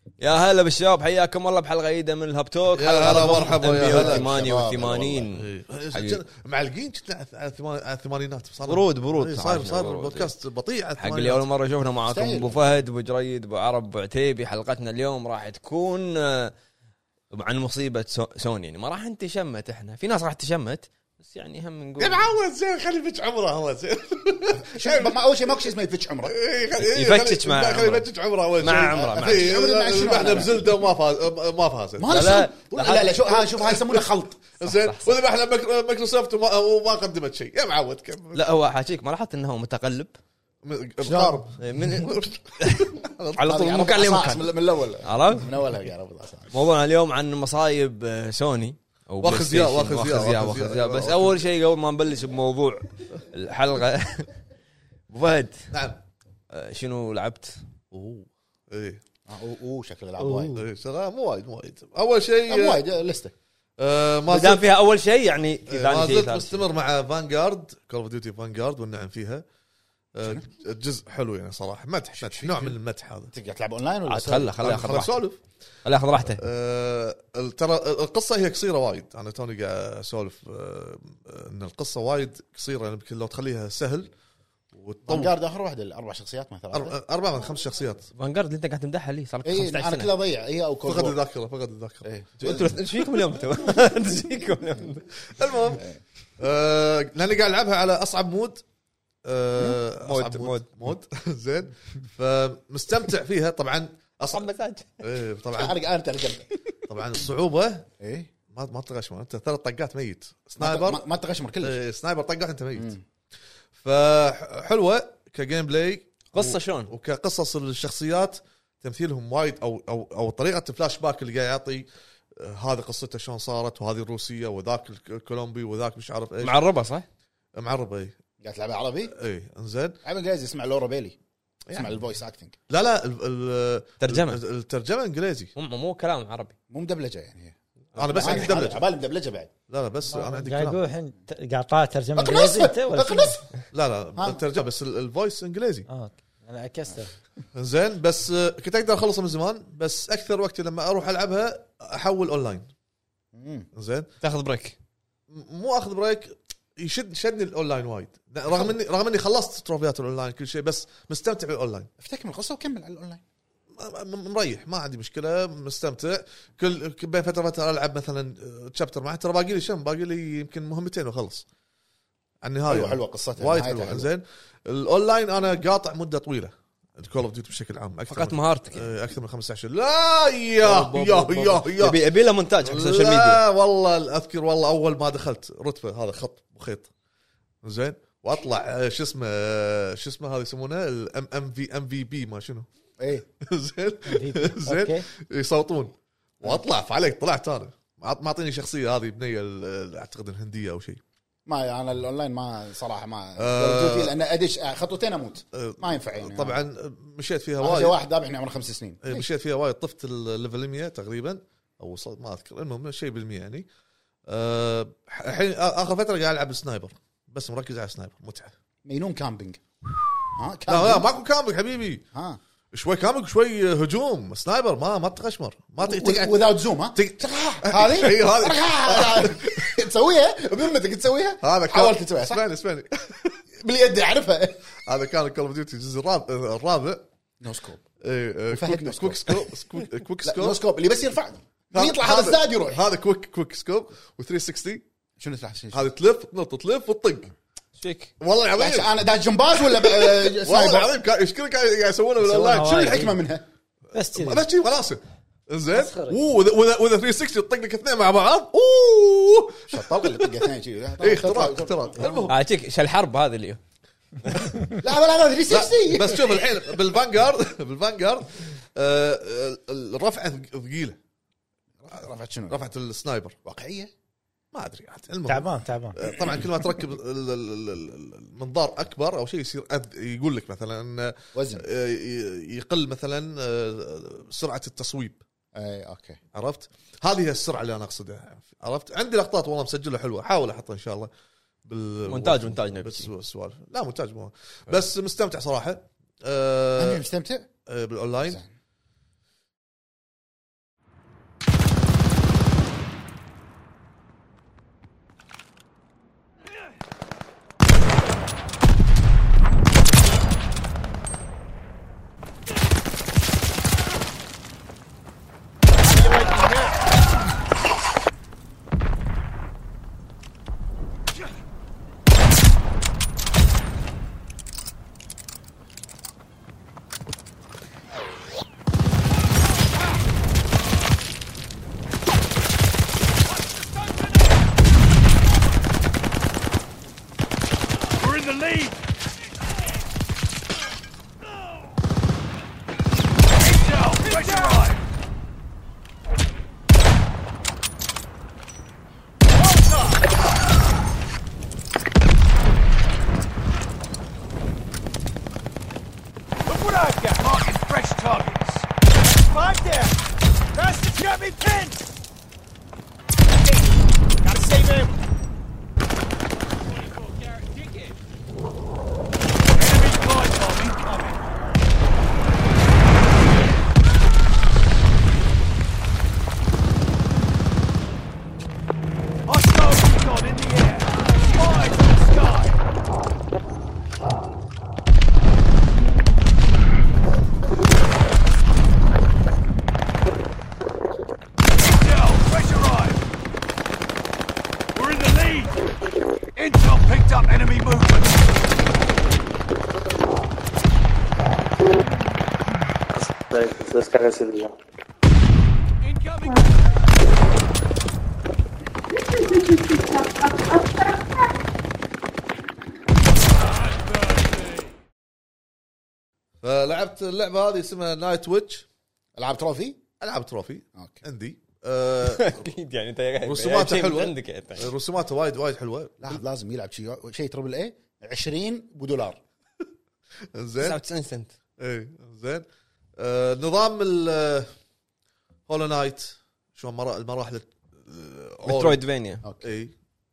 يا هلا بالشباب، حياكم الله بحلقه جديده من الهاب توك. يا هلا مرحبا يا هلا 88 معلقين كنا على الثمانينات. برود صار البودكاست بطيء على حق اللي اول مره شوفنا معاكم ابو فهد ابو جريد ابو عرب ابو عتيبي. حلقتنا اليوم راح تكون عن مصيبه سوني. يعني ما راح نتشمت، احنا في ناس راح تشمت بس يعني هم نقول يا معود زين خلي يفتش عمره. هو زين ما اول شيء ماكو شيء اسمه يفتش عمره، يفتش مع خلي يفتش عمره اول شيء مع عمره احنا بزلده ما فاز لا شوف هاي يسمونه خلط زين. واذا احنا مايكروسوفت وما قدمت شيء يا معود كمل. لا هو حاجيك ما لاحظت انه متقلب مقارب من على طول مكان لمكان من الاول عرفت من اولها قاعد. موضوعنا اليوم عن مصايب سوني او واخذ بس اول شيء قبل ما نبلش بموضوع الحلقه ابو فهد نعم شنو لعبت؟ ايه شكله لعب وايد. ايه شغال مو وايد اول شيء مو وايد لسته ما دام فيها اول شيء يعني ما زلت مستمر مع فانغارد كول اوف ديوتي فانغارد والنعم فيها الجزء حلو يعني صراحه مدح نوع من المدح هذا. تقدر تلعب اونلاين ولا خلي اخذ راحته ترى القصه هي قصيره وايد. انا توني قاعد اسولف ان القصه وايد قصيره يعني يمكن لو تخليها سهل فانغارد اخر واحده الاربع شخصيات مثلا 4 من 5 شخصيات. فانغارد اللي انت قاعد تمدحها لي صار لك 15 سنه. انا كلها ضيع هي او فقد الذاكره انتوا ايش فيكم اليوم انتوا ايش فيكم اليوم؟ المهم لاني قاعد العبها على اصعب مود مود زين فمستمتع فيها طبعا. اصعب مساج طبعا طبعا الصعوبه ما تغشمر انت 3 طقات ميت. سنايبر ما تغشمر كلش. سنايبر طقات انت ميت. فحلوه كجيم بلاي قصه شلون وكقصص الشخصيات تمثيلهم وايد او طريقه الفلاش باك اللي قاعد يعطي هذه قصته شلون صارت وهذه الروسيه وذاك الكولومبي وذاك مش عارف ايش. معربه صح معربه اي قاعد تلعب عربي انزين عامل انجليزي اسمع لورا بيلي اسمع الفويس اكتنج. لا الترجمه انجليزي مو كلام عربي مو مدبلجه يعني. انا بس عندي دبلجه عبالي مدبلجه بعد. لا بس انا عندي كلام قاعد يقول قاعد طالع ترجمه انجليزي انت لا الترجمه بس الفويس انجليزي. انا عكسته زين بس كنت اقدر اخلصها من زمان بس اكثر وقت لما اروح العبها احول اونلاين. زين تاخذ بريك مو اخذ بريك شدني الاونلاين وايد رغم اني خلصت تروفيات الاونلاين كل شيء بس مستمتع بالاونلاين. افتكر القصه وكمل على الاونلاين مريح ما عندي مشكله مستمتع. كل بين فتره العب مثلا تشابتر معه ترى باقي لي يمكن مهمتين وخلص النهايه. حلوه قصتها وايد حلوه. زين الاونلاين انا قاطع مده طويله الكول اوف ديوتي بشكل عام فقط مهارتك اكثر من 15. لا يا يبي له مونتاج حق السوشيال ميديا. لا والله اذكر والله اول ما دخلت رتبه هذا خط وخيط زين واطلع شو اسمه هذا يسمونه الام في بي ما شنو زين يصوتون واطلع فعليك طلعت انا ما اعطيني شخصيه هذه بنيه اعتقد الهنديه او شيء. ما انا الاونلاين ما صراحه ما لان ادش خطوتين اموت ما ينفع يعني. طبعا مشيت فيها وايد. واحد ذابحني عمره 5 سنين مشيت فيها وايد طفت الليفل 100 تقريبا او ما اذكر المهم شيء بالمية يعني. الحين اخر فتره قاعد العب سنايبر بس مركز على سنايبر متعه. مينون كامبينج لا ماكو كامبينج حبيبي. شوي كامبينج شوي هجوم. سنايبر ما تغشمر ما تقعد وذاوت زوم. هذه تسويها بذمتك تسويها. هذا حاولت تسويها اسمعني باليد اعرفها. هذا كان كول اوف ديوتي الجزء الرابع نو سكوب. كويك سكوب نو سكوب اللي بس يرفع يطلع هذا الزاد يروح. هذا كويك سكوب و360 شنو تلعب هذا تلف وتطق فيك والله العظيم. انا دا جمباز ولا والله العظيم ايش كل قاعد يسوونه بالاونلاين. شنو الحكمه منها بس خلاص زين. واذا 360 يطق لك اثنين مع بعض شطوق اللي طق اثنين شيء اختراق. المهم هاتيك شو الحرب هذه اليوم. لا 360 بس شوف الحين بالفانغارد الرفعه ثقيله. رفعت شنو؟ رفعت السنايبر واقعيه ما ادري تعبان طبعا كل ما تركب المنظار اكبر او شيء يصير يقول لك مثلا وزن يقل مثلا سرعه التصويب. اي اوكي عرفت. هذه هي السرعه اللي انا اقصدها. عرفت. عندي لقطات والله مسجله حلوه احاول احطها ان شاء الله مونتاج نبي بس سوالف. لا مونتاج مو بس مستمتع صراحه. انا مستمتع بالاونلاين descargarse el ya. فلعبت اللعبه هذه اسمها نايت ويتش. العاب تروفي. العاب تروفي اوكي. عندي اكيد يعني انت رسوماته حلوه عندك يعني. رسوماته وايد حلوه. لازم يلعب شيء تربل اي 20 $20. زين 99 سنت. اي زين. نظام هولو نايت شلون المراحل مترويد فينيا. اي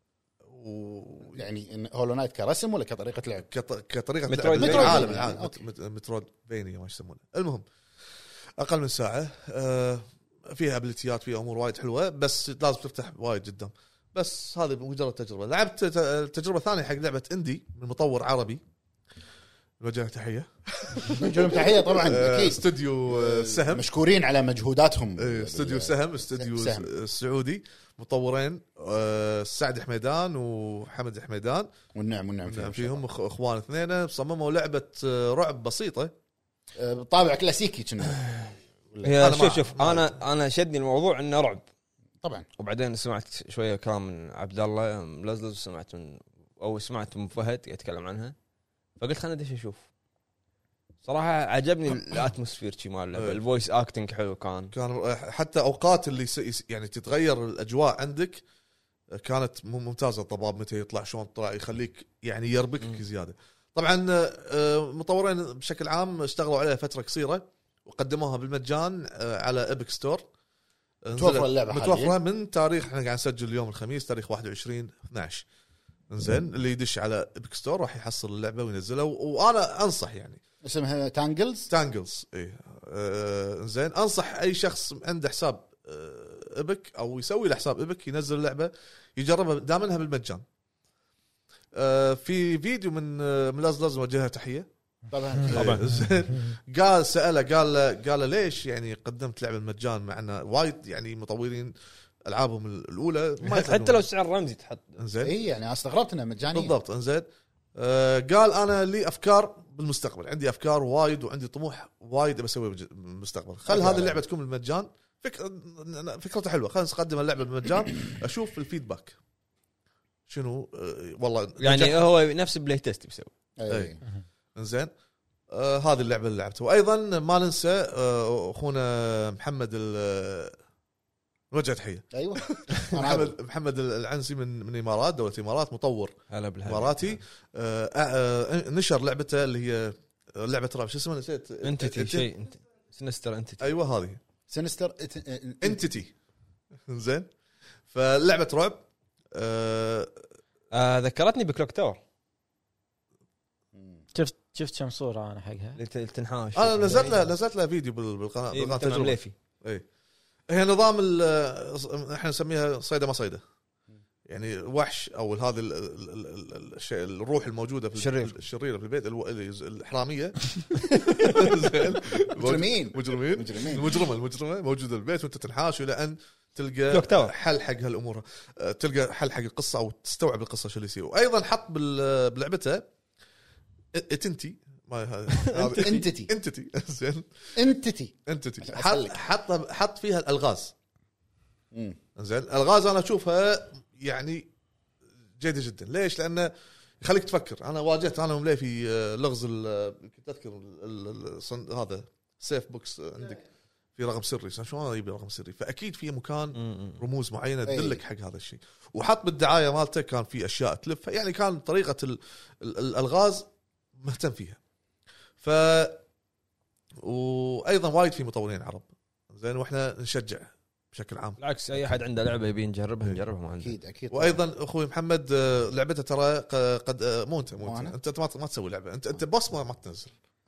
يعني هولو نايت كرسم ولا كطريقه لعب؟ كطريقه مترويد العالم مترويد فينيا ما يسمونه. المهم اقل من ساعه. فيها ابيليتيات فيها امور وايد حلوه بس لازم تفتح وايد جدا. بس هذه مجرد تجربه. لعبت تجربه ثانيه حق لعبه اندي من مطور عربي وجه تحيه. وجه تحيه طبعا اكيد. استوديو سهم مشكورين على مجهوداتهم. استوديو سهم استوديو السعودي. مطورين سعد حميدان وحمد حميدان والنعم فيهم اخوان اثنين صمموا لعبه رعب بسيطه طابع كلاسيكي كنا. شوف انا شدني الموضوع انه رعب طبعا. وبعدين سمعت شويه كلام من عبد الله ملزلز سمعت من فهد يتكلم عنها فقلت خلنا ندش اشوف. صراحه عجبني الاتموسفير شي مال الفويس اكتنج حلو كان حتى اوقات اللي يعني تتغير الاجواء عندك كانت ممتازه. الضباب متى يطلع شلون طلع يخليك يعني يربكك زياده. طبعا مطورين بشكل عام اشتغلوا عليها فتره قصيره وقدموها بالمجان على ابيك ستور. متوفره اللعبه متوفره من تاريخ احنا قاعد نسجل اليوم الخميس تاريخ 21/12. انزين اللي يدش على ابيك ستور راح يحصل اللعبه وينزلها وانا انصح يعني اسمها تانجلز ايه. انزين انصح اي شخص عنده حساب ابيك او يسوي له حساب ابيك ينزل اللعبه يجربها دامنها بالمجان. في فيديو من ملازلز وجهها تحيه طبعا. قال سأله قال ليش يعني قدمت لعبه المجان معنا وايد يعني مطورين العابهم الاولى حتى لو سعر رمزي تحط. انزين اي يعني استغربت انه مجاني بالضبط. انزين قال انا لي افكار بالمستقبل عندي افكار وايد وعندي طموح وايد بسوي بالمستقبل. خل هذه اللعبه تكون بالمجان. فكرته حلوه. خلينا نقدم اللعبه بالمجان اشوف الفيدباك شنو. والله يعني هو نفس بلاي تيست بيسوي. اي انزين. هذه اللعبه اللي لعبتها. وايضا ما ننسى اخونا محمد وجه تحيه. ايوه محمد العنسي من الامارات دوله الامارات مطور اماراتي. نشر لعبته اللي هي لعبه رعب شو اسمها نسيت. انتيتي شيء سينستر انتيتي. ايوه هذه سينستر انتيتي. زين فلعبه رعب. ذكرتني بكلوك تاور. شفت كم صوره انا حقها تنحاش. انا نزلت له فيديو بالقناه تجربه. اي هي نظام احنا نسميها صيده ما صيده يعني وحش او هذا الشيء الروح الموجوده في الشريره في البيت الحراميه. مجرمين المجرمه موجوده بالبيت وانت تنحاش الى ان تلقى حل حق هالامور. تلقى حل حق القصه او تستوعب القصه شو اللي يصير. وايضا حط بلعبته انتي زين انتيتي حط فيها الالغاز. زين الالغاز انا اشوفها يعني جيده جدا. ليش؟ لانه يخليك تفكر. انا واجهت انا وملي في لغز كنت اذكر هذا سيف بوكس عندك في رقم سري شلون يبي رقم سري فاكيد في مكان رموز معينه تدلك حق هذا الشيء. وحط بالدعايه مالته كان في اشياء تلف يعني كان طريقه الالغاز مهتم فيها. وايضا وايد في مطورين عرب زين واحنا نشجع بشكل عام. بالعكس اي احد عنده لعبه يبي نجربها ما عندي. اكيد. وايضا اخوي محمد لعبته ترى قد مو انت ما تسوي لعبه انت بوس ما تنزل.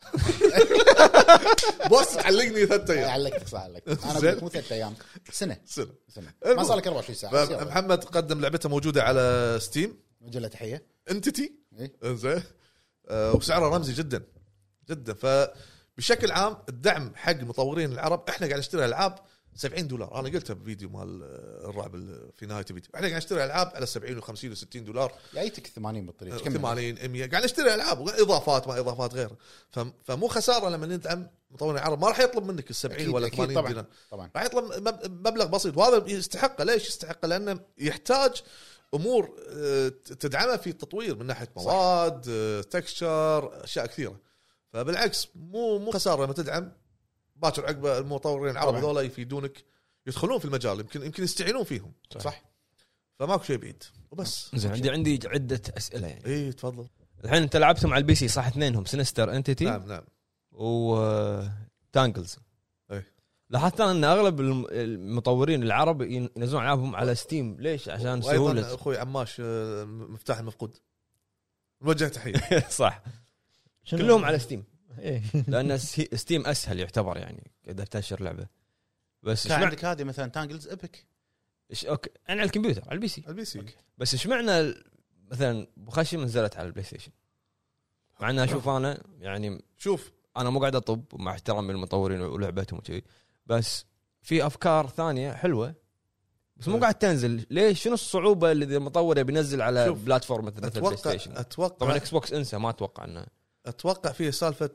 بوس تعلقني 3 ايام. علقتك صح علقتك. انا قلت مو 3 ايام سنه ما صار لك 24 ساعه. محمد قدم لعبته موجوده على ستيم. وجه تحيه انتيتي زين وسعره رمزي جدا. فبشكل عام الدعم حق مطورين العرب احنا قاعد نشتري العاب $70. انا قلتها بفيديو مال الرعب في نهايه الفيديو. احنا قاعد نشتري العاب على 70 و50 و$60. جايتك 80 بالطريق 80 100 قاعد نشتري العاب واضافات ما اضافات غيره. فمو خساره لما ندعم مطورين العرب. ما راح يطلب منك ال70 ولا 80 دينار، راح يطلب مبلغ بسيط، وهذا يستحقه. ليش يستحقه؟ لانه يحتاج امور تدعمه في التطوير من ناحيه مواد، تكستشر، اشياء كثيره. فبالعكس مو خساره لما تدعم. باكر عقب المطورين العرب هذول يفيدونك، يدخلون في المجال، يمكن يستعينون فيهم. صح. فماكو شيء بعيد وبس. زين عندي عده اسئله يعني. اي تفضل. الحين انت لعبتهم على البي سي صح؟ اثنينهم سينستر انتيتي. نعم. وتانجلز. اي لاحظت ان اغلب المطورين العرب ينزلون العابهم على ستيم. ليش؟ عشان سهوله. اخوي عماش مفتاح المفقود نوجه تحيه. صح. كلهم على ستيم. لان ستيم اسهل يعتبر يعني اذا تنشر لعبه. بس كان عندك هذه مثلا تانجلز ابيك. اوكي انا على الكمبيوتر على البي سي. بس ايش معنى مثلا بخشم نزلت على البلاي ستيشن؟ مع ان اشوف انا يعني شوف انا مو قاعد اطب مع احترامي للمطورين ولعبتهم وكذي، بس في افكار ثانيه حلوه بس مو قاعد تنزل. ليش؟ شنو الصعوبه اللي المطور بينزل على بلاتفورم مثل البلاي ستيشن؟ اتوقع طبعا اكس بوكس انسى، ما اتوقع انه فيه سالفه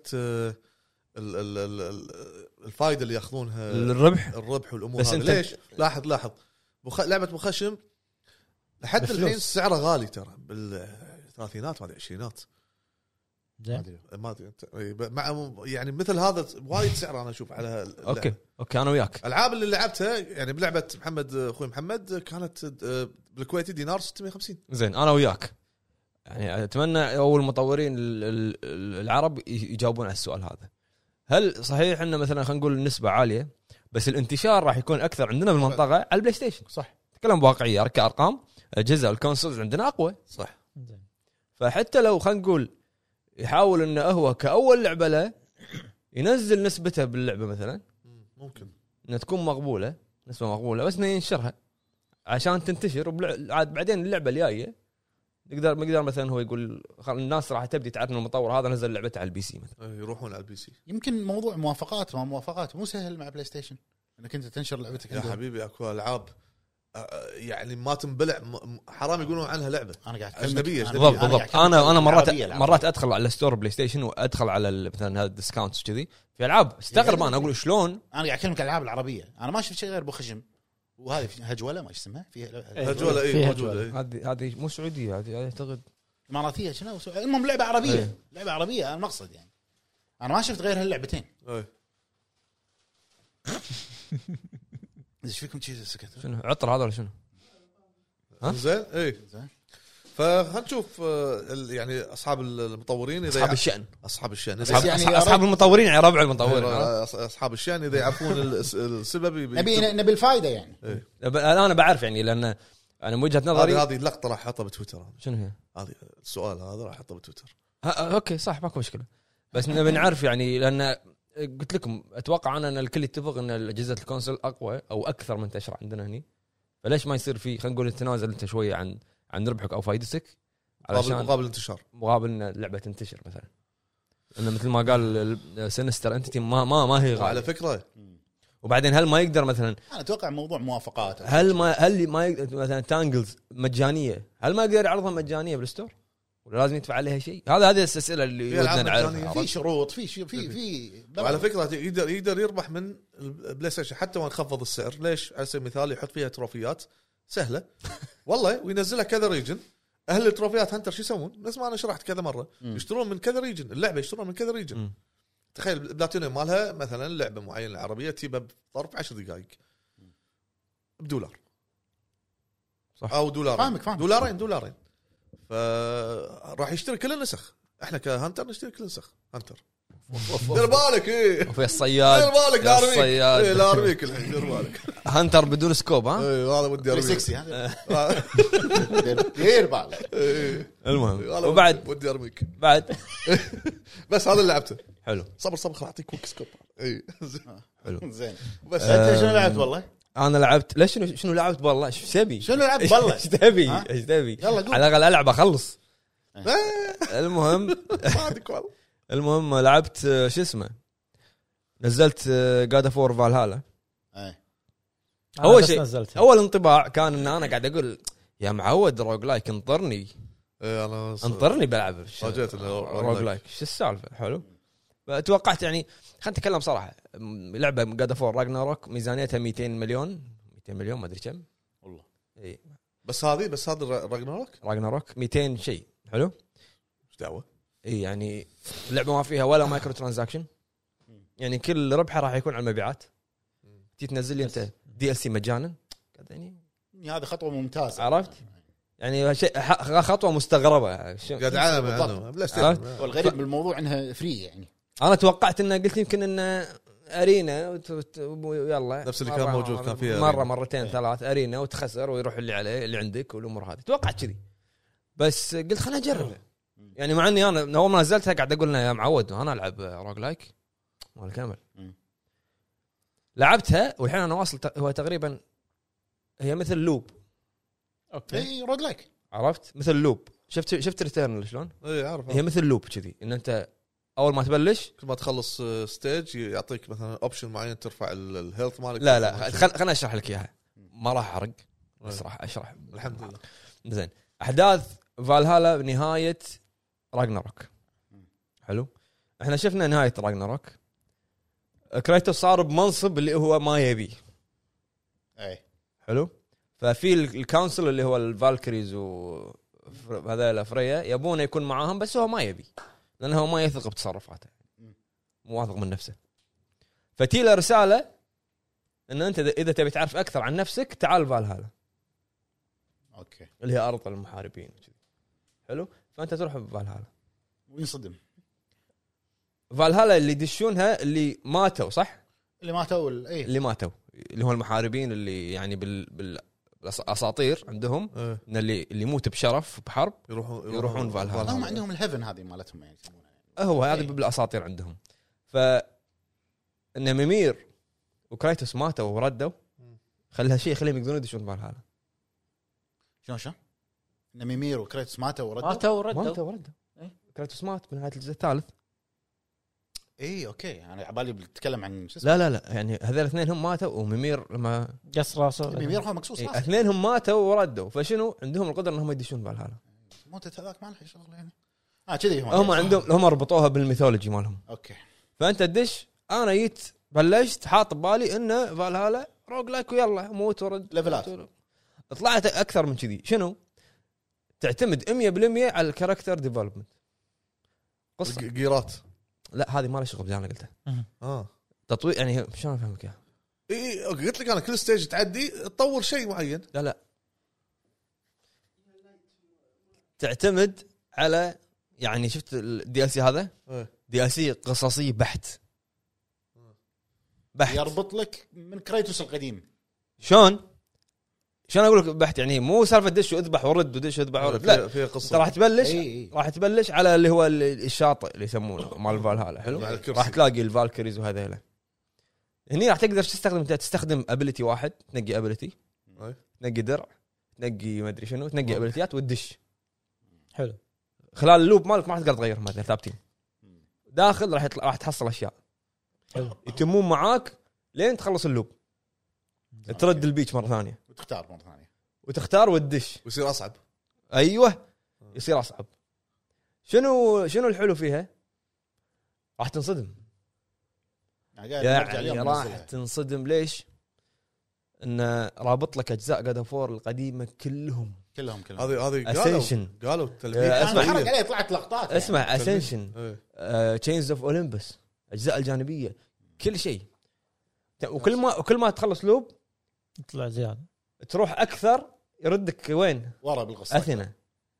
الفائده اللي ياخذونها، الربح والامور هذه. ليش؟ لاحظ لعبه بخشم لحد الحين سعره غالي ترى، بالثلاثينات وهذه عشرينات. ما ادري مع يعني مثل هذا وايد سعر انا اشوف على اوكي انا وياك. العاب اللي لعبتها يعني بلعبه محمد اخوي محمد كانت بالكويتي دينار 650. زين انا وياك يعني اتمنى اول المطورين العرب يجاوبون على السؤال هذا. هل صحيح ان مثلا خلينا نقول النسبه عاليه بس الانتشار راح يكون اكثر عندنا بالمنطقه على البلاي ستيشن؟ صح. تكلم بواقعيه، كارقام اجهزه الكونسولز عندنا اقوى. صح. فحتى لو خلينا نقول يحاول انه هو كاول لعبه له ينزل نسبته باللعبه مثلا، ممكن انها تكون مقبوله، نسبه مقبوله، بس انه ينشرها عشان تنتشر. وعاد بعدين اللعبه الجايه مقدر مثلا هو يقول الناس راح تبدي تعرف ان المطور هذا نزل لعبته على البي سي مثلا، يروحون على البي سي. يمكن موضوع موافقات ما موافقات مو سهل مع بلاي ستيشن انك انت تنشر لعبتك. يا حبيبي اكو العاب يعني ما تنبلع، حرام يقولون عنها لعبه. انا قاعد اجنبيه. بالضبط. انا مرات ادخل على ستور بلاي ستيشن وادخل على مثلا هذا الديسكاونتس كذي في العاب استغرب. انا اقول شلون انا قاعد اكلمك الالعاب العربيه، انا ما شفت شيء غير بخشم وهذه هجوله ما اسمها فيها هجوله. موجوده. هذه مو سعوديه، هذه اعتقد اماراتيه. شنو المهم لعبه عربيه. لعبه عربيه انا مقصد يعني انا ما شفت غير هاللعبتين. ايش فيكم شيء سكت؟ شنو عطر هذا ولا شنو؟ زين فخلينا نشوف يعني اصحاب المطورين اذا اصحاب الشأن اصحاب المطورين يعني ربع المطورين اصحاب الشأن اذا يعرفون السبب. نبي الفائده يعني. انا بعرف يعني لان انا من وجهه نظري هذه اللقطه راح احطها بتويتر. شنو هي هذه السؤال هذا راح احطه بتويتر. اوكي صح ماكو مشكله، بس نبي نعرف يعني لان قلت لكم اتوقع ان الكل يتفق ان اجهزه الكونسول اقوى او اكثر منتشره عندنا هني، فليش ما يصير في خلينا نقول التنازل انت شويه عن ربحك او فائدتك علشان مقابل ان اللعبه تنتشر مثلا. انه مثل ما قال سينستر انتيتي ما هي غالية على فكره. وبعدين هل ما يقدر مثلا انا اتوقع موضوع موافقات، هل ما يقدر مثلا تانجلز مجانيه، هل ما يقدر يعرضها مجانيه بالستور ولا لازم يدفع عليها شيء؟ هذه الاسئله اللي ودنا نعرفها. في شروط في وعلى فكره يقدر يربح من البلاي ستيشن حتى وان خفض السعر. ليش؟ على سبيل المثال يحط فيها تروفيات سهله والله وينزلها كذا ريجن. اهل التروفيات هانتر شو يسوون؟ نفس ما انا شرحت كذا مره، يشترون من كذا ريجن اللعبه، يشترون من كذا ريجن. تخيل بلاتينيوم مالها مثلا لعبه معينه العربيه تجيبها بظرف 10 دقائق $1 صح او $2 فراح يشتري كل النسخ. احنا كهانتر نشتري كل النسخ هانتر. دير بالك وفي الصياد دير بالك لا ارميك الحين دير بالك هانتر بدون سكوب. هذا ودي ارميك دير بالك. المهم وبعد ودي ارميك بعد بس هذا اللي لعبته. حلو صبر راح اعطيك كويك سكوب. حلو زين. بس انت شنو لعبت؟ والله انا لعبت. ليش شنو لعبت بالله؟ ايش تبي؟ شنو لعبت بالله؟ ايش تبي على الاقل العب اخلص. المهم لعبت شو اسمه، نزلت God of War Valhalla. اول شيء اول انطباع كان ان انا قاعد اقول يا معود روج لايك انطرني انطرني بلعب روج لايك شو السالفه حلو. فتوقعت يعني خلينا نتكلم صراحه لعبه جاد اوف وور راجناروك ميزانيتها 200 مليون ما ادري كم والله اي بس هذا راجناروك 200 شيء حلو ايش دعوه اي يعني اللعبه ما فيها ولا مايكرو ترانزاكشن يعني كل ربحه راح يكون على المبيعات تنزل لي انت دي ال سي مجانا يعني هذه خطوه ممتازه عرفت يعني خطوه مستغربه قاعد عالم والغريب بالموضوع انها فري يعني انا توقعت انه قلت يمكن انه ارينا يلا نفس اللي كان موجود كان فيها مرتين ثلاث ارينا وتخسر ويروح اللي عليه اللي عندك والامور هذه توقعت كذي بس قلت خليني اجرب يعني مع اني انا اول ما نزلتها قاعد اقول يا معود انا العب روج لايك مال كامل لعبتها والحين انا واصل هو تقريبا هي مثل لوب اوكي اي روج لايك عرفت مثل لوب شفت ريتيرنال شلون اي عارف هي مثل لوب كذي ان انت اول ما تبلش كل ما تخلص ستيج يعطيك مثلا اوبشن معين ترفع الهيلث مالك لا خلنا اشرح لك اياها ما راح احرق بس راح اشرح الحمد لله زين احداث فالهالا بنهايه راجناروك حلو احنا شفنا نهايه راجناروك كرايتوس صار بمنصب اللي هو ما يبي اي حلو ففي الكونسل اللي هو الفالكريز وهذا الافريا يبونه يكون معاهم بس هو ما يبي لانه هو ما يثق بتصرفاته مو واثق من نفسه فتي له رساله ان انت اذا تبي تعرف اكثر عن نفسك تعال فالهالا اوكي اللي هي ارض المحاربين حلو فانت تروح فالهالا وينصدم فالهالا اللي يدشونها اللي ماتوا صح اللي ماتوا اللي ماتوا اللي هو المحاربين اللي يعني بالاساطير عندهم ان اللي يموت بشرف بحرب يروحون فالهالا هم عندهم الهيفن هذه مالتهم يعني يسمونها هو هذا بالاساطير عندهم ف ان ميمير وكرايتوس ماتوا وردوا خلها شيء خليهم يقدرون يدشون فالهالا شلون ان ميمير وكرايتوس ماتوا وردوا كرايتوس مات بنهايه الجزء الثالث اي اوكي انا عبالي بتكلم عن لا يعني هذول الاثنين هم ماتوا وميمير لما قص راسه ميمير هو مقصوص راسه اثنين هم ماتوا وردوا فشنو عندهم القدره انهم يدشون بالهاله موتة هذاك ما له شغل يعني كذي هم عندهم هم ربطوها بالميثولوجي مالهم اوكي فانت تدش انا جيت بلشت حاط ببالي انه فالهالا روج لايك ويلا موت ورد ليفلات طلعت اكثر من كذي شنو تعتمد 100% على الكاركتر ديفلوبمنت قصه جيرات لا هذه ما لها شغل باللي انا قلته تطوير يعني شلون افهمك اياها اي قلت لك انا كل ستيج تعدي تطور شيء معين لا تعتمد على يعني شفت الدي ال سي هذا دي ال سي قصصي بحت يربط لك من كرايتوس القديم شلون اقول لك بحت يعني مو سالفه دش واذبح ورد ودش واذبح ورد لا في قصه راح تبلش راح تبلش على اللي هو الشاطئ اللي يسمونه مال فالهالا حلو راح تلاقي الفالكريز وهذيلا هني راح تقدر تستخدم ابيليتي واحد تنقي ابيليتي تنقي درع تنقي ما ادري شنو تنقي ابيليتيات وتدش حلو خلال اللوب مالك ما راح تقدر تغيرهم مثلا ثابتين داخل راح تحصل اشياء حلو يتمون معاك لين تخلص اللوب ترد البيتش مره ثانيه وتختار وتدش ويصير اصعب ايوه يصير اصعب شنو الحلو فيها راح تنصدم يعني راح تنصدم ليش ان رابط لك اجزاء جاد اوف وور القديمه كلهم هذه قالوا التلميذ طلعت لقطات اسمع اسنشن تشينز اوف اولمبس اجزاء الجانبيه كل شيء وكل ما تخلص لوب تطلع زياده تروح اكثر يردك وين ورا بالقصه اثينا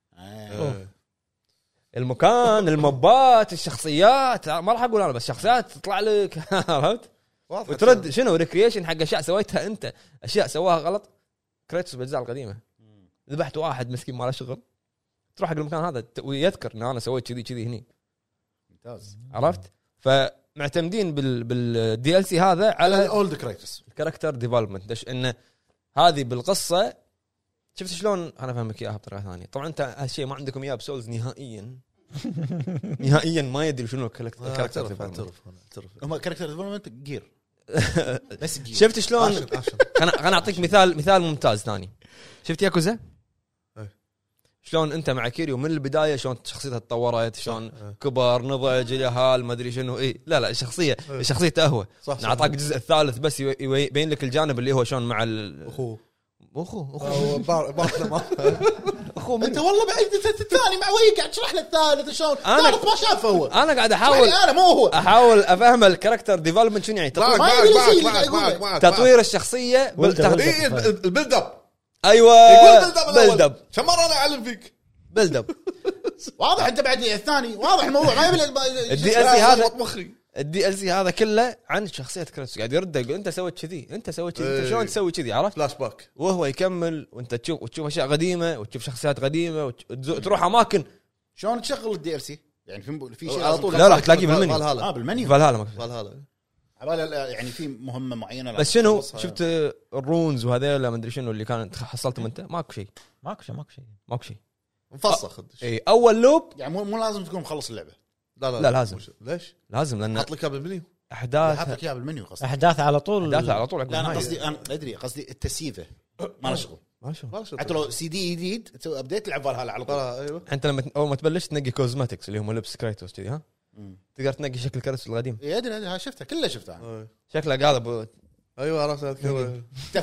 المكان المبات الشخصيات ما راح اقول انا بس شخصيات تطلع لك عرفت وترد شنو ريكرييشن حق اشياء سويتها انت اشياء سواها غلط كريتوس بالاجزاء القديمه ذبحت واحد مسكين ما له شغل تروح حق المكان هذا ويذكر ان انا سويت كذي هني ممتاز عرفت فمعتمدين بالدي ال سي هذا على اولد كريتوس الكاركتر ديفلوبمنت انه هذه بالقصه شفت شلون انا فهمك اياها بطريقه ثانيه طبعا انت هالشيء ما عندكم اياه بسولز نهائيا ما يدري شنو الكاركتر هم كاركتر ديفلوبمنت جير بس شفت شلون انا اعطيك مثال ممتاز ثاني. شفت ياكوزا شلون انت مع كيريو من البدايه شلون شخصيتها تطورت شلون كبر نضج الى ما ادري شنو لا الشخصيه اهوى نعطاك الجزء الثالث بس يبين لك الجانب اللي هو شلون مع اخوه انت والله بعيد الثاني مع وين قاعد تشرح له الثالث شلون الثالث ما شافه هو. انا قاعد احاول افهم الكاركتر ديفلوبمنت شنو يعني تطوير الشخصيه البيلد اب. ايوه بيلد اب كم مره انا اعلم فيك بيلد اب واضح انت بعد الثاني واضح الموضوع ما يبي الدي ال سي هذا الدي ال سي هذا كله عن شخصيه كريتوس قاعد يرد يقول انت سويت كذي انت شلون تسوي كذي عرفت فلاش باك وهو يكمل وانت تشوف اشياء قديمه وتشوف شخصيات قديمه وتروح اماكن. شلون تشغل الدي ال سي يعني في شيء على طول لا راح تلاقيه بالمنيو بالمنيو فالهالا يعني في مهمه معينه بس شنو شفت الرونز وهذول ما ادري شنو اللي كانت حصلتهم انت ماكو شيء مفصخ اي اول لوب يعني مو لازم تكون مخلص اللعبه لا لازم ليش لازم لان حط لك اياه بالمنيو حط لك اياه بالمنيو قصدي احداث على طول لا انا قصدي انا ادري قصدي التسييفه ما له شغل حتى لو سي دي جديد تسوي ابديت تلعب فالهالا على طول. ايوه انت لما اول ما تبلش تنقي كوزماتكس اللي هم لبس كريتوس كذي ها تقدر تنقي شكل كريتوس القديم. ادري شفتها كلها شفتها شكله قاعد ايوه عرفت اذكر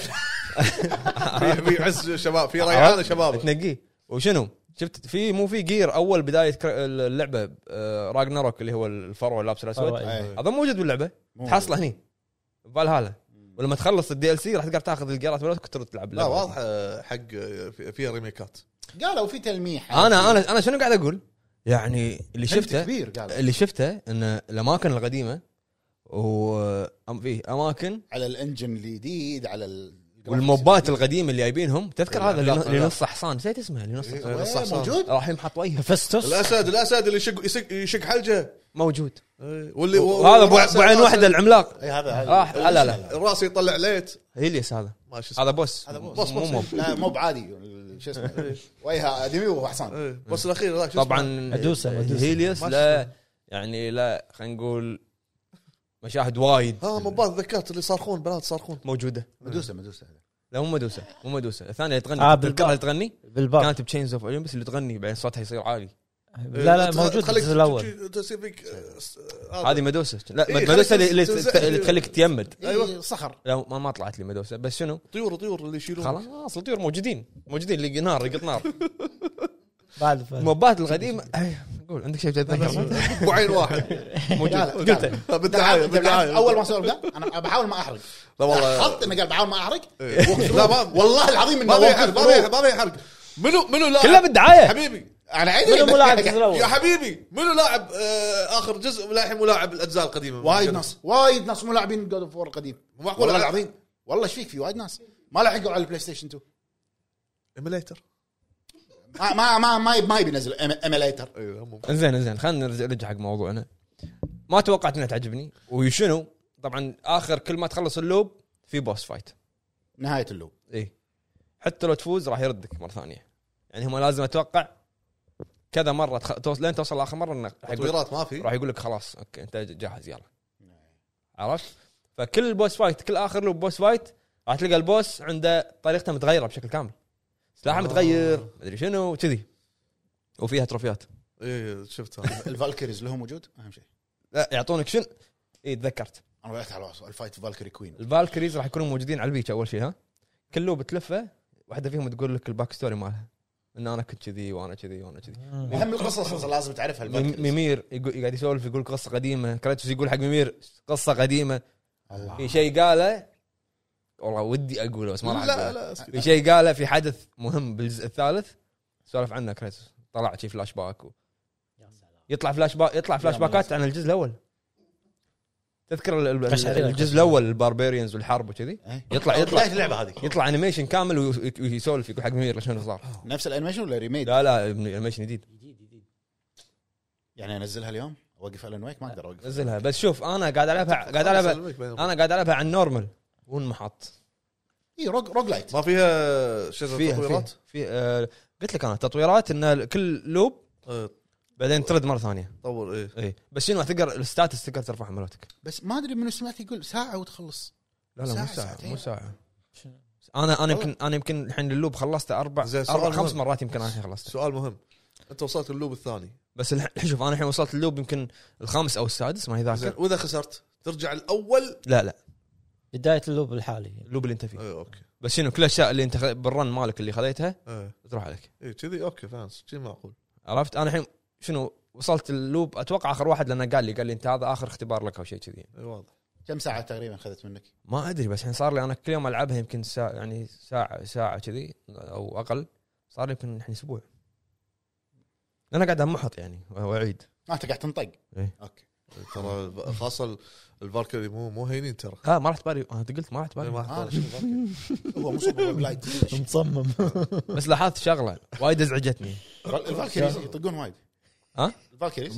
في عز شباب في ريعان شباب تنقيه. وشنو شفت في جير اول بدايه اللعبه راجناروك اللي هو الفرو اللابس الاسود هذا موجود باللعبه تحصله هني فالهالا ولما تخلص الدي ال سي راح تقدر تاخذ الجيرات مالتك تلعب لا واضح حق فيها ريميكات قالوا في تلميح. انا شنو قاعد اقول يعني اللي شفته ان الاماكن القديمه وفي اماكن على الانجن الجديد على والموبات القديمه اللي جايبينهم تذكر هذا اللي نص حصان نسيت اسمه اللي نص حصان موجود راح يحط وجهه فستوس الاسد اللي يشق حلجه موجود واللي هذا ابو عين واحده العملاق هذا لا الراس يطلع ليت هيليس هذا بوس مو لا مو بعادي شو اسمه وجهه ادمي وحصان بس الاخير ذاك طبعا مدوسة هيليس لا يعني لا خلينا نقول مشاهد وايد موبات ذكرت اللي صارخون بنات صارخون موجوده مدوسه لا مو مدوسه الثانيه تغني تذكرها اللي تغني بالباب كانت بتشينز اوف اولمبس اللي تغني بعدين صوتها يصير عالي لا موجود الجزء الاول هذه مدوسه لا مدوسه اللي تخليك تيمد ايوه صخر لا ما طلعت لي مدوسه بس شنو طيور اللي يشيلون خلاص الطيور موجودين اللي يقط نار بعد الموبات القديمه قول عندك شيء تتذكر ابو عين واحد موجود قلت بالدعايه اول ما سولف انا بحاول ما احرق لا والله حط انه قال بحاول ما احرق لا والله العظيم انه ما بيحرق منو لاعب كله بالدعايه حبيبي انا ادري منو لاعب يا حبيبي منو لاعب اخر جزء لاحم ملاعب الاجزاء القديمه وايد ناس ملاعبين جود اوف وور القديم والله العظيم والله ايش فيك في وايد ناس ما لحقوا على البلاي ستيشن 2 ايميليتر ما يبي ينزل ايميليتر. انزين خلينا نرجع حق موضوعنا. ما توقعت انها تعجبني وشنو طبعا اخر كل ما تخلص اللوب في بوس فايت نهايه اللوب ايه حتى لو تفوز راح يردك مره ثانيه يعني هم لازم اتوقع كذا مره لين توصل لاخر مره انك تطويرات ما في راح يقول لك خلاص اوكي انت جاهز يلا عرفت. فكل بوس فايت كل اخر لوب بوس فايت راح تلقى البوس عنده طريقته متغيره بشكل كامل سلاحه متغير ما ادري شنو كذي وفيها تروفيات. ايه شفتها. الفالكريز لهم موجود اهم شيء لا يعطونك شنو ايه تذكرت انا وقعت على الفايت فالكري كوين. الفالكريز راح يكونوا موجودين على البيتش اول شيء ها كل لوب تلفه واحده فيهم تقول لك الباك ستوري مالها ان انا كنت كذي وانا كذي وانا كذي. مهم القصص لازم تعرفها. ميمير قاعد يسولف يقول قصه قديمه كريتوس يقول حق ميمير قصه قديمه في شيء قاله والله ودي اقوله بس ما راح اقوله. في شيء قاله في حدث مهم بالجزء الثالث سولف عنه كريتوس طلع شيء فلاش باك يطلع فلاش باكات عن الجزء الاول. تذكر الجزء الاول الباربيريانز والحرب وكذي يطلع اللعبه هذه يطلع انيميشن كامل ويسولف يقول حق ميمير شنو صار. نفس الانيميشن ولا ريميد؟ لا انيميشن جديد يعني انزلها اليوم اوقف الان ويك ما اقدر اوقف انزلها بس شوف انا قاعد العبها عن نورمال ونمحط اي روج لايت ما فيها تطويرات في قلت لك انا تطويرات ان كل لوب بعدين ترد مره ثانيه طور ايه بس شنو تقدر الستاتس تقدر ترفع مالتك. بس ما ادري منو سمعت يقول ساعه وتخلص. لا مو ساعه انا يمكن الحين اللوب خلصته 4-5 مرات يمكن انا خلصته. سؤال مهم، انت وصلت اللوب الثاني بس شوف انا الحين وصلت اللوب يمكن الخامس او السادس ما هي ذاكر. واذا خسرت ترجع الاول؟ لا بدايه اللوب الحالي اللوب اللي انت فيه. اوكي. بس شنو كل الاشياء اللي انت بالرن مالك اللي خذيتها تروح عليك. كذي اوكي فانس شيء معقول. عرفت انا الحين شنو وصلت اللوب اتوقع اخر واحد لانه قال لي انت هذا اخر اختبار لك او شيء كذي. واضح. كم ساعه تقريبا اخذت منك؟ ما ادري بس الحين صار لي انا كل يوم العبها يمكن يعني ساعه كذي او اقل. صار لي يمكن الحين اسبوع. انا قاعد امحط يعني واعيد. انت قاعد تنطق. اوكي. ترى خاصه الفالكري مو هينين ترى. ما رحت بالي انت قلت ما رحت بالي. هو مصمم بلايد مصمم. بس لاحظت شغله وايد ازعجتني. الفالكري يطقون وايد. الفالكري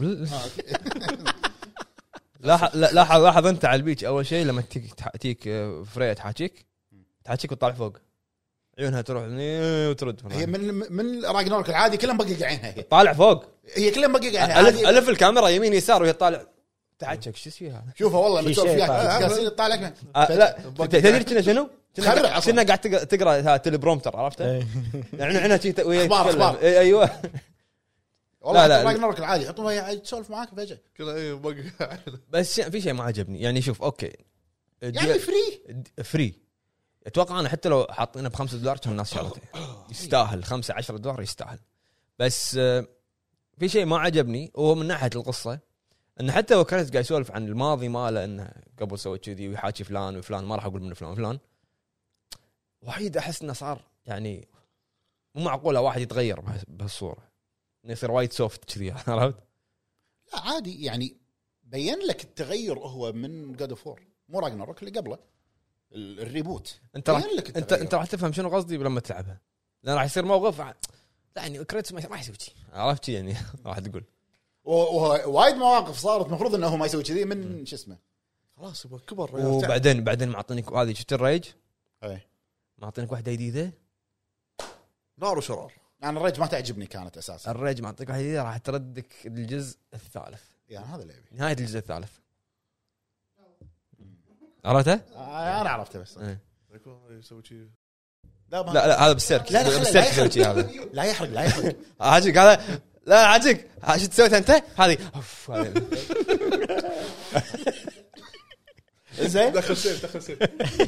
لاحظ انت على البيتش اول شيء لما تيك فريا تحاكيك وتطالع فوق عيونها تروح وترد. هي من راجنورك العادي كلهم بقق عينها هي طالع فوق. هي كلهم بقق عينها. الف الكاميرا يمين يسار وهي طالع تحكك شو فيها. شوفها والله مكتوب فيها قاصين طالع. لا تدري كنا شنو كنا قاعد تقرا البرومتر عرفته يعني احنا شيء اخبار ايوه والله لا راجنورك العادي يحطونها تسولف معاك فجاه كذا بقق. بس في شيء ما عجبني يعني شوف اوكي يعني فري اتوقع انا حتى لو حاطينه $5 كم الناس شرته يستاهل $5-10 يستاهل. بس في شيء ما عجبني وهو من ناحيه القصه انه حتى وكرت قاعد يسولف عن الماضي ماله انه قبل سوى كذي ويحاكي فلان وفلان ما راح اقول من فلان وحيد احس انه صار يعني مو معقوله واحد يتغير بهالصوره انه يصير وايد سوفت كذي عرفت. لا عادي يعني بين لك التغير هو من جاد اوف وور مو راجناروك اللي قبله الريبوت. انت راح تفهم شنو قصدي لما تلعبها لان راح يصير موقف لا يعني كريتس ما يسوي شيء عرفت يعني راح تقول وايد مواقف صارت المفروض انه هو ما يسوي كذي من شو اسمه خلاص يبغى كبر. وبعدين معطينك هذه شفت الريج اي معطينك واحده جديده نار وشرار. انا الريج ما تعجبني كانت اساسا. الريج معطيك واحده جديده راح تردك الجزء الثالث يعني هذا اللي نهايه الجزء الثالث عرفته؟ انا عرفته بس يسوي شيء. لا هذا بالسيرك. بالسيرك يسوي شيء هذا. لا يحرق عاجك هذا لا عاجك شو تسوي انت هذه زين دخل سيف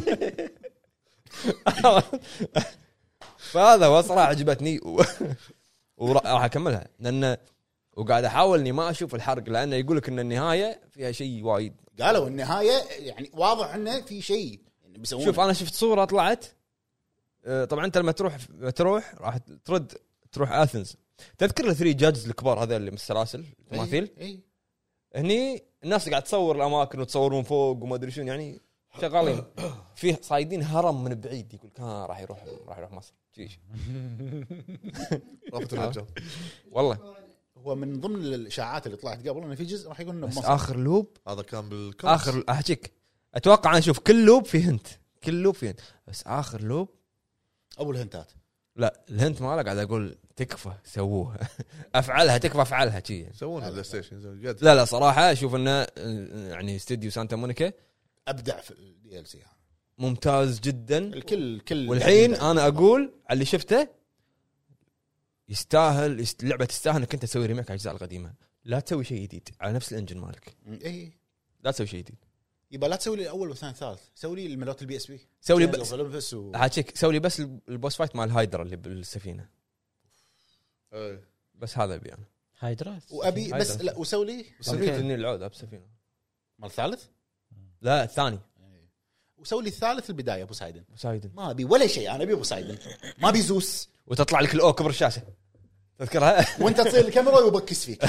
فهذا وصراحه عجبتني وراح اكملها لان وقاعد احاول اني ما اشوف الحرق لانه يقول لك ان النهايه فيها شيء وايد. قالوا النهايه يعني واضح انه في شيء يعني بيسوون. شوف انا شفت صوره طلعت طبعا انت لما تروح راح تروح اثنز تذكر الثري جادجز الكبار هذول اللي من السلاسل تماثيل اي هني الناس قاعد تصور الاماكن وتصور من فوق وما ادري شنو يعني شغالين فيه صايدين هرم من بعيد يقول كان راح يروح مصر جيش رافت الرجال والله. هو من ضمن الاشاعات اللي طلعت قبل انه في جزء راح يقول انه بمصر اخر لوب هذا كان بالكوميكس اخر احكيك اتوقع انا اشوف كل لوب فيه هنت بس اخر لوب ابو الهنتات لا الهنت ماله قاعد اقول تكفى سووها افعلها تكفى افعلها شيء يسوونها بلاي ستيشن. لا صراحه اشوف انه يعني استوديو سانتا مونيكا ابدع في الدي ال سي ممتاز جدا الكل والحين انا اقول على اللي شفته يستاهل اللعبه تستاهل انك انت تسوي ريميك على الاجزاء القديمه لا تسوي شيء جديد على نفس الانجن مالك. اي لا تسوي شيء جديد يبقى لا تسوي لي الاول والثاني والثالث سوي لي الملوت البي اس بي سوي لي بس هاتشيك سوي لي بس البوس فايت مال هايدرا اللي بالسفينه بس هذا ابي انا هايدرا وابي بس لا وسوي لي سفينه العوده بسفينه مال الثالث لا الثاني وسوي لي الثالث البدايه ابو سايدن ما ابي ولا شيء انا ابي ابو سايدن ما ابي زوس وتطلع لك الاو كبر الشاشه تذكرها وانت تصير الكاميرا ويبكس فيك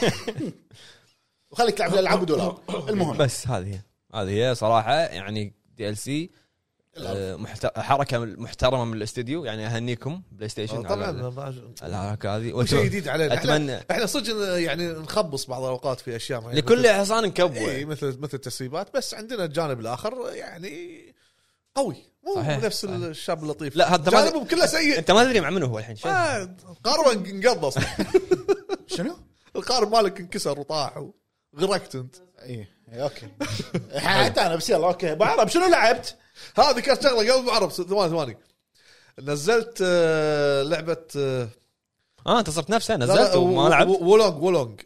وخليك تلعب الالعاب بدولار. المهم بس هذه هي صراحه يعني دي ال سي حركه محترمه من الاستديو يعني اهنيكم بلاي ستيشن طبعا الحركه هذه شيء جديد علينا. اتمنى احنا صدق يعني نخبص بعض الاوقات في اشياء معينه لكل حصان نكبوه مثل تسريبات بس عندنا الجانب الاخر يعني قوي مو نفس الشاب اللطيف. لا هذا جانبه كله سيء. انت ما تدري مع منو هو الحين قاربا نقضص شنو القارب مالك انكسر وطاح وغرقت انت. ايه اوكي. حتى انا بس يلا اوكي بعرب شنو لعبت. هذه كانت شغله قبل بعرب ثواني نزلت لعبه انت صرت نفسها نزلت وما لعبت وولونج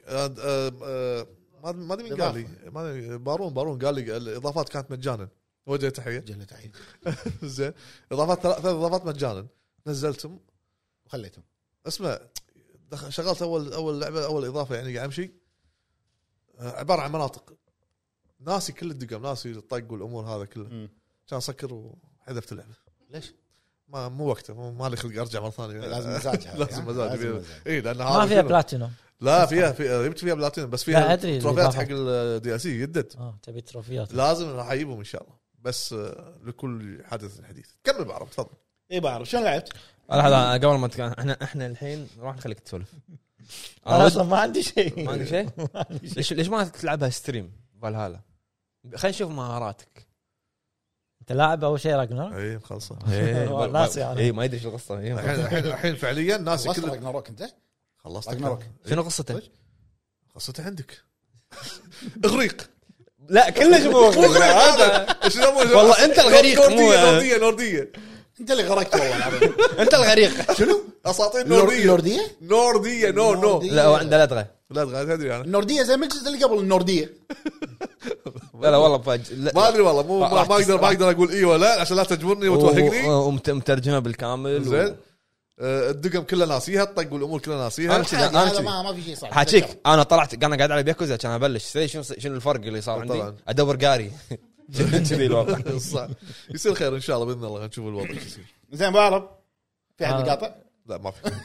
ما ادري مين قال لي بارون قال لي الاضافات كانت مجانا. وجه تحيه زين اضافات 3 اضافات مجانا نزلتهم وخليتهم. اسمع شغلت اول لعبه اول اضافه يعني قاعد امشي عباره عن مناطق ناسي كل الدقم ناسي الطق والامور هذا كله كان سكر وحذفت اللعبه. ليش؟ مو وقته ما لي خلق ارجع مره ثانيه. لازم مزاج لازم مزاج اي لان ما فيها بلاتينوم. لا فيها جبت فيها بلاتينوم بس فيها تروفيات حق الدي اس يدت. تبي تروفيات لازم راح اجيبهم ان شاء الله بس لكل حدث حديث. كمل بعرف تفضل. اي بعرف شلون لعبت. هذا قبل ما احنا الحين راح نخليك تسولف. انا اصلا ما عندي شيء. ما عندي شيء. ليش ما تلعبها ستريم فالهالا؟ خلينا نشوف مهاراتك. انت لاعب اول شيء راجناروك؟ اي خلصه. ناس يعني اي ما يدري شو القصه. الحين فعليا ناس كل راجناروك. انت خلصت راجناروك؟ شنو قصته؟ قصته عندك اغريق. لا كلش مو هذا. والله انت الغريق. نورديه انت اللي غرقت والله العظيم. انت الغريق. شنو اساطير نورديه نو لا هو عنده لدغه. لا تدري انا النورديه زي المجلس اللي قبل النورديه. لا والله ما ادري والله مو ما اقدر اقول اي ولا لا عشان لا تجبرني وتوهقني. ومترجمه بالكامل. زين الدقم كلها ناسيها الطق والامور كلها ناسيها. هذا ما في شيء صار. حاجيك انا طلعت انا قاعد العب ياكوزا عشان ابلش شنو الفرق اللي صار عندي ادور قاري كذي الوضع صح. يصير خير ان شاء الله باذن الله نشوف الوضع يصير زين. بعرف في حد قاطع. لا ما في.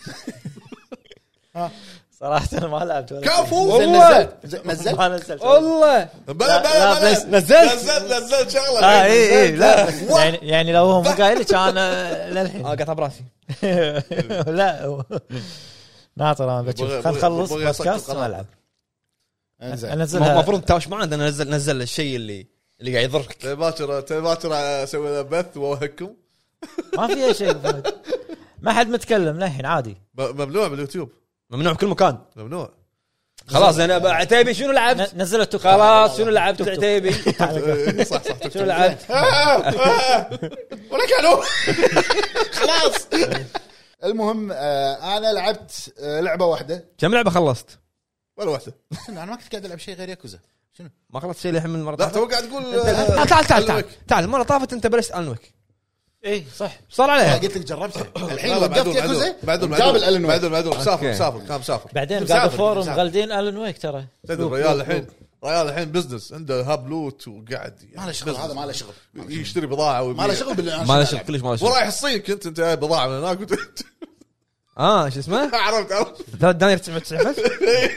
صراحه انا ما لعبت ولا كفو والله نزلت ما نزلت والله بلا نزلت شغله. اي لا يعني لو هو مو قايل كان للحين قطع براسي. لا ناطر انا بشوف خلينا نخلص بودكاست والعب. المفروض تاوش معنا نزل الشيء اللي قاعد يضرك. تباشر اسوي له بث واوهكم. ما فيها شيء. ما حد متكلم للحين عادي. ممنوع باليوتيوب. ممنوع بكل مكان. ممنوع. خلاص انا عتيبي شنو لعبت؟ نزلت خلاص شنو لعبت عتيبي؟ صح شنو لعبت؟ ولا كانوا خلاص. المهم انا لعبت لعبه واحده. كم لعبه خلصت؟ ولا واحده. انا ما كنت قاعد العب شيء غير ياكوزا. شنو ما خلصت شيء للحين من المره. لا تو قاعد تقول تعال المره طافت انت بلشت انوك. ايه صح صار عليها. قلت لك جربتها الحين وقفت ياكوزا. جاب الالن معدول مسافر كان مسافر. بعدين قاعد فورم مغلدين الن ويك ترى. تدري الريال الحين بزنس عنده هاب لوت وقاعد ما له شغل. هذا ما له شغل يشتري بضاعه ما له شغل ما له شغل كلش ما له شغل. ورايح الصين كنت انت بضاعه من هناك شو اسمه عرفت 3 دنانير 99 بس.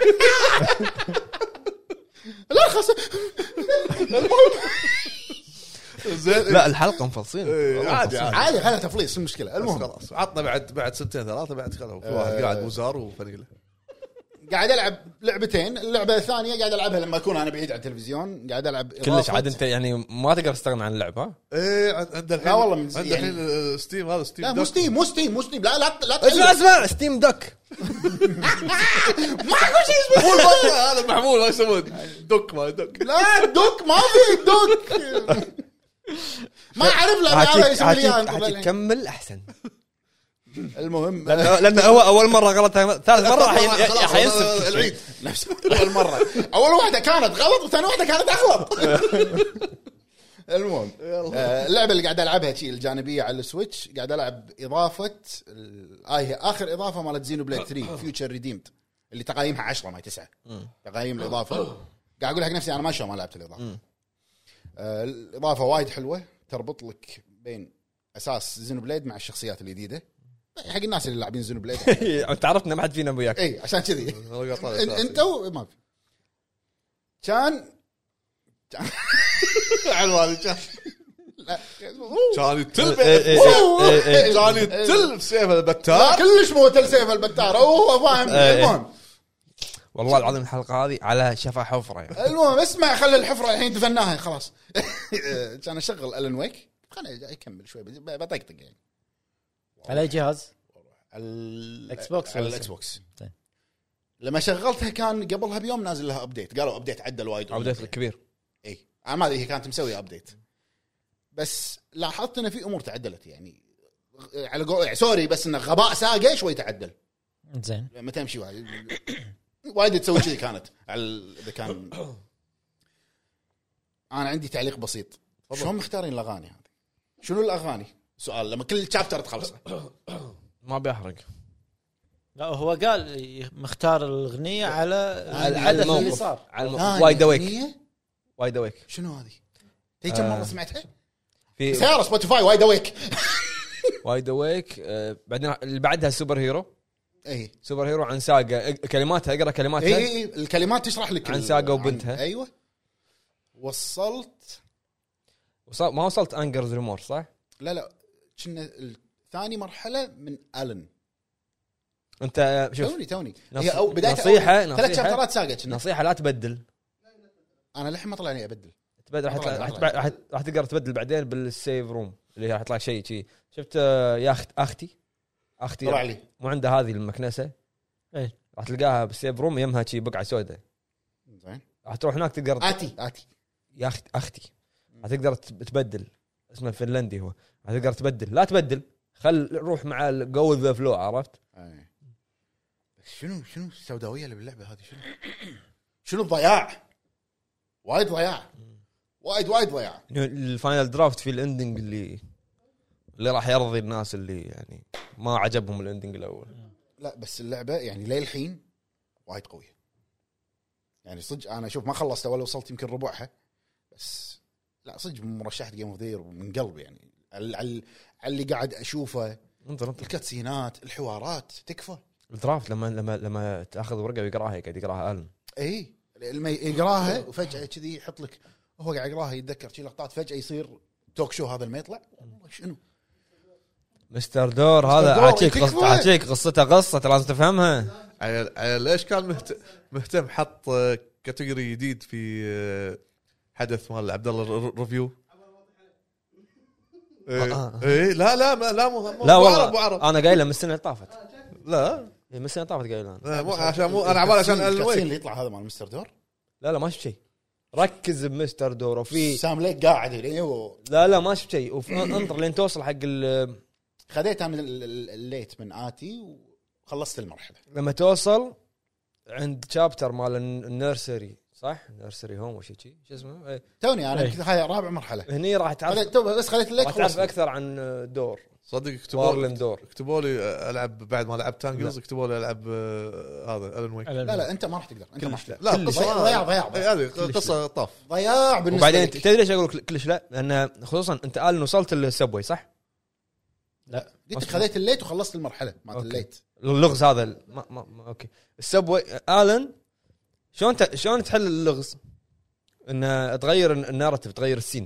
لا خلاص زين. لا الحلقه مفصلين عادي خلها تفليص المشكله. المهم خلاص عطنا بعد 2 3 بعد خلاص كل واحد قاعد وزار وفنيله. قاعد العب لعبتين. اللعبه الثانيه قاعد العبها لما اكون انا بعيد عن التلفزيون. قاعد العب كلش عاد انت يعني ما تقدر تستغنى عن اللعبه. ايه عند الحين لا والله عند الحين ستيم هذا ستيم. لا مو ستيم لا اسمع ستيم دوك. ما اقول شيء اسمه هذا المحمول ما يسمونه دوك. ما دوك لا دوك ما في دوك. ما اعرف لا هذا يسوي لي كمل احسن. المهم لأن هو أول مرة غلط ثالث مرة حينسى العيد نفس أول مرة. أول واحدة كانت غلط وثاني واحدة كانت أغلط. المهم اللعبة اللي قاعد ألعبها شيء الجانبية على السويتش. قاعد ألعب إضافة هي آخر إضافة مالت زينو بليد 3 فيوتشر ريديمد اللي تقييمها 10 ما 9 تقييم الإضافة. قاعد أقول حق نفسي أنا ما لعبت الإضافة. الإضافة وايد حلوة تربط لك بين أساس زينو بليد مع الشخصيات الجديدة حق الناس اللي لاعبين زينو بليد. تعرفنا ما حد فينا وياك. اي عشان كذي انتوا ما في كان علوالي كان يتلف سيف البتار. كلش موتل سيف البتار هو فاهم. المهم والله العظيم الحلقه هذه على شفا حفره يعني. المهم اسمع خلي الحفره الحين دفناها خلاص. كان اشغل الن ويك خليني اكمل شوي بطقطق يعني. على جهاز الاكس بوكس. طيب. لما شغلتها كان قبلها بيوم نازل لها ابديت، قالوا ابديت عدل وايد ابديت كبير. اي انا ما ادري هي كانت مسويه ابديت، بس لاحظت ان في امور تعدلت يعني على يعني سوري بس انه غباء ساقه شوي تعدل. زين لما تمشي وايد تسوي كذي كانت على اذا كان. انا عندي تعليق بسيط، شلون مختارين الاغاني هذه؟ شنو الاغاني؟ سؤال لما كل شابتر تخلصه. ما بيحرق. لا هو قال مختار الاغنيه على الحدث اللي صار. وايد اويك شنو هذه؟ هي كم مره سمعتها في سيارة سبوتيفاي؟ وايد اويك بعدين اللي بعدها سوبر هيرو. اي سوبر هيرو عن ساقة، كلماتها اقرا كلماتها. اي الكلمات تشرح لك عن ساقة وبنتها. ايوه ما وصلت انجرز ريمور صح؟ لا كنا الثاني مرحله من ألن. انت شوف توني هي او بدايه نصيحه 3 شابترات ساقه كنا. نصيحه لا تبدل. انا للحين ما طلعني ابدل. تبدل راح تقدر تبدل بعدين بالسيف روم اللي راح يطلع شيء شفت يا اختي طلع لي مو عنده هذه المكنسه. اي راح تلقاها بالسيف روم يمها شيء بقعه سوداء. زين راح تروح هناك تقدر اتي يا اختي هتقدر تبدل. اسمه فنلندي هو. هتقدر تبدل لا تبدل روح مع جو ذا فلو. عرفت شنو السوداويه اللي باللعبه هذه؟ شنو الضياع؟ وايد ضياع الفاينل درافت في الاندنج اللي راح يرضي الناس اللي يعني ما عجبهم الاندنج الاول. لا بس اللعبه يعني للحين وايد قويه يعني صدق. انا اشوف ما خلصت ولا وصلت يمكن ربعها، بس لا صدق مرشحة جيم اوف ذير من قلبي يعني. على اللي قاعد اشوفه انطر الكاتسينات الحوارات تكفى. الدرافت لما تاخذ ورقه ويقراها قاعد يقراها ألن. اي لما يقراها وفجاه كذي يحط لك هو قاعد يقراها يتذكر شي لقطات، فجاه يصير توك شو هذا ما يطلع. شنو مستر دور هذا عاجيك قصته قصه لازم تفهمها. ليش كان مهتم حط كاتيجوري جديد في حدث مال عبد الله ريفيو. ايه لا والله انا قايله من السنه اللي طافت. لا من السنه اللي طافت قايله انا مو انا عبالي عشان الكاتسين اللي يطلع هذا مال مستر دور. لا ما شفت شيء. ركز بمستر دور وفي سام ليك قاعد لا ما شفت شيء. انطر لين توصل حق خذيتها من الليت من آتي وخلصت المرحله. لما توصل عند شابتر مال النيرسري صح؟ نيرسري هوم وشي شو اسمه؟ توني انا هاي رابع مرحله. هني راح تعرف بس خليت الليت راح تعرف اكثر عن دور. صدق اكتبوا لي العب بعد ما لعبت تانجلز. اكتبوا لي العب هذا ألن ويك. لا انت ما راح تقدر. انت ما لا ضياع هذه قصه طاف ضياع بالنسبه. وبعدين تدري ليش اقول كلش لا؟ لان خصوصا انت ألن وصلت للسبوي صح؟ لا قلت خذيت الليت وخلصت المرحله مالت الليت. اللغز هذا ما اوكي. السبوي ألن شلون تحل اللغز؟ ان تغير الناراتيف تغير السين.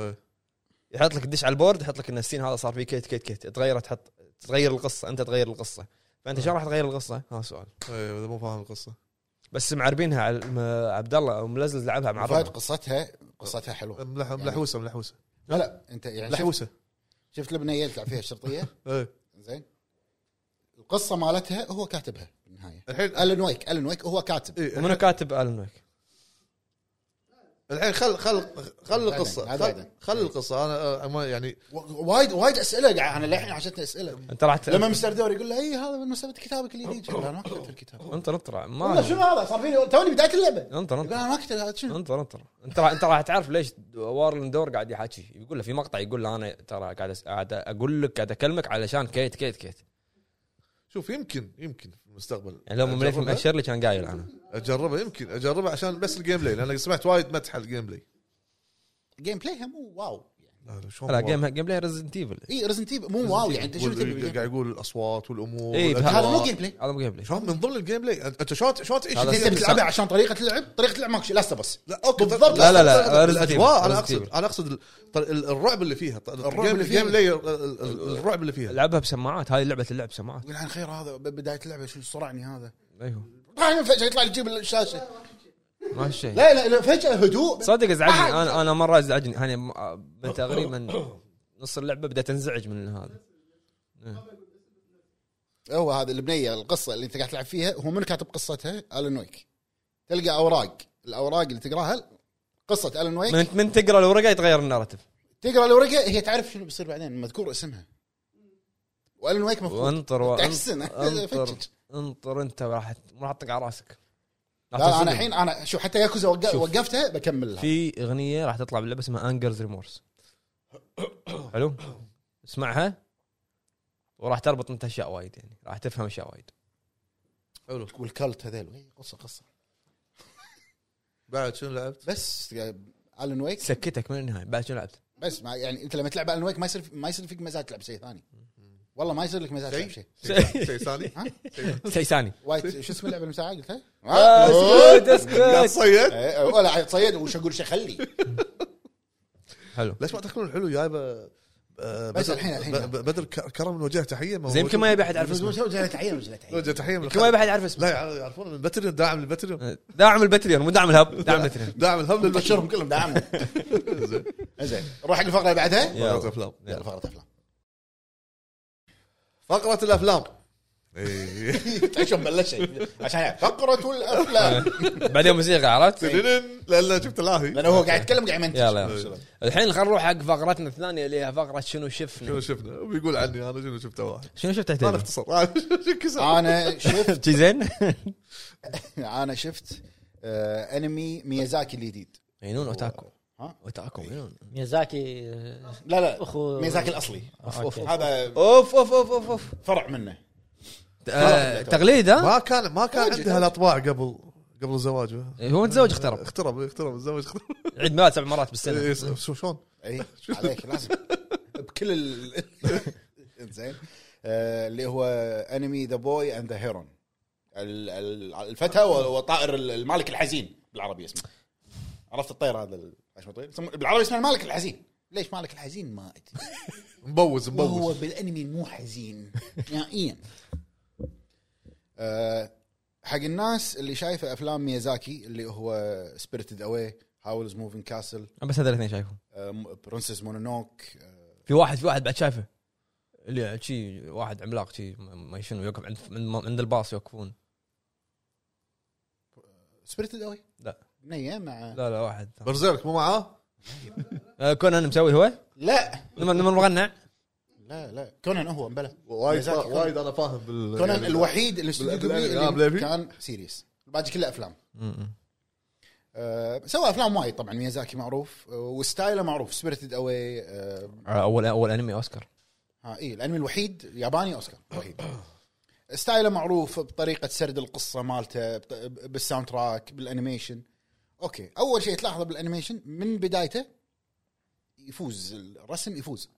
يحط لك دش على البورد يحط لك ان السين هذا صار فيه كيت تغير تغير القصه. انت تغير القصه فانت شلون راح تغير القصه؟ هذا سؤال. اذا مو فاهم القصه بس معربينها على عبد الله وملزل لعبها مع فهد. قصتها حلوه ملحوسه لا انت يعني ملحوسه. شفت البنيه اللي تلعب فيها الشرطيه زين القصه مالتها هو كاتبها بالنهايه. الحين ألن ويك هو كاتب. ومنو كاتب ألن ويك؟ الحين خل القصه انا يعني وايد اسئله انا الحين عشان اسئله. انت راح لما مستر دور يقول له اي هذا من مسابقه كتابك الجديد. انا ما كتبت الكتاب. انطر ما شنو هذا صار فيني توني بدايه اللعبه. انطر انا ما كتبت هذا شنو. انطر انت راح تعرف ليش وارلن دور قاعد يحكي. يقول له في مقطع يقول له انا ترى قاعد اقول لك قاعد اكلمك علشان كيت. شوف يمكن في المستقبل يعني لو مليف مأشر لي كان قايل انا اجربه عشان بس الجيم بلاي لان سمعت وايد مدح الجيم بلاي. الجيم بلاي مو واو يعني. لا جيم بلاي ريزنت ايفل. ريزنت ايفل مو واو يعني. انت شنو تبي قاعد يقول الاصوات والامور. هذا مو جيم بلاي. هذا مو جيم بلاي. شلون من ضمن الجيم بلاي انت شلون تعيش انت بتلعبها عشان طريقه اللعب ماكو شيء لا بس. لا اوكي بالضبط. لا الاجواء انا اقصد الرعب اللي فيها. الجيم بلاي الرعب اللي فيها. لعبها بسماعات. هاي لعبه اللعب سماعات. والحين خير هذا بدايه اللعبه شو صرعني هذا. ايوه فجاه يطلع يجيب الشاشه ما شيء. لا فجاه هدوء. صدق ازعجني. انا مره ازعجني يعني تقريبا نص اللعبه بدأت انزعج من هذا. هو هذا البنيه القصه اللي انت قاعد تلعب فيها هو من كاتب قصتها ألان ويك. تلقى الاوراق اللي تقراها قصه ألان ويك. من تقرا الورقه يتغير الناراتيف. تقرا الورقه هي تعرف شنو بيصير بعدين مذكور اسمها. وألان ويك مفروض انطر انت راح تطق على راسك. لا انا الحين شو حتى ياكوزا وقفتها بكملها. في اغنيه راح تطلع باللعبه اسمها انجرز ريمورس. حلو اسمعها وراح تربط انت اشياء وايد يعني راح تفهم اشياء وايد. حلو والكالت هذول قصه بعد شنو لعبت؟ بس ألان ويك سكتك من النهايه. بعد شنو لعبت؟ بس ما يعني انت لما تلعب ألان ويك ما يصير فيك مزاج تلعب شيء ثاني. والله ما يصير لك مزاج تلعب شيء ثاني. شيء ثاني. وايد شو اسم اللعبه المساعة قلتها؟ اسكت صيد ولا صيد وش اقول شيء خلي. حلو ليش ما تدخلون الحلو جايبه بس الحين بدر كرم من وجه تحيه زي يمكن ما يبي احد يعرف اسمه. وجه تحيه يمكن ما يبي احد يعرف اسمه. لا يعرفون من باتريون. داعم الباتريون مو دعم الهب. دعم الباتريون. داعم الهب للبشرهم كلهم دعموا. زين نروح حق الفقره اللي بعدها. فقره افلام. يلا فقره افلام. فقره الافلام. تعيشون بلش عشان فقره الافلام. بعدين موسيقى عرفت لا شفت لاهي لانه هو قاعد يتكلم قاعد يمنتج. يلا الحين خلينا نروح حق فقرتنا الثانيه اللي هي فقره شنو شفنا. وبيقول عني انا شنو شفته واحد. شنو شفت انا اختصر. انا شفت زين. انا شفت انمي ميازاكي الجديد. مينون اوتاكو مينون ميازاكي. لا اخو ميازاكي الاصلي. هذا اوف فرع منه. تقليد. ما كان عندها الاطباع قبل الزواج. هو متزوج اخترب الزواج عيد ميلاد 7 مرات بالسنه. شلون اي عليك لازم بكل زين. اللي هو انمي ذا بوي اند ذا هيرون. الفتى وطائر المالك الحزين بالعربي اسمه. عرفت الطير هذا بالعربي اسمه المالك الحزين. ليش مالك الحزين ما ادري. مبوز هو بالانمي مو حزين نهائيا. حق الناس اللي شايفه افلام ميازاكي اللي هو سبيريتد اواي هاولز موفينج كاسل بس هذول الاثنين شايفهم. برنسس مونونوك. في واحد بعد شايفه اللي شيء واحد عملاق شيء ما شنو يوقف عند الباص يوقفون. سبيريتد اواي لا بنيه مع لا واحد برزيرك مو معاه. كونان مسوي هو لا لما مغنى. لا كونان هو مبلى وايد انا فاهم كونان يعني الوحيد اللي اللي كان سيريس. الباقي كله افلام. سوى افلام وايد طبعا. ميازاكي معروف وستايله معروف. سبيريتد اواي اول انمي اوسكار. اي الانمي الوحيد ياباني اوسكار الوحيد. ستايله معروف بطريقه سرد القصه مالته بالساوند تراك بالانيميشن. اوكي اول شيء تلاحظه بالانيميشن من بدايته يفوز الرسم يفوز.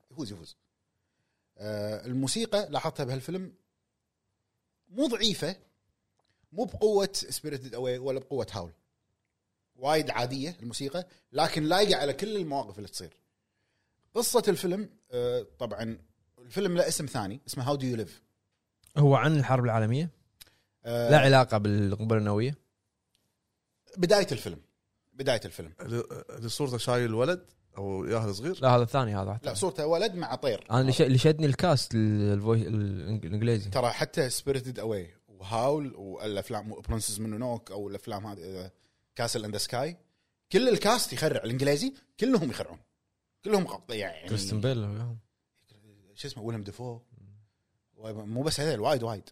الموسيقى لاحظتها بهالفيلم مو ضعيفه مو بقوه سبيريتد اواي ولا بقوه هاول. وايد عاديه الموسيقى لكن لايقه على كل المواقف اللي تصير. قصه الفيلم طبعا الفيلم له اسم ثاني اسمه هاو دو يو ليف. هو عن الحرب العالميه. لا علاقه بالقنبله النوويه. بدايه الفيلم اللي صورته شايل الولد او ياهل صغير. لا هذا الثاني هذا. لا صورته ولد مع طير. انا اللي شدني الكاست الانجليزي. ترى حتى سبيريتد اواي وهاول والافلام برنسس مونونوك او الافلام هذه كاسل اند سكاي كل الكاست يخرع. الانجليزي كلهم يخرعون كلهم يعني كريستن بيل شو اسمه ويليام ديفو. مو بس هذول وايد.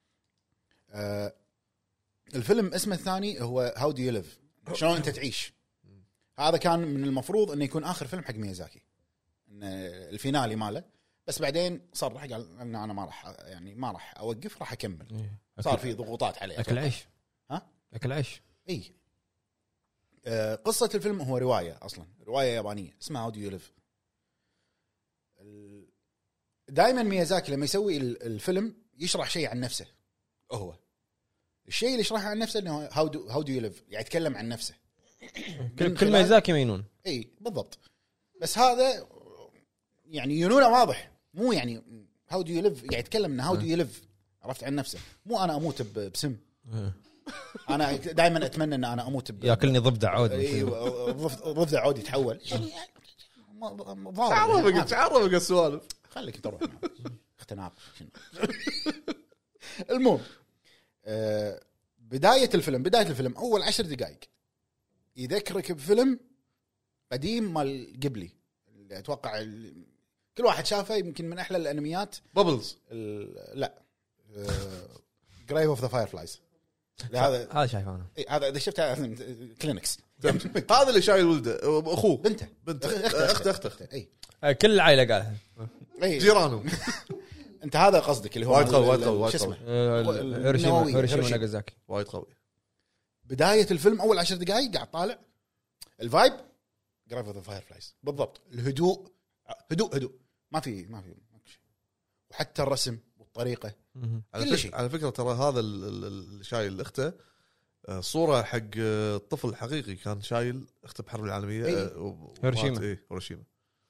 الفيلم اسمه الثاني هو هاو دو يو ليف. شلون انت تعيش. هذا كان من المفروض انه يكون اخر فيلم حق ميازاكي ان الفينالي ماله. بس بعدين صرح قال ان انا ما راح اوقف راح اكمل. صار في ضغوطات عليه. اكل عيش. اكل عيش. اي قصه الفيلم هو روايه اصلا روايه يابانيه اسمها هاو دو يو ليف. دائما ميازاكي لما يسوي الفيلم يشرح شيء عن نفسه. هو الشيء اللي يشرحه عن نفسه انه هاو دو يو ليف يعني يتكلم عن نفسه. كل ميازاكي مينون. اي بالضبط. بس هذا يعني ينونه واضح مو يعني هاو دو يو ليف يعني يتكلم انه هاو دو يو ليف. عرفت عن نفسه مو انا اموت بسم. انا دائما اتمنى ان انا اموت ياكلني ضفدع عود. ايوه ضفدع عود يتحول. تعرفك السوالف خليك تروح اختناق. المهم بدايه الفيلم اول 10 دقائق يذكرك بفيلم قديم مال قبلي اللي اتوقع كل واحد شافه يمكن من احلى الانميات. بابلز لا جرايف اوف ذا فايرفلايز. هذا شايف انا هذا اذا شفته كلينكس هذا اللي شايل ولده اخوه بنته اخته اي كل العائله قالها جيرانه. انت هذا قصدك اللي هو وايد قوي شو اسمه هيروشيما ناغازاكي وايد قوي. بدايه الفيلم اول 10 دقائق قاعد طالع الفايب جرايف اوف ذا فايرفلايز بالضبط. الهدوء هدوء ما في شيء. وحتى الرسم والطريقه على فكره ترى هذا اللي شايل اخته صوره حق الطفل حقيقي كان شايل اخته بحرب العالميه هيروشيما.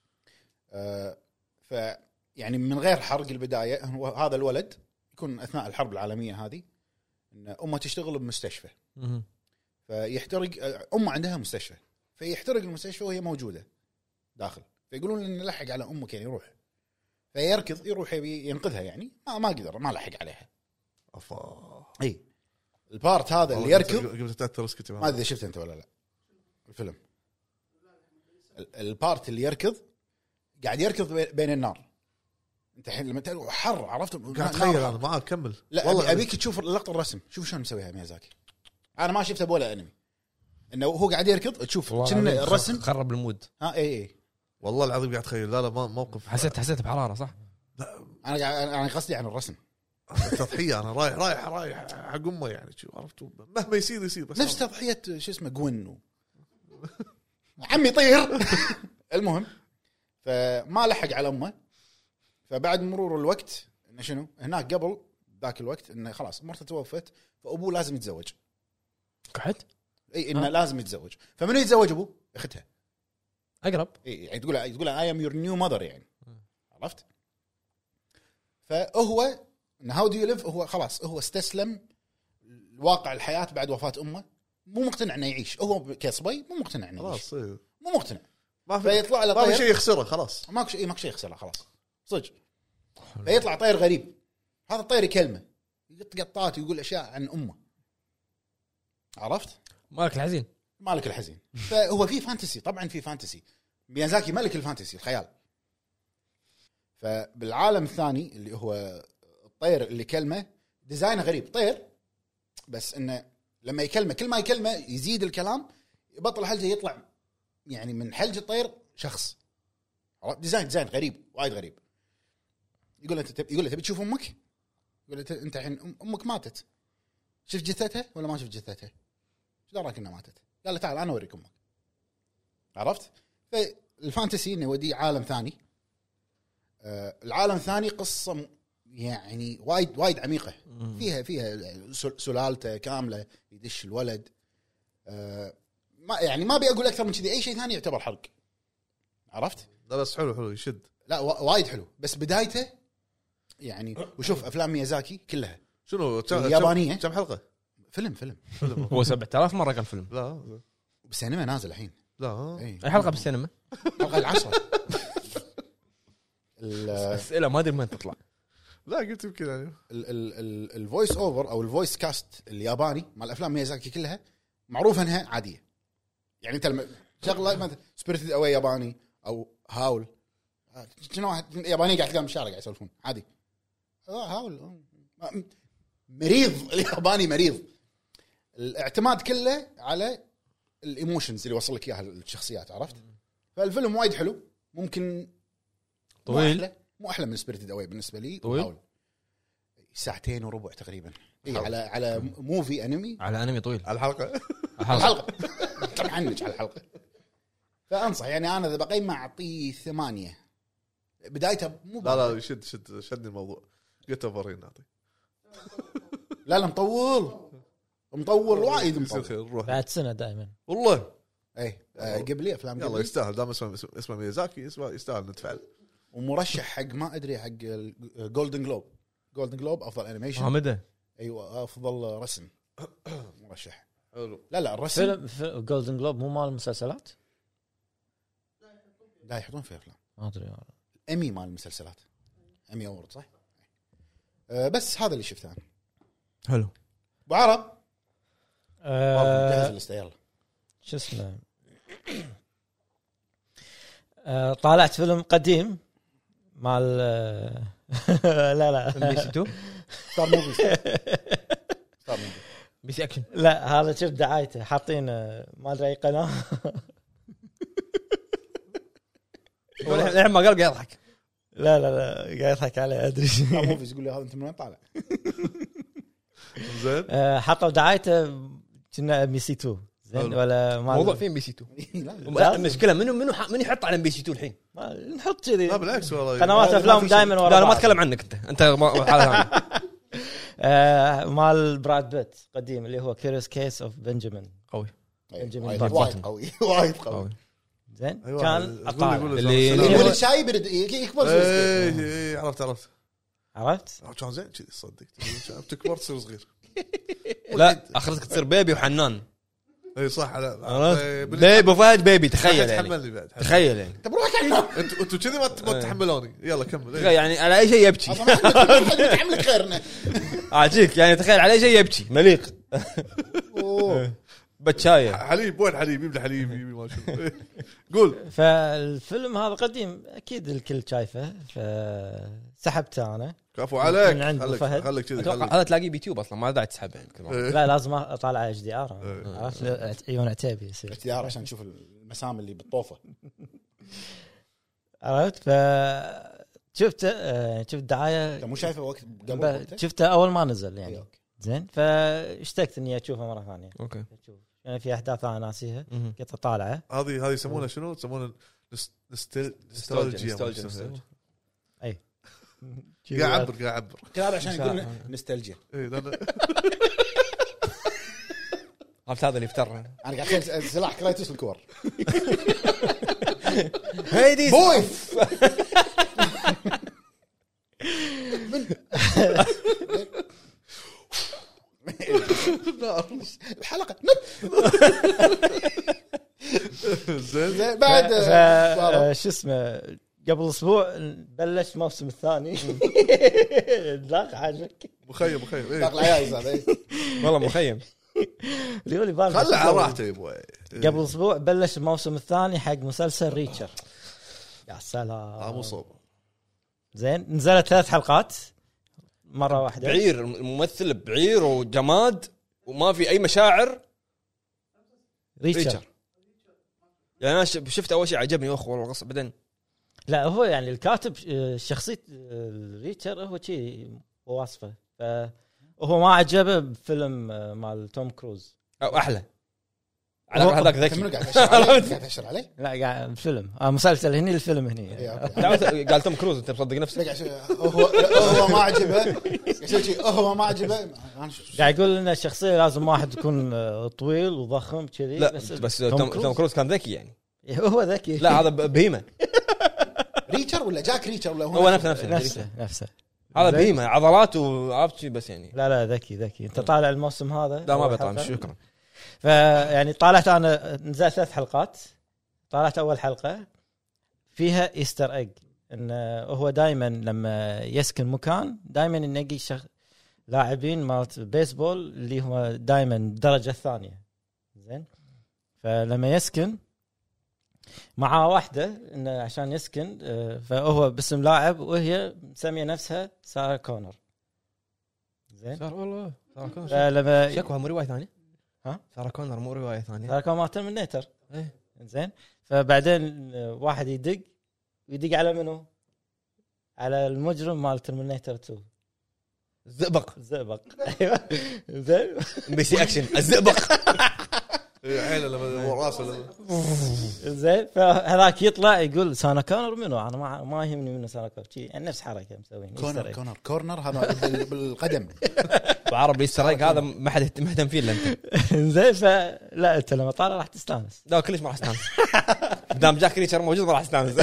ف يعني من غير حرق البدايه هو هذا الولد يكون اثناء الحرب العالميه هذه ان امه تشتغل بمستشفى فيحترق امه عندها مستشفى فيحترق المستشفى وهي موجوده داخل فيقولون لنا لحق على امك يعني روح فيركض يروح ينقذها يعني ما قدر ما لحق عليها. اي البارت هذا اللي يركض ما ادري شفته انت ولا لا الفيلم. البارت اللي يركض قاعد يركض بين النار. انت الحين لما تقول حر عرفت قاعد اتخيل انا ما اكمل. لا والله ابيك تشوف لقطه الرسم شوف شلون مسويها ميازاكي. انا ما شفته بولا انمي انه هو قاعد يركض تشوف كنا الرسم خرب المود. اي والله العظيم قاعد اتخيل. لا ما موقف حسيت بحراره صح. انا قصدي عن الرسم تضحيه. انا رايح حق امه يعني شو عرفتوا مهما يصير بس نفس تضحيه شو اسمه جوين عمي طير. المهم فما لحق على امه. فبعد مرور الوقت انه شنو هناك قبل ذاك الوقت انه خلاص مرته توفت فابوه لازم يتزوج. قعد اي انه لازم يتزوج. فمن يتزوج ابوه اختها اقرب. اي يعني تقول اي ام يور نيو ماذر يعني عرفت. فهو هاو دو يو ليف هو خلاص هو استسلم الواقع الحياه بعد وفاه امه مو مقتنع انه يعيش. هو كصبي مو مقتنع انه يعيش خلاص مو مقتنع ما فيطلع له طير ما في شيء يخسره خلاص ماكو شيء يخسره خلاص صدق. فيطلع طير غريب. هذا الطير يكلمه يقط قطات ويقول اشياء عن امه عرفت. مالك الحزين. فهو في فانتسي طبعا في فانتسي. ميازاكي ملك الفانتسي الخيال. فبالعالم الثاني اللي هو الطير اللي كلمه ديزاينه غريب طير بس انه لما يكلمه كل ما يكلمه يزيد الكلام يبطل حلجه يطلع يعني من حلج الطير شخص. ديزاين غريب وايد غريب. يقول له تبي تشوف امك؟ يقول له انت الحين امك ماتت شفت جثتها ولا ما شفت جثتها؟ ايش دراك انها ماتت؟ قال له تعال انا اوريك امك. عرفت. فالفانتسي انه يودي عالم ثاني. العالم الثاني قصه يعني وايد عميقه. فيها سلالته كامله يدش الولد. ما ابي اقول اكثر من كذي. اي شيء ثاني يعتبر حرق عرفت. لا بس حلو يشد. لا وايد حلو بس بدايته يعني. وشوف افلام ميازاكي كلها شنو اليابانيه كم حلقه فيلم هو 7000 مره كان فيلم. لا بالسينما نازل الحين. لا اي حلقه بالسينما حلقه العشرة. الاسئله ما ادري من تطلع. لا قلت يمكن يعني الفويس اوفر او الفويس كاست الياباني مال الافلام ميازاكي كلها معروفه انها عاديه. يعني انت لما شغله مثلا سبيريتد اواي ياباني او هاول شنو واحد ياباني قاعد تلقاهم بالشارع قاعد يسولفون عادي. هاول مريض. الياباني مريض. الاعتماد كله على الايموشنز اللي وصل لك اياها الشخصيات عرفت. فالفيلم وايد حلو. ممكن طويل مو احلى من سبيريتد اواي بالنسبه لي. طويل 2.25 ساعة تقريبا. اي على موفي انمي. على انمي طويل على الحلقه طبعا عنك على الحلقه. فانصح يعني انا اذا بقيم اعطيه 8. بدايته مو لا شدني الموضوع. قلت اوفرين نعطي. لا مطول وايد مطول. بعد سنه دائما والله. اي قبلي افلام يلا يستاهل دام اسمه ميازاكي يستاهل نتفعل. ومرشح حق ما ادري حق جولدن جلوب افضل انيميشن. حامده ايوه افضل رسم مرشح. حلو. لا الرسم فيلم جولدن جلوب مو مال المسلسلات. لا يحطون فيه افلام ما ادري امي مال المسلسلات. امي اورد صح. بس هذا اللي شفته انا. حلو. ابو عرب جهز الليسته يلا. شو اسمه طالعت فيلم قديم مال لا بي سي 2 ستار موفي بي سي اكشن. لا هذا شفت دعايته حاطين ما ادري اي قناه. الحين ما قال قاعد يضحك. لا قاعد يضحك عليه ادري. ستار موفي يقول لي هذا انت من وين طالع؟ زين حطوا دعايته كنا بي سي 2 زين ولا موضوع فين بي سي 2؟ لا المشكله منو يحط على بي سي 2 الحين؟ نحط كذي. لا بالعكس والله قنوات افلام دائما ورا. لا انا ما اتكلم عنك انت حاله ثانيه. مال براد بيت قديم اللي هو كيريوس كيس اوف بنجامين. قوي وايد قوي زين أيوة. كان يقول اللي يقول الشاي يكبر ايه عرفت عرفت كان زين كذي صدق تكبر تصير صغير. لا اخرتك تصير بيبي وحنان. اي صح. بيبي فهد بيبي تخيل يعني. تحملني بعد تخيل يعني انت بروحك عنه انتوا كذي ما تحملوني. يلا كمل. يعني على اي شيء يبكي. تحملك خيرنا اعطيك يعني تخيل على اي شيء يبكي مليق. بتشايه حليب وين حليب يبي حليب ما شو قول. فالفيلم هذا قديم اكيد الكل شايفه فسحبته انا. كفو عليك. من عند فهد. خليك كذي. هذا تلاقيه بيوتيوب اصلا ما داعي تسحبه يعني. لا لازم اطالع اتش دي ار. عرفت عيون عتيبي يصير اتش دي ار عشان نشوف المسام اللي بالطوفه. عرفت ف شفت دعايه. انت مو شايفه وقت قبل شفته اول ما نزل يعني. زين فاشتقت اني اشوفه مره ثانيه. اوكي يعني في احداث انا ناسيها كنت اطالعه. هذه يسمونها شنو؟ يسمونها نوستالجيا. اي قاعد اعبر هذا عشان يقول نوستالجيا. عرفت هذا اللي افتر. انا قاعد اخيل سلاح كرايتوس الكور. هيدي بوي الحلقه زين بعد شو اسمه قبل اسبوع بلش الموسم الثاني. لا عاجبك مخيم داخل عيايز هذا والله مخيم. ريولي بالك خلى على راحته يا ابوي. قبل اسبوع بلش الموسم الثاني حق مسلسل ريتشر. يا سلام مو صوب. زين نزلت 3 حلقات مره واحده. بعير الممثل بعير وجماد وما في اي مشاعر. ريتشر يعني انا شفت اول شيء عجبني والله القصه بعدين لا هو يعني الكاتب شخصيه ريتشر هو شيء وصفه فهو ما عجبه بفيلم مال توم كروز او احلى على هذاك ذكي. قاعد اشر عليه. لا قاعد الفيلم مسلسل هني الفيلم هني. قال توم كروز انت مصدق نفسك. هو ما عجبه هو ما عجبه. قاعد يقول لنا الشخصيه لازم واحد يكون طويل وضخم كذي. بس توم كروز كان ذكي يعني. هو ذكي. لا هذا بهيمه. ريتشر ولا جاك ريتشر ولا هو نفسه هذا بهيمه عضلات وعرفت شيء بس يعني. لا ذكي انت طالع الموسم هذا. لا ما بطلع شكرا. فيعني طالعت انا نزلت 3 حلقات. طالعت اول حلقه فيها ايستر ايج انه هو دائما لما يسكن مكان دائما ينقي لاعبين مالت بيسبول اللي هو دائما الدرجه الثانيه. زين فلما يسكن مع واحده انه عشان يسكن فهو باسم لاعب وهي مسميه نفسها سارة كونر. زين صار والله سارة كونر. فلما شكوها مو روايه ثانيه. سارة كونر مو روايه ثانيه. سارة كونر ترمينيتر. ايه زين فبعدين واحد يدق على منو؟ على المجرم مال ترمينيتر 2. الزئبق. ايوه زين بي سي اكشن الزئبق. عيله لما راسه زين فهذاك يطلع يقول سانا كونر منو؟ انا ما يهمني منو سانا كونر شيء نفس حركه مسوين كورنر هذا بالقدم. بعربي السرق هذا ما حد مهتم فيه الا انت. زين فلا انت لما طالع راح تستانس. لا كلش ما راح استانس. دام جاك ريتشر موجود ما راح استانس.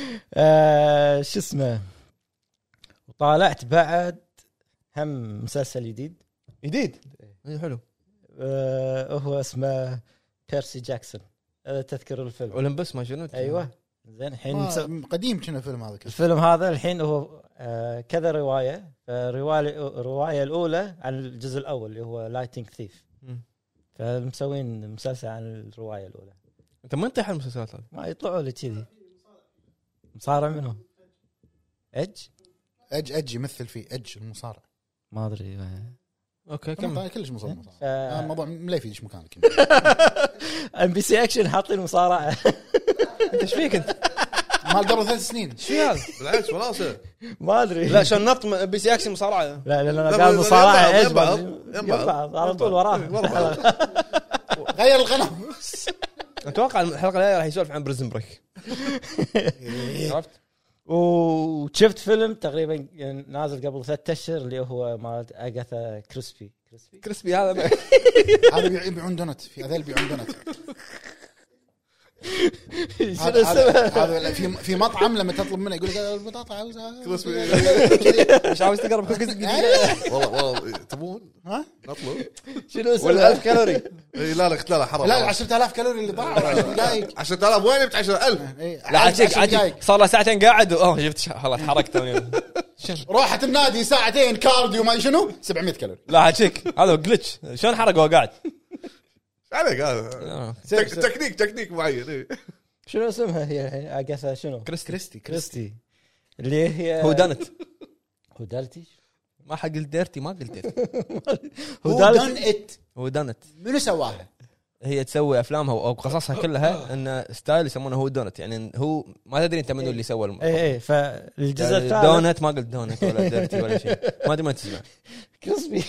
شو اسمه وطالعت بعد هم مسلسل جديد حلو. هو اسمه بيرسي جاكسون. تذكر الفيلم اولمبس ما شنو. ايوه زين الحين قديم كنا الفيلم هذا الفيلم هذا الحين هو كذا روايه. الروايه الاولى عن الجزء الاول اللي هو لايتنج ثيف، فمسوين مسلسل عن الروايه الاولى. انت ما انطيح المسلسلات هذه ما يطلعوا لي كذي مصارع منهم. اج يمثل فيه اج المصارع ما ادري. اوكي كم كلش مصارع الموضوع ما يفيدش مكانك. ام بي سي اكشن حاطين مصارعه. انت ايش فيك انت؟ مال قبل 3 سنين ايش في هذا؟ بالعكس وناسه ما ادري. لا شلون نط بي سي اكشن مصارعه؟ لا قال مصارعه ايش ينبع على طول وراه. غير القناه. اتوقع الحلقه الجايه راح يسولف عن بريزن بريك. عرفت؟ وشفت فيلم تقريبا نازل قبل 3 أشهر اللي هو مال اغاثا كريسبي هذا هذا يبيعون دونت في هذول يبيعون دونت. هذا في مطعم لما تطلب منه يقول لك البطاطا عاوزها كريسبي مش عاوز تقرب والله تبون ها نطلب شنو ولا 1000 كالوري. لا حرام. لا 10000 كالوري اللي ضاعوا 10000 وين جبت 10000؟ لا عجيك صار له ساعتين قاعد جبت خلاص تحركت. روحت النادي ساعتين كارديو ما شنو 700 كالوري. لا عجيك هذا جلتش شلون حرق وهو قاعد عليك هذا تكنيك معين. شنو اسمها هي اغاثا شنو كريستي اللي هي هو دالتي ما حق الديرتي ما قلت هو دانت منو سواها؟ هي تسوي افلامها او قصصها كلها ان ستايل يسمونه هو دونت يعني هو ما تدري انت منو اللي سوى اي فالجزء الثالث دونت ما قلت دونت ولا ديرتي ولا شيء ما ادري ما تسمع كريسبي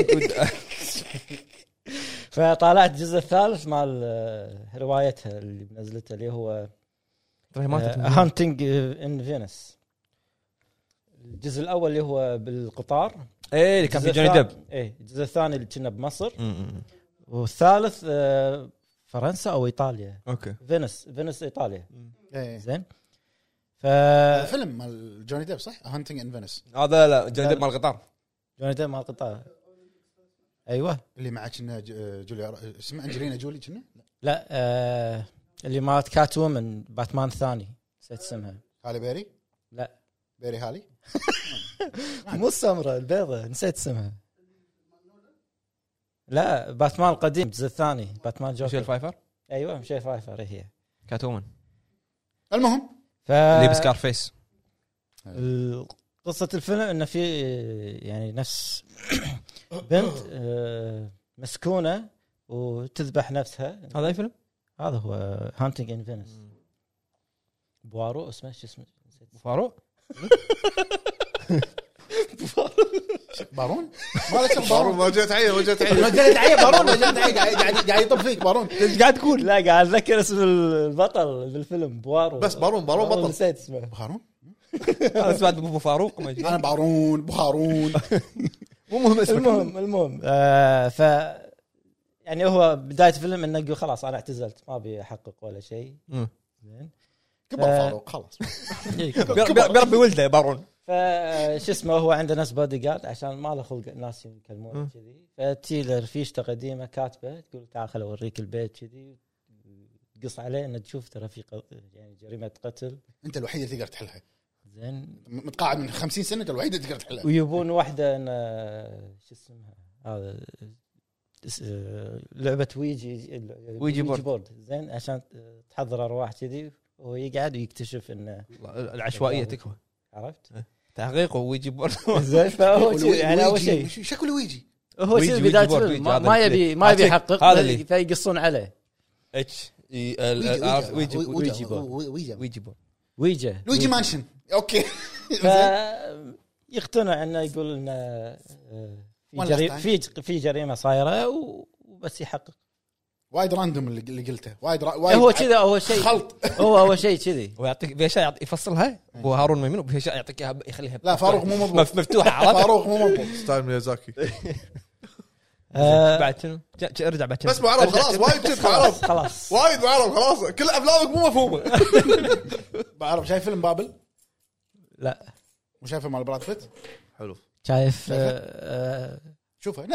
فطالعت الجزء الثالث مال روايتها اللي نزلتها اللي هو هانتنج ان فينيس. الجزء الاول اللي هو بالقطار اللي كان في جوني ديب. الجزء الثاني اللي كنا بمصر والثالث فرنسا او ايطاليا. اوكي فينيس ايطاليا. زين فيلم مال جوني ديب صح هانتنج ان فينيس هذا لا جوني ديب مال القطار. جوني ديب مال القطار ايوه اللي معك كنا جوليا اسمها انجلينا جولي كنا لا اللي مالت كات وومن باتمان الثاني نسيت اسمها. هالي بيري لا بيري هالي مو السمراء البيضة نسيت اسمها. لا باتمان القديم الجزء الثاني باتمان جوكر ميشيل فايفر. ايوه ميشيل فايفر هي كات وومن. المهم اللي بسكار فيس. قصة الفيلم انه في يعني نفس بنت مسكونة وتذبح نفسها. هذا اي فيلم؟ هذا هو هانتنج ان فينيس. بوارو اسمه شو اسمه بوارو بارون ما له شغل بارون ما جت عيه بارون ما جت عيه قاعد يطب فيك بارون ايش قاعد تقول؟ لا قاعد اتذكر اسم البطل بالفيلم بوارو بس بارون بطل نسيت اسمه. بارون انا سمعت ابو فاروق انا بارون مو مهم اسمه. المهم ف يعني هو بدايه الفيلم انه يقول خلاص انا اعتزلت ما ابي احقق ولا شيء. زين كبر فاروق خلاص بيربي ولده بارون. فش اسمه هو عنده ناس بودي جارد عشان ما له خلق ناس يكلمونه كذي. فتيلر فيشته قديمه كاتبه تقول تعال خل اوريك البيت كذي تقص عليه انه تشوف ترى في يعني جريمه قتل انت الوحيد اللي تقدر تحلها. زين متقاعد من 50 سنه انت الوحيد اللي تقدر تحلها. ويبون واحده ان شو اسمها هذا لعبه ويجي بورد زين عشان تحضر ارواح كذي وهو يقعد ويكتشف ان العشوائيه تكفى. عرفت تحقيق ويجي بورد زين فهو يعني اول شيء شكل ويجي هو شيء بدايه ما يبي يحقق فيقصون عليه ويجي مانشن اوكي يقتنع انه يقول انه في جريمه صايره وبس يحقق. وايد راندوم اللي قلته وايد هو كذا اول شيء خلط هو اول شيء كذي ويعطيك باشياء يفصلها ابو هارون ميمون باشياء يعطيك اياها يخليها لا فاروق مو مضبوط مفتوحه عرفت فاروق مو مضبوط ستايل ميازاكي بعد شنو ارجع بعد بس معرب خلاص وايد كنت معرب خلاص وايد معرب خلاص كل افلامك مو مفهومه. بعرف شايف فيلم بابل لا مو شايفه مال براد بيت حلو شايف شوفه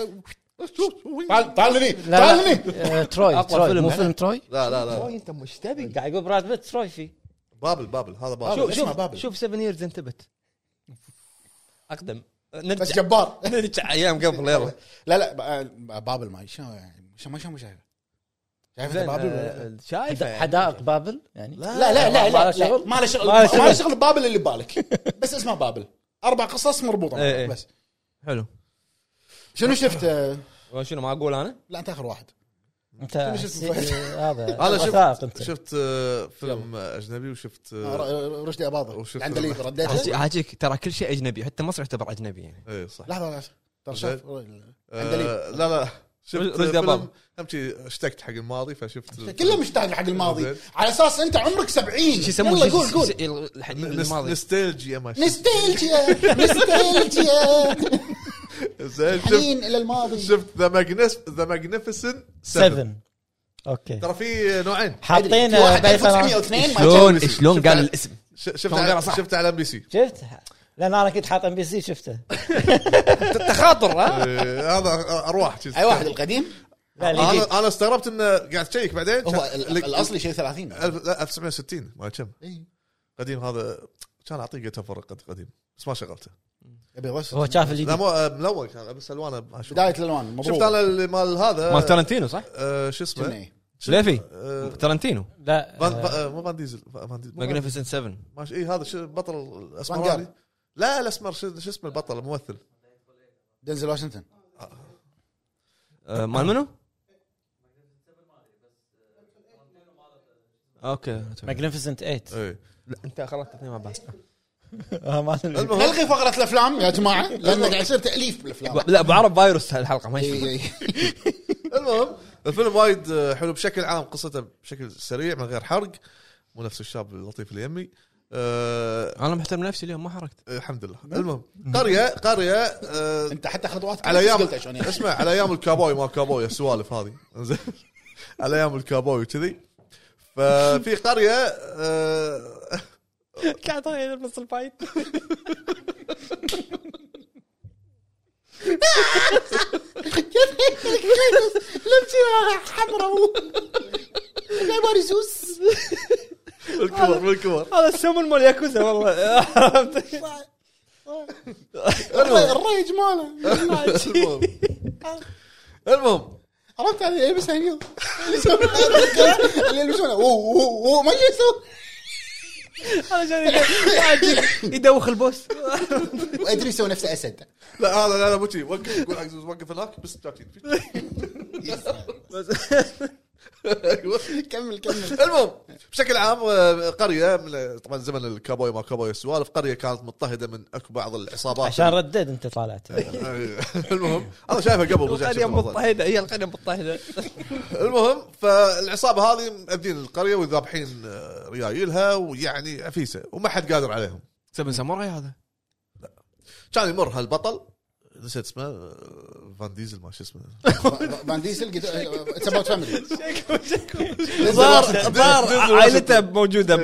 تعال لي تروي مو فيلم تروي لا انت مش تبي قاعد يقول براد بيت تروي فيه بابل هذا بابل. شوف 7 ييرز انتبت اقدم بس جبار. نرجع ايام قبل يلا. لا بابل ما يعني ما شايفه بابل شايفه حدائق بابل يعني. لا ما له شغل بابل اللي ببالك. بس اسمه بابل 4 قصص مربوطه بس. حلو. شنو شفت؟ شنو ما اقول انا؟ لا انت اخر واحد. انت هذا انا شفت فيلم اجنبي وشفت رشدي اباظه عند اللي رديته. حاجيك ترى كل شيء اجنبي حتى مصر يعتبر اجنبي يعني. اي صح. لحظه ترى شوف لا شفت فيلم همشي اشتقت حق الماضي فشفت كله مشتاق حق الماضي على اساس انت عمرك 70. شو يسمونه قول الحديث الماضي نوستالجيا ما نوستالجيا حنين الى الماضي. شفت ذا ماجنيفيسنت 7. اوكي ترى في نوعين حاطين 1902 شلون قال الاسم شفت على ام بي سي. شفت لان انا كنت حاط ام بي سي شفته تخاطر هذا ارواح اي واحد القديم. انا استغربت انه قاعد تشيك بعدين هو الاصلي شيء 30 1960 ما كم قديم. هذا كان اعطيه تفر قديم بس ما شغلته. هو شاف اللي لا مو ملون كان بس الوانه بدايه الالوان مبروك. شفت انا اللي مال هذا مال تارنتينو صح؟ شو اسمه شليفي تارنتينو. لا مو فان ديزل ماجنيفيسنت 7 ماشي. اي هذا شو بطل الاسمراني. لا الاسمر شو اسمه البطل الممثل دنزل واشنطن. مال منو؟ اوكي ماجنيفيسنت 8. اي انت خلطت اثنين مع بعض. نلغي فقره الافلام يا جماعه لان قاعد يصير تاليف بالافلام. لا ابو عرب فايروس هالحلقه ما يشوف. المهم الفيلم وايد حلو بشكل عام. قصته بشكل سريع من غير حرق. مو نفس الشاب اللطيف اللي يمي. انا محترم نفسي اليوم ما حرقت الحمد لله. المهم قريه انت حتى خطوات على ايام اسمع على ايام الكابوي ما كابوي السوالف هذه زين على ايام الكابوي كذي. ففي قريه قاعد اغير نص الفايت. لبسي حمراء ماريسوس بالكبر هذا السمن مال ياكوزا والله. الريج ماله. المهم عرفت هذه ايه بس هنيو اللي يلبسونه ما يسوي يدوخ البوس وادري يسوي نفسه اسد. لا هذا لا مو شيء. وقف قول عزوز وقف هناك بس جاكين كمل المهم بشكل عام قريه طبعا زمن الكابوي ما كابوي السوالف. قريه كانت مضطهده من اكو بعض العصابات عشان ردد انت طالعت. المهم انا شايفه قبل القريه مضطهده. هي القريه مضطهده. المهم فالعصابه هذه مأذين القريه وذابحين ريايلها ويعني عفيسه وما حد قادر عليهم. 7 ساموراي هذا لا كان يمر هالبطل نسيت اسمه فان ديزل ما شو اسمه فان ديزل سبوت فاميلي ضار عائلته موجوده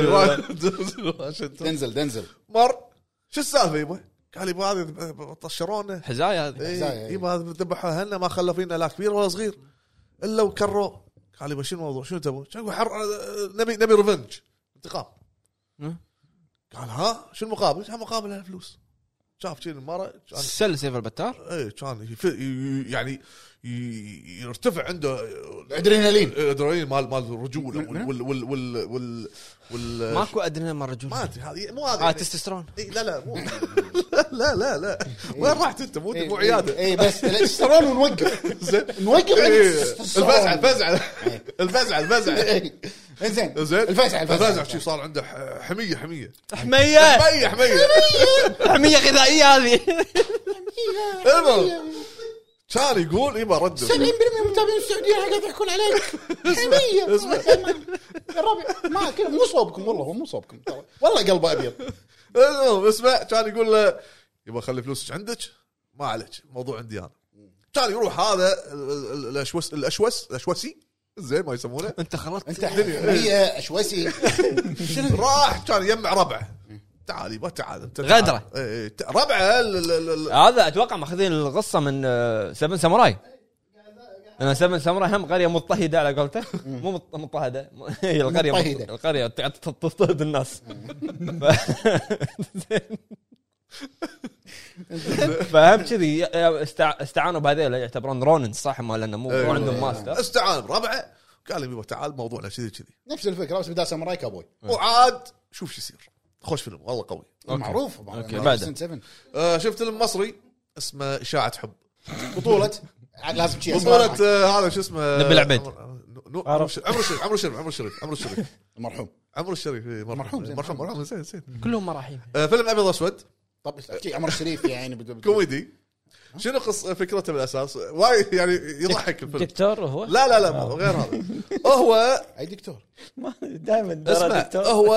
دنزل مر شو السالفه يبا؟ قال يبا هذه طشرونا حزايه هذه يبا هذا ذبحوها لنا ما خلوا فينا لا كبير ولا صغير الا وكروا. قال يبا شو الموضوع شو تبون؟ نبي ريفنج انتقام. قال ها شو المقابل؟ كان مقابل الفلوس. شاف شيء المرة سل سيف البتار. اي كان يعني يرتفع عنده ادرينالين مال الرجوله وال ماكو ادرينالين مال الرجوله. ما ادري هذه مو هذا تستوستيرون. لا مو لا وين رحت انت مو عياده. اي بس تستوستيرون ونوقف نوقف الفزع انزين الفزع شي صار عنده حميه غذائيه هذه. المهم كان يقول يبا رد 70% متابعين السعوديه قاعد يحكون عليك حميه. اسمع يا ربي ما كذا مو صوبكم والله مو صوبكم والله قلبه ابيض. اسمع كان يقول له يبا خلي فلوسك عندك ما عليك الموضوع عندي انا. كان يروح هذا الاشوسي زين ما يسمونه. انت خلطت انت هي اشوسي راح كان يجمع ربعه. تعال انت غدره ربعه هذا اتوقع ماخذين القصه من 7 ساموراي. انا سبن سمراء هم قريه مضطهده على قولته مو مضطهده هي القريه تضطهد الناس فهم كذي استعانوا بهذيل يعتبرون رونن صح ما لانه مو عندهم ماستر استعان بربعه قال لي تعال موضوعنا كذي نفس الفكره بس بدال ساموراي كابوي وعاد شوف شو يصير خوش فيلم والله قوي معروف بعد شفت فيلم مصري اسمه إشاعة حب بطولة لازم شيء بطولة هذا شو اسمه نبي العبيد عمرو الشريف المرحوم عمرو الشريف مرحوم زين كلهم مراحيم فيلم ابيض اسود طب عمرو الشريف يعني كوميدي شنو فكرته بالاساس وايد يعني يضحك الفيلم دكتور هو لا غير هذا هو اي دكتور دائما دكتور هو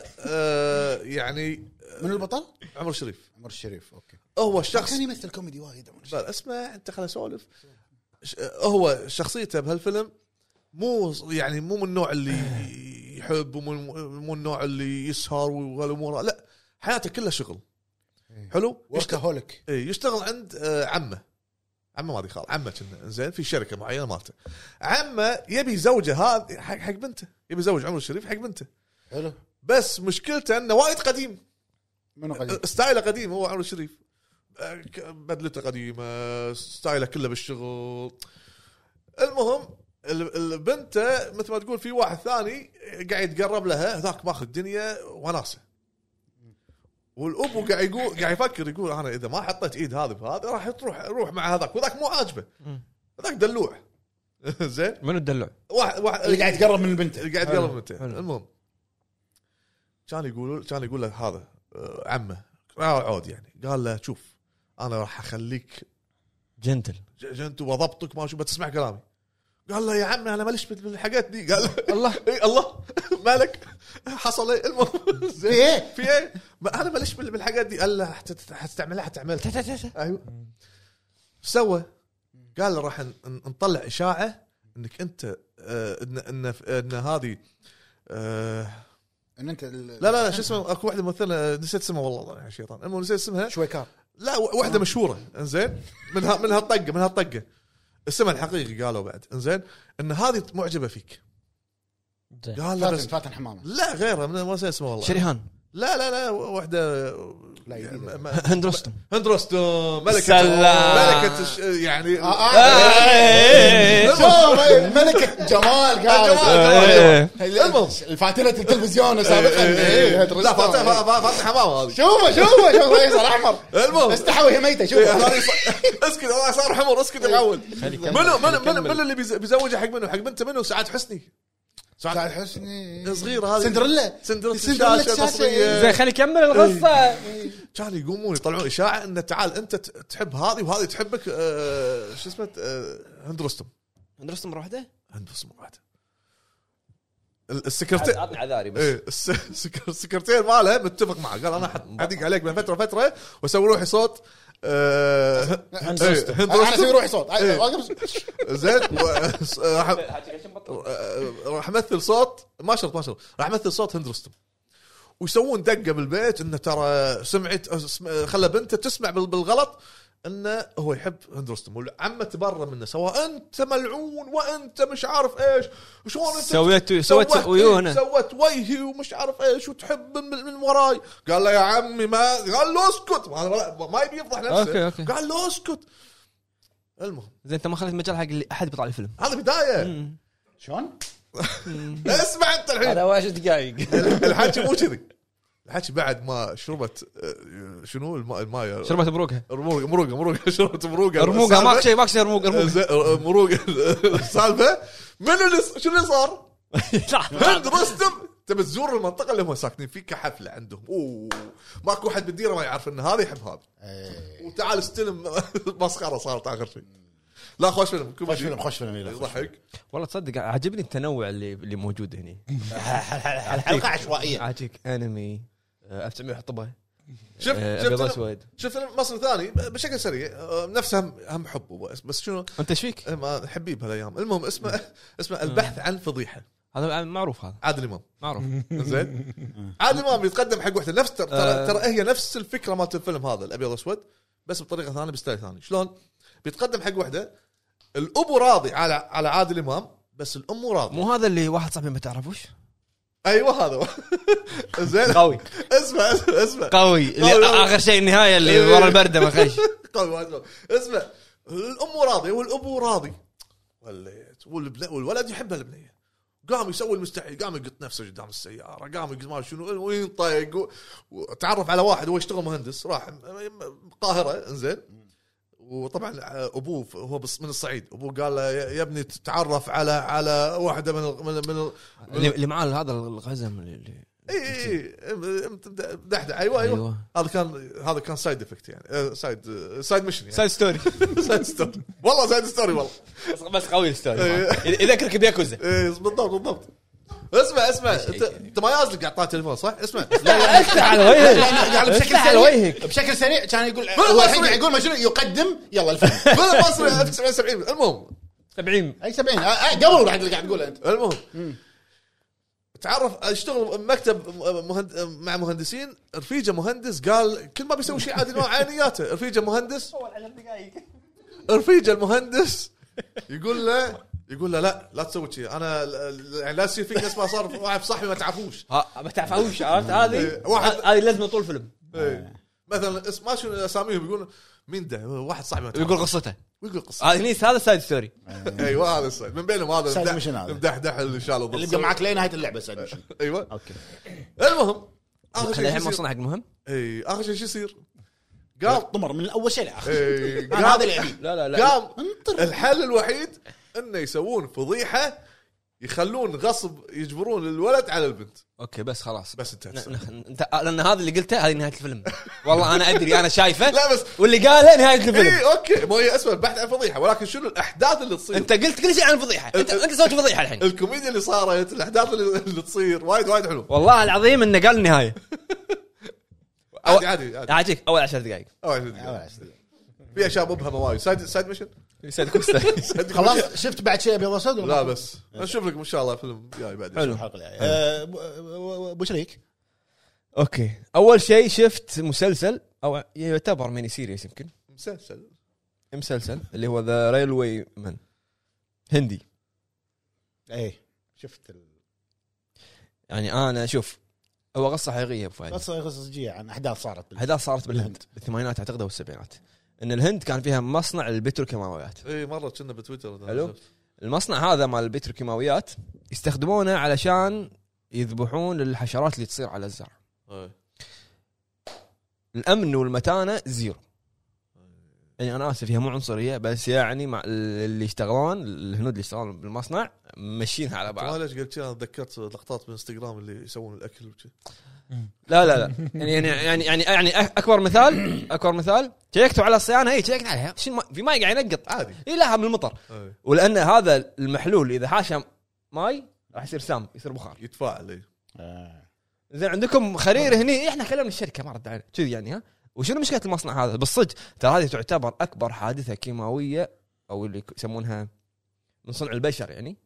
يعني من البطل عمرو الشريف اوكي هو الشخص كان يمثل كوميدي وايد لا اسمع انت خليني اسولف هو شخصيته بهالفيلم مو من النوع اللي يحب ومو النوع اللي يسهر والامور لا حياته كلها شغل حلو وركهوليك يشتغل عند عمه ما ادري خال عمه كنا زين في شركه معينه مالته عمه يبي زوجه هذا حق بنته يبي زوج عمرو الشريف حق بنته حلو بس مشكلته انه وايد قديم منو قديم ستايله قديم هو عمرو الشريف بدلته قديمه ستايله كله بالشغل المهم البنت مثل ما تقول في واحد ثاني قاعد يتقرب لها ذاك ماخذ الدنيا وناسه والابو قاعد يفكر يقول انا اذا ما حطيت ايد هذه بهذا راح يروح مع هذاك وذاك مو عاجبه ذاك دلوع زين منو الدلوع واحد اللي قاعد يتقرب من البنت المهم كان يقول له هذا عمه عود يعني قال له شوف انا راح اخليك جنتل وضبطك ما شو بتسمع كلامي قال له يا عمي انا ماليش بالحاجات دي قال الله الله مالك حصل ايه المهم في ايه انا ماليش بالحاجات دي قال له حتعملها ايوه سوى قال له راح نطلع اشاعه انك انت ان هذه ان انت لا شو اسمه اكو واحده ممثله نسيت اسمها والله يا شيطان المهم نسيت اسمها شويكار لا واحده مشهوره انزين من هالطقه اسمها الحقيقي قالوا بعد انزين ان هذه معجبه فيك قال له فاتن حمامه لا غيرها ما اسمه والله شريهان لا واحده لا هند رستم ملكه يعني ملكه جمال قال الفاتنه التلفزيون سابقا لا فاتن حمامه هذه شوفه فيصل احمر المهم استحوى هي ميته شوفه اسكت الله صار حمر اسكت العود من اللي بيزوجها حق منه حق بنته منه سعاد حسني صغيره هذه سندريلا الشاشه زين خلي يكمل القصه كانوا يقومون يطلعون اشاعه ان تعال انت تحب هذه وهذه تحبك شو اسمه هند رستم واحده السكرتير عطني عذاري بس السكرتير ماله متفق معه قال انا حدق عليك من فتره واسوي روحي صوت هند رستم انا اسوي روحي صوت زين راح امثل صوت ما شرط راح امثل صوت هند رستم ويسوون دقه بالبيت انه ترى خلى بنته تسمع بالغلط انه هو يحب هند رستم والعمه تبرر منه سواء انت ملعون وانت مش عارف ايش وشلون انت سويت ويوهنا سويت وجهي ومش عارف ايش وتحب من وراي قال له يا عمي ما قال له اسكت ما يبي يفضح نفسه أوكي. قال له اسكت المهم زين انت ما خليت مجال حق اللي احد بيطلع الفيلم هذا بدايه شلون اسمع انت الحين هذا 10 دقائق الحكي مو كذي الحكي بعد ما شربت شنو الماء شربت مروقه شربت مروقه ماك شيء مروقه السالفه شنو اللي صار هند رستم تبي تزور المنطقه اللي هم ساكنين فيها كحفله عندهم ماكو حد بالديره ما يعرف ان هذا يحب هذا وتعال استلم مسخره صارت اخر شيء لا خوش فيلم يضحك والله تصدق عجبني التنوع اللي موجود هنا الحلقه عشوائيه عاجيك انمي 1900 حطبه شوف فيلم مصري ثاني بشكل سريع نفسه هم حب بس شنو انت ايش فيك ما حبيب هالايام المهم اسمه البحث عن فضيحه هذا معروف هذا عادل امام معروف زين عادل امام بيتقدم حق وحده نفس ترى هي نفس الفكره مالت الفيلم هذا الابيض والاسود بس بطريقه ثانيه بستايل ثاني شلون بيتقدم حق وحده الابو راضي على عادل امام بس الام مو راضي. مو هذا اللي واحد صاحبي ما تعرفوش؟ ايوه هذا زين قوي اسمع قوي اللي اخر شيء النهايه اللي ورا البرده ما خش قوي. اسمع الام راضي والابو راضي والولد يحب البنيه، قام يسوي المستحيل، قام يقط نفسه قدام السياره، قام يقط ما شنو وين طايق، وتعرف على واحد هو يشتغل مهندس راح القاهره انزين. وطبعا ابوه هو بس من الصعيد، ابوه قال له يا ابني تتعرف على واحده من اللي معاه هذا الغزم اللي اي دحدح. ايوه هذا كان سايد افكت يعني سايد ميشن يعني. سايد ستوري والله سايد ستوري والله بس قوي الستوري يذكرك بياكوزا. بالضبط. اسمع انت ما يازلك قاعد طالع تليفون صح؟ اسمع لا افتح على وجهك بشكل سريع كان يقول هو الحين يقول ما شنو يقدم يلا الفيلم مصري 1970 المهم 70 اي 70 قبل بعد اللي قاعد تقوله انت. المهم تعرف اشتغل مكتب مع مهندسين، رفيجه مهندس قال كل ما بيسوي شيء عادي نوع عينياته. رفيجه مهندس يقول له لا تسوي شيء، انا يعني لا يصير فيك ناس ما صار واحد صاحبي ما تعرفوش عرفت هذه لازم طول فيلم. مثلا ما شنو اساميهم يقول مين ده واحد صاحبي يقول قصته ويقول قصه هذا سايد ستوري. ايوه هذا السايد من بينهم هذا مدحدح اللي شاله اللي يبقى معك لنهايه اللعبه سايد ميشن. ايوه اوكي المهم اخر شيء الحين وصلنا حق المهم. اي اخر شيء شو يصير؟ قال طمر من اول شيء لاخر شيء هذا اللي ابي. لا قام الحل الوحيد انه يسوون فضيحه يخلون غصب يجبرون الولد على البنت. اوكي بس خلاص بس انت لان هذا اللي قلته هذه نهايه الفيلم. والله انا ادري انا شايفه لا بس واللي قاله نهايه الفيلم. اي اوكي ما هي اسمه البحث عن فضيحه، ولكن شنو الاحداث اللي تصير؟ انت قلت كل شيء عن الفضيحه. انت سويت فضيحه الحين. الكوميديا اللي صارت، الاحداث اللي تصير وايد حلو والله العظيم انه قال النهايه. عادي اعطيك اول 10 دقائق في اشياء مبهمه وايد. سايد ميشن سايد كوستا. خلاص شفت بعد شيء ابيض واسود لا بس نشوف لك ان شاء الله فيلم جاي بعد حلو الحلقه الجايه. ابو شريك اوكي اول شيء شفت مسلسل او يعتبر ميني سيريس يمكن مسلسل اللي هو ذا ريلوي مان هندي. ايه شفت يعني انا شوف هو قصه حقيقيه ابو فهد. قصه صجيه عن احداث صارت بالهند بالثمانينات اعتقد او السبعينات. ان الهند كان فيها مصنع البتروكيماويات. اي مره كنا بتويتر حلو. المصنع هذا مال البتروكيماويات يستخدمونه علشان يذبحون الحشرات اللي تصير على الزرع. الامن والمتانه زيرو. يعني انا اسف هي مو عنصريه بس يعني مع اللي يشتغلون الهنود اللي يشتغلون بالمصنع مشينها على بعض. ليش قلت انا تذكرت لقطات بالانستغرام اللي يسوون الاكل وكذا. لا يعني اكبر مثال شيكتوا على الصيانه. هي شيكت عليها في ماي قاعد ينقط عادي لها من المطر. ولان هذا المحلول اذا حاشم ماي راح يصير سام يصير بخار يتفاعل. زين عندكم خرير هني احنا كلمنا الشركه ما رد علينا كذي يعني. ها وشنو مشكله المصنع هذا بالصدق؟ ترى هذه تعتبر اكبر حادثه كيماويه او اللي يسمونها من صنع البشر يعني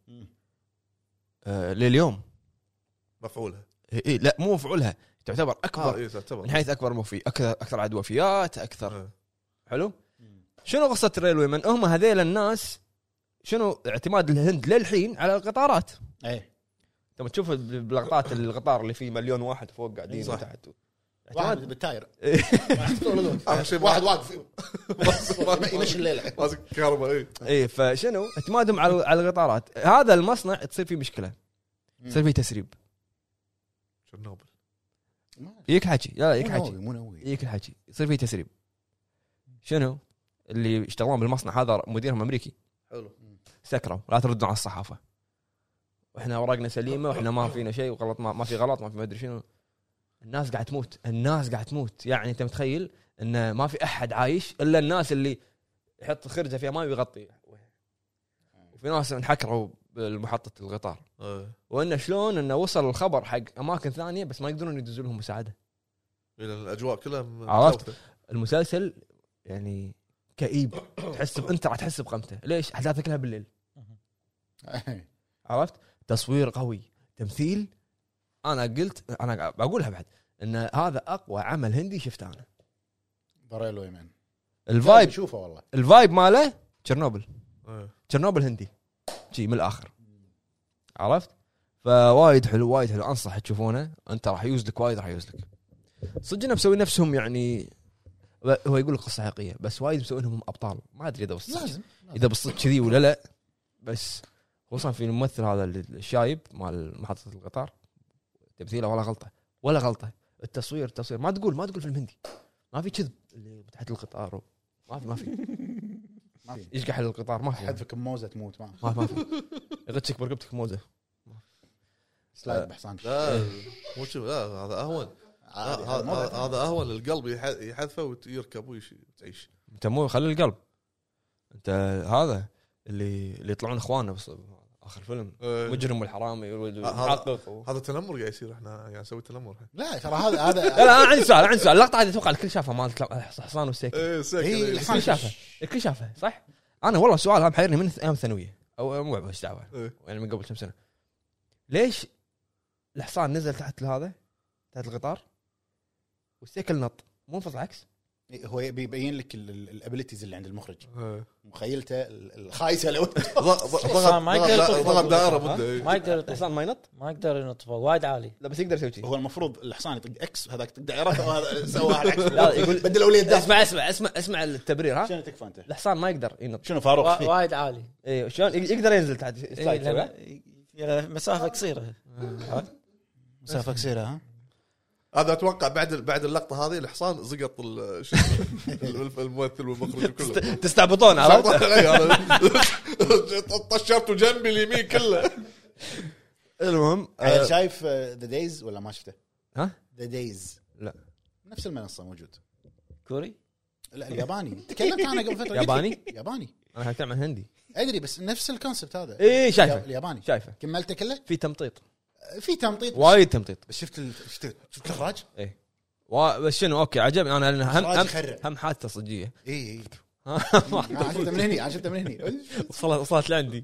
لليوم مفعولها. إيه لا مو مفعولها تعتبر اكبر من حيث اكبر اكثر عدد وفيات اكثر. حلو. شنو قصه الريلوي من هم هذيل الناس؟ شنو اعتماد الهند للحين على القطارات؟ ايه انت تشوف باللقطات القطار اللي فيه مليون واحد فوق قاعدين وتحت واحد بالتاير واحد واقف يمشي الليله ماسك كهرباء. اي فشنو اعتمادهم على القطارات. هذا المصنع تصير فيه مشكله يصير فيه تسريب. شرنوبل يك حكي لا يك حكي مو يك الحكي يصير فيه تسريب. شنو اللي يشتغلون بالمصنع هذا مديرهم امريكي. حلو. سكروا لا تردون على الصحافه واحنا اوراقنا سليمه واحنا ما فينا شيء وغلط ما في غلط ما في ما ادري شنو. الناس قاعد تموت يعني انت متخيل ان ما في احد عايش الا الناس اللي يحط خرجه فيها ماء ويغطي. وفي ناس انحكروا بالمحطه القطار. وانه شلون انه وصل الخبر حق اماكن ثانيه بس ما يقدرون يدزوا لهم مساعده. الاجواء كلها عرفت. المسلسل يعني كئيب. انت راح تحس بقيمته. ليش؟ احداثه كلها بالليل. عرفت. تصوير قوي تمثيل. انا قلت انا بقولها بعد ان هذا اقوى عمل هندي شفته انا. بريلو يمين الفايب شوفه والله الفايب ماله تشيرنوبل. تشيرنوبل هندي شي من الاخر عرفت. فوايد حلو وايد حلو انصح تشوفونه انت راح يوزلك وايد راح يوزلك صدقنا مسوي نفسهم يعني هو يقول لك قصه حقيقيه بس وايد مسوينهم ابطال ما ادري اذا بالصدق كذي ولا لا بس خصوصا في الممثل هذا الشايب مال محطه القطار تمثيله ولا غلطه التصوير ما تقول فيلم هندي ما في كذب اللي تحت القطار ما في يشقح القطار ما في حذفك موزه تموت ما في يغتشك برقبتك موزه سلايد بحصان لا مو شو لا هذا اهون هذا اهون القلب يحذفه ويركب وتعيش انت مو خلي القلب انت هذا اللي يطلعون اخواننا بس اخر فيلم مجرم والحرامي والمحقق هذا تنمر قاعد يصير احنا قاعد نسوي تنمر لا ترى هذا لا انا عندي سؤال اللقطه هذه اتوقع الكل شافها مال حصان والسيكل هي الكل شافها صح. انا والله السؤال هذا محيرني من ايام الثانويه او مو بس دعوه يعني من قبل كم سنه ليش الحصان نزل تحت القطار والسيكل نط مو نفض العكس. هو بيبين لك الابيليتيز اللي عند المخرج مخيلته الخايسه لو ضغط دائره مده ما يقدر الحصان ما يقدر ينط فوق وايد عالي. لا بس يقدر يسوي شيء. هو المفروض الحصان يطق اكس هذاك دائره وهذا سواها العكس. لا يقول بدل اوليه اسمع التبرير ها شنو تكفى انت الحصان ما يقدر ينط شنو فاروق وايد عالي ايوه شلون يقدر ينزل تحت مسافه قصيره مسافه قصيره ها. هذا اتوقع بعد اللقطه هذه الحصان زقط الممثل والمخرج كله تستعبطون عرفت طشرته جنبي اليمين كله. المهم شايف ذا دايز ولا ما شفته؟ ها ذا دايز لا نفس المنصه موجود كوري لا الياباني تكلمت عنه قبل فتره ياباني انا هتكلم عن هندي ادري بس نفس الكونسبت هذا ايه شايفه الياباني شايفه كملته كله في تمطيط وايد تمطيط بس شفت الاخراج ايه بس شنو اوكي عجبني انا هم حادثه صجيه اي انا شفته من هني وصلت لعندي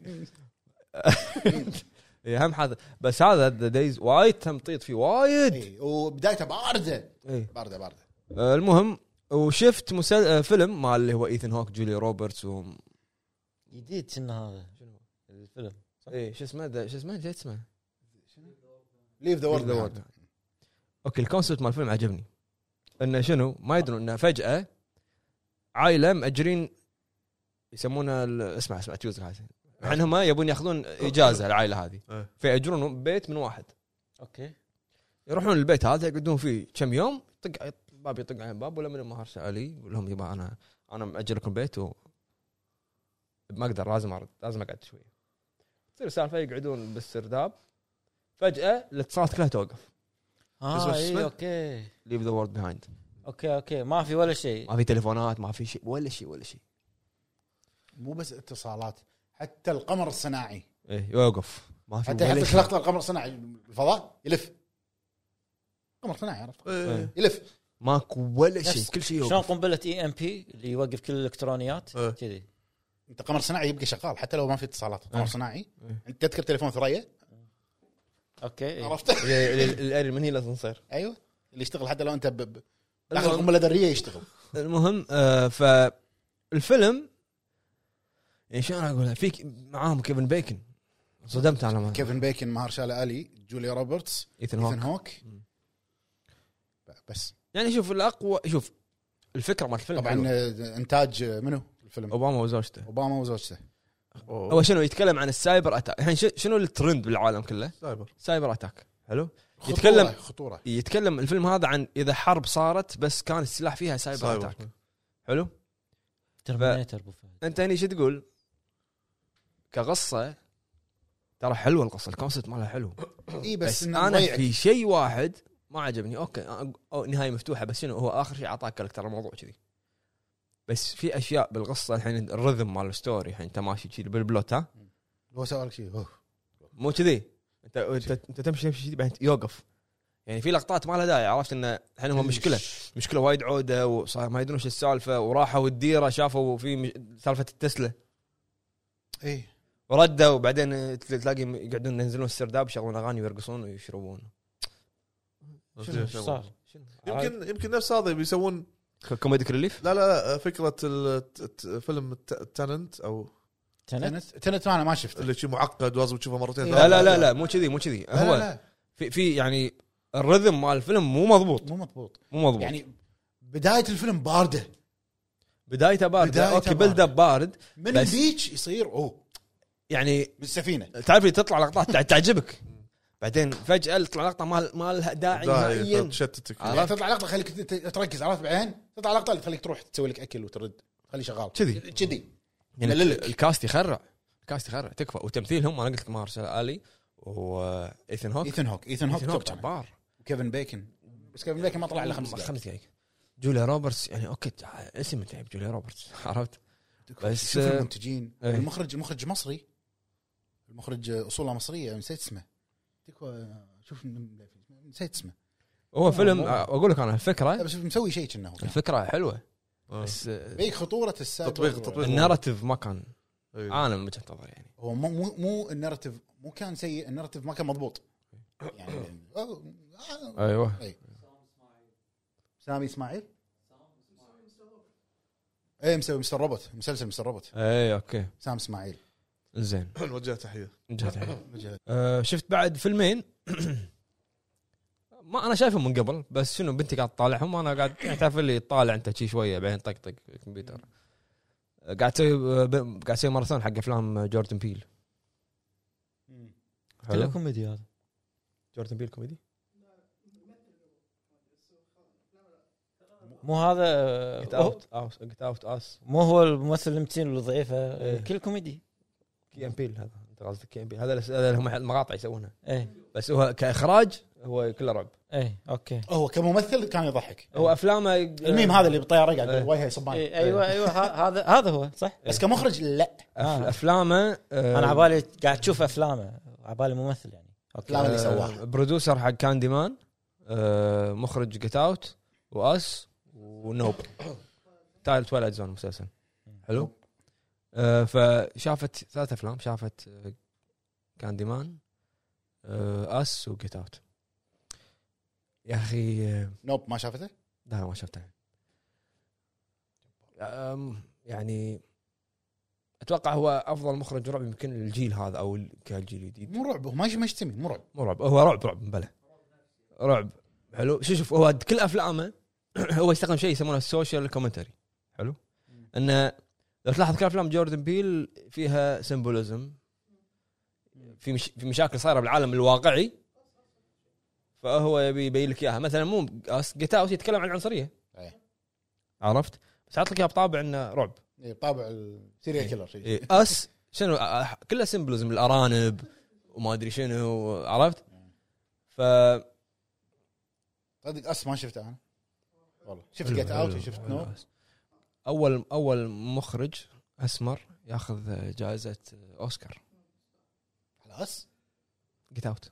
اهم حادثه بس هذا دايز وايد تمطيط فيه وايد وبدايته بارده بارده المهم وشفت فيلم مال اللي هو ايثن هوك جولي روبرتس جديد شنو هذا الفيلم ايه شو اسمه نسيت اسمه ليف ذا وورد. اوكي الكونسبت مال الفيلم عجبني انه شنو ما يدرون انه فجاه عائله مأجرين يسمونه اسمع تيوز هذا الحين هم يبون ياخذون اجازه العائله هذه فيأجرون بيت من واحد اوكي يروحون البيت هذا يقعدون فيه كم يوم الباب يطق على الباب ولا من ما ارسل لي يقول لهم يبا انا مأجر لكم بيت ما اقدر لازم اقعد شوي تصير سالفه يقعدون بالسرداب فجاه الاتصالات كلها توقف اوكي leave the world behind اوكي ما في ولا شيء ما في تليفونات ما في شيء ولا شيء مو بس اتصالات حتى القمر الصناعي يوقف ما في حتى لقطه القمر الصناعي الفضاء يلف قمر صناعي عرفت يلف ماكو ولا شيء كل شيء يوقف شلون قنبله EMP اللي يوقف كل الالكترونيات كذي انت قمر صناعي يبقى شغال حتى لو ما في اتصالات قمر صناعي انت تذكر تليفون ثريا اوكي عرفت الاري من هي لازم تصير ايوه اللي يشتغل حتى لو انت داخل قنبله ذريه يشتغل. المهم فالفيلم يعني شلون اقولها فيك معاهم كيفن بيكن صدمت على كيفن بيكن مهرشالا الي جوليا روبرتس إيثن هوك بس يعني شوف الاقوى شوف الفكره مال الفيلم طبعا انتاج منو الفيلم اوباما وزوجته هو شنو يتكلم عن السايبر اتاك الحين شنو الترند بالعالم كله سايبر اتاك حلو يتكلم الفيلم هذا عن اذا حرب صارت بس كان السلاح فيها سايبر اتاك حلو ترمينيتر انت هني شو تقول كقصه ترى حلوه القصه الكونسبت مالها حلو بس انا في شيء واحد ما عجبني اوكي نهايه مفتوحه بس شنو هو اخر شيء اعطاك كاركتر الموضوع كذي بس في اشياء بالقصه الحين الرذم مال الستوري الحين انت ماشي كذي بالبلوت ها هو سوالك شيء مو كذي انت تمشي بعدين يوقف يعني في لقطات ما لها داعي عرفت انه الحين هو مشكله وايد عوده وصار ما يدرون ايش السالفه وراحوا الديره شافوا في سالفه التسلا وردوا وبعدين تلاقي يقعدون ينزلون السرداب يشغلون اغاني ويرقصون ويشربون شنو صار يمكن نفس هذا بيسوون كوميدي ريليف لا فكره فيلم تاننت او تنت انا ما شفته اللي شيء معقد ولازم تشوفه مرتين لا لا لا لا مو كذي هو في يعني الرذم مال الفيلم مو مضبوط يعني بدايه الفيلم بارده بدايته باردة اوكي بيلد اب بارد من البيتش يصير يعني بالسفينه تعرف لي تطلع لقطات تعجبك بعدين فجأة تطلع لقطة ما لها داعي نهائيا تشتتك تطلع لقطة خليك تركز عرفت بعدين تطلع لقطة اللي تخليك تروح تسوي لك أكل وترد خلي شغال كذي يعني الكاست يخرع تكفى وتمثيلهم أنا قلت لك مارشال آلي وإيثن هوك جبار وكيفن بيكن بس كيفن بيكن ما طلع إلا 5 دقائق جوليا روبرتس يعني أوكي اسم تعب جوليا روبرتس عرفت بس شوف المنتجين المخرج مصري المخرج أصوله مصرية نسيت اسمه شوف نسيت اسمه هو فيلم اقول لك انا الفكره بس مسوي شيء كأنه الفكره حلوه بس بيك خطوره تطبيق الناراتيف ما كان انا من وجهه نظري يعني هو مو الناراتيف مو كان سيء الناراتيف ما كان مضبوط يعني ايوه سامي اسماعيل ايه مسوي مستر روبوت مسلسل مستر روبوت اي اوكي سام اسماعيل زين وجه تحيه شفت بعد فيلمين ما انا شايفهم من قبل بس شنو بنتي قاعد تطالعهم وانا قاعد تعرف اللي يطالع انت شي شويه بعدين طق الكمبيوتر قاعد اسوي ماراثون حق افلام جوردن بيل كله كوميدي هذا جوردن بيل كوميدي مو هذا جيت اوت اس مو هو الممثل المتين اللي ضعيفه كل كوميدي كي ام بيل هذا انت قصدك كي ام بيل هذا هم المقاطع يسوونها ايه بس هو كاخراج هو كله رعب ايه اوكي هو كممثل كان يضحك هو افلامه الميم هذا اللي بالطياره قاعد وجهه صبان ايوه هذا هو صح بس كمخرج لا افلامه انا عبالي قاعد تشوف افلامه عبالي ممثل يعني افلام اللي سواها برودوسر حق كاندي مان مخرج جيت اوت واس ونوب تايل تويلايت زون مسلسل حلو فشافت 3 أفلام شافت كاندي مان اس وجيت اوت يا اخي نوب ما شافته لا ما شفته يعني اتوقع هو افضل مخرج رعب يمكن الجيل هذا او كالجيل الجديد مو رعب ما يشتمي مو رعب هو رعب بلا رعب حلو شوف هو كل افلامه هو يستخدم شيء يسمونه السوشيال كومنتري حلو انه لو تلاحظ كل افلام جوردن بيل فيها سيمبوليزم في مشاكل صايره بالعالم الواقعي فهو يبي يبين لك اياها مثلا مو جيت اوت يتكلم عن العنصريه عرفت بس حاط لك اياها بطابع انه رعب طابع السيريال كيلر اس شنو كلها سيمبوليزم الارانب وما ادري شنو عرفت ف صدق اس ما شفته انا والله شفت جيت اوت وشفت نو اول مخرج اسمر ياخذ جائزه اوسكار خلاص جيت اوت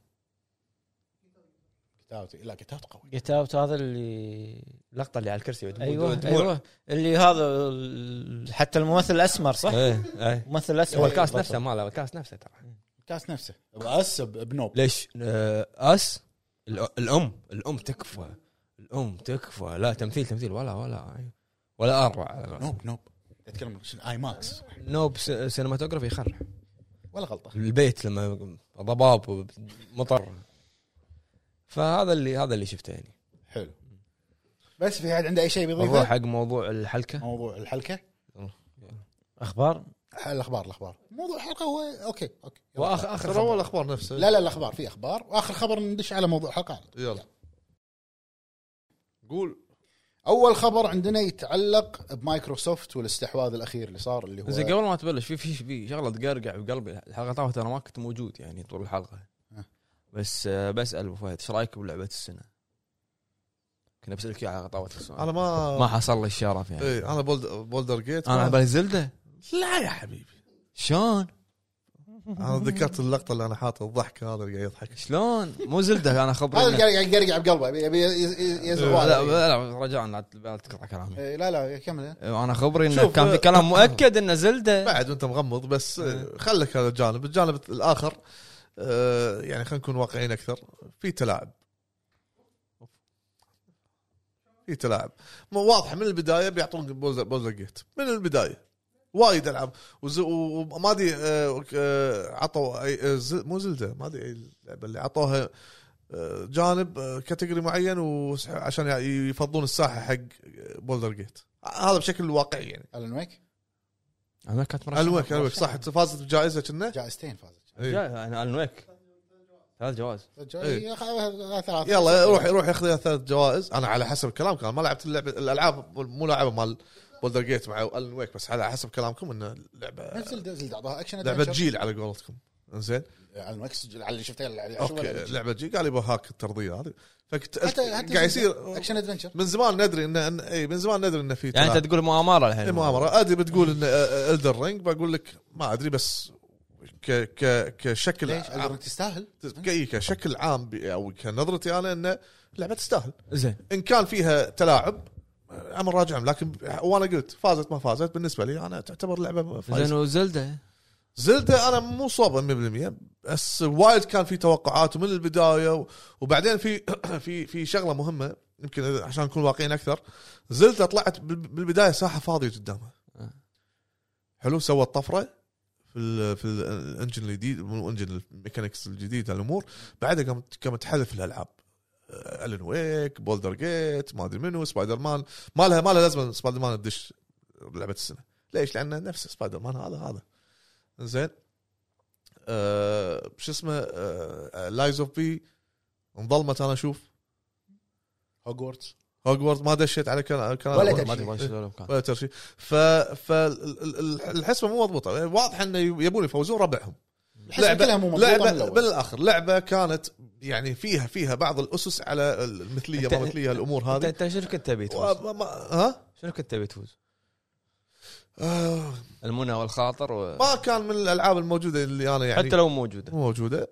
لا جيت اوت قوي جيت اوت هذا اللي اللقطه اللي على الكرسي ايوه اللي هذا حتى الممثل الاسمر صح ايه ممثل الاسمر هو الكاست نفسه ماله الكاست نفسه ترى الكاست نفسه اس بنوب ليش اس الام تكفى لا تمثيل ولا اروع نوب اتكلم اي ماكس نوب سينماتوجرافي يخرع ولا غلطه البيت لما ضباب ومطر فهذا اللي شفته يعني حلو بس في حد عنده اي شيء بيضيفه نروح حق موضوع الحلقه اخبار الاخبار موضوع الحلقه هو اوكي واخر اول الاخبار نفسه لا الاخبار في اخبار واخر خبر ندش على موضوع الحلقه يلا قول اول خبر عندنا يتعلق بمايكروسوفت والاستحواذ الاخير اللي صار اللي هو زي قبل ما تبلش في شغله تقرقع بقلبي الحلقه طافت انا ما كنت موجود يعني طول الحلقه بس بسال ابو فهد ايش رايك بلعبه السنه كنا بسالك اياها على طاوله السؤال انا ما حصل لي الشرف يعني اي انا بولدر جيت انا بالي زلده لا يا حبيبي شلون انا ذكرت اللقطه اللي انا حاطه الضحك هذا اللي يضحك شلون مو زلده انا خبري هذا قاعد يقرقع بقلبه يبي يزغوا لا رجاء لا تقطع كلامي لا كمل انا خبري انه كان في كلام مؤكد انه زلده بعد وانت مغمض بس خليك هذا الجانب الاخر يعني خلينا نكون واقعيين اكثر في تلاعب مو واضح من البدايه بيعطون بولدر جيت من البدايه وايد العاب وما ادري عطوا مو زلده ما ادري اللعبه اللي عطوها جانب كاتيجوري معين وعشان يفضون الساحه حق بولدر جيت. هذا بشكل واقعي يعني. ألان ويك ألان ويك صح فازت بجائزه كنا جائزتين فازت. انا ألان ويك 3 جوائز. يلا روح ياخذ 3 جوائز. انا على حسب كلامكم ما لعبت الالعاب مو لاعبه مال بولدر جيت مع ألان ويك بس على حسب كلامكم انه لعبه زلدة اعطاها اكشن لعبه جيل على قولتكم. زين ألان ويك على اللي شفته لعبه جيل قال يبغى هاك الترضيه هذه فكنت قاعد يصير اكشن ادفنتشر. من زمان ندري ان من زمان ندري انه في يعني انت تقول مؤامره الحين مؤامره ادري بتقول ان إلدر رينج بقول لك ما ادري بس كشكل عام تستاهل كشكل عام او كنظرتي انا انه لعبه تستاهل. زين ان كان فيها تلاعب امر راجع لكن وانا قلت فازت ما فازت بالنسبه لي انا تعتبر لعبه فايزه. زين زلدة انا مو صوبه 100% بس وايد كان في توقعات من البدايه وبعدين في شغله مهمه يمكن عشان نكون واقعيين اكثر. زلدة طلعت بالبدايه ساحه فاضيه قدامها حلو سوت طفره في الانجن الجديد مو انجن الميكانيكس الجديد الامور بعدها قامت تحذف الالعاب ألان ويك بولدر جيت ما ادري منو سبايدر مان ما لها لازم سبايدر مان تدش لعبه السنه. ليش؟ لانه نفس سبايدر مان هذا زين شو اسمه لايز اوف بي انظلمت انا اشوف هوجورتس ما دشيت على كلام ولا ترشي فالحسبه مو مضبوطه. واضح انه يبون يفوزون ربعهم. لعبه بالاخر لعبه كانت يعني فيها بعض الاسس على المثليه ما مثليه الامور هذه. انت شنو كنت تبي تفوز؟ شنو كنت تبي تفوز؟ المنى والخاطر ما كان من الالعاب الموجوده اللي انا يعني حتى لو موجوده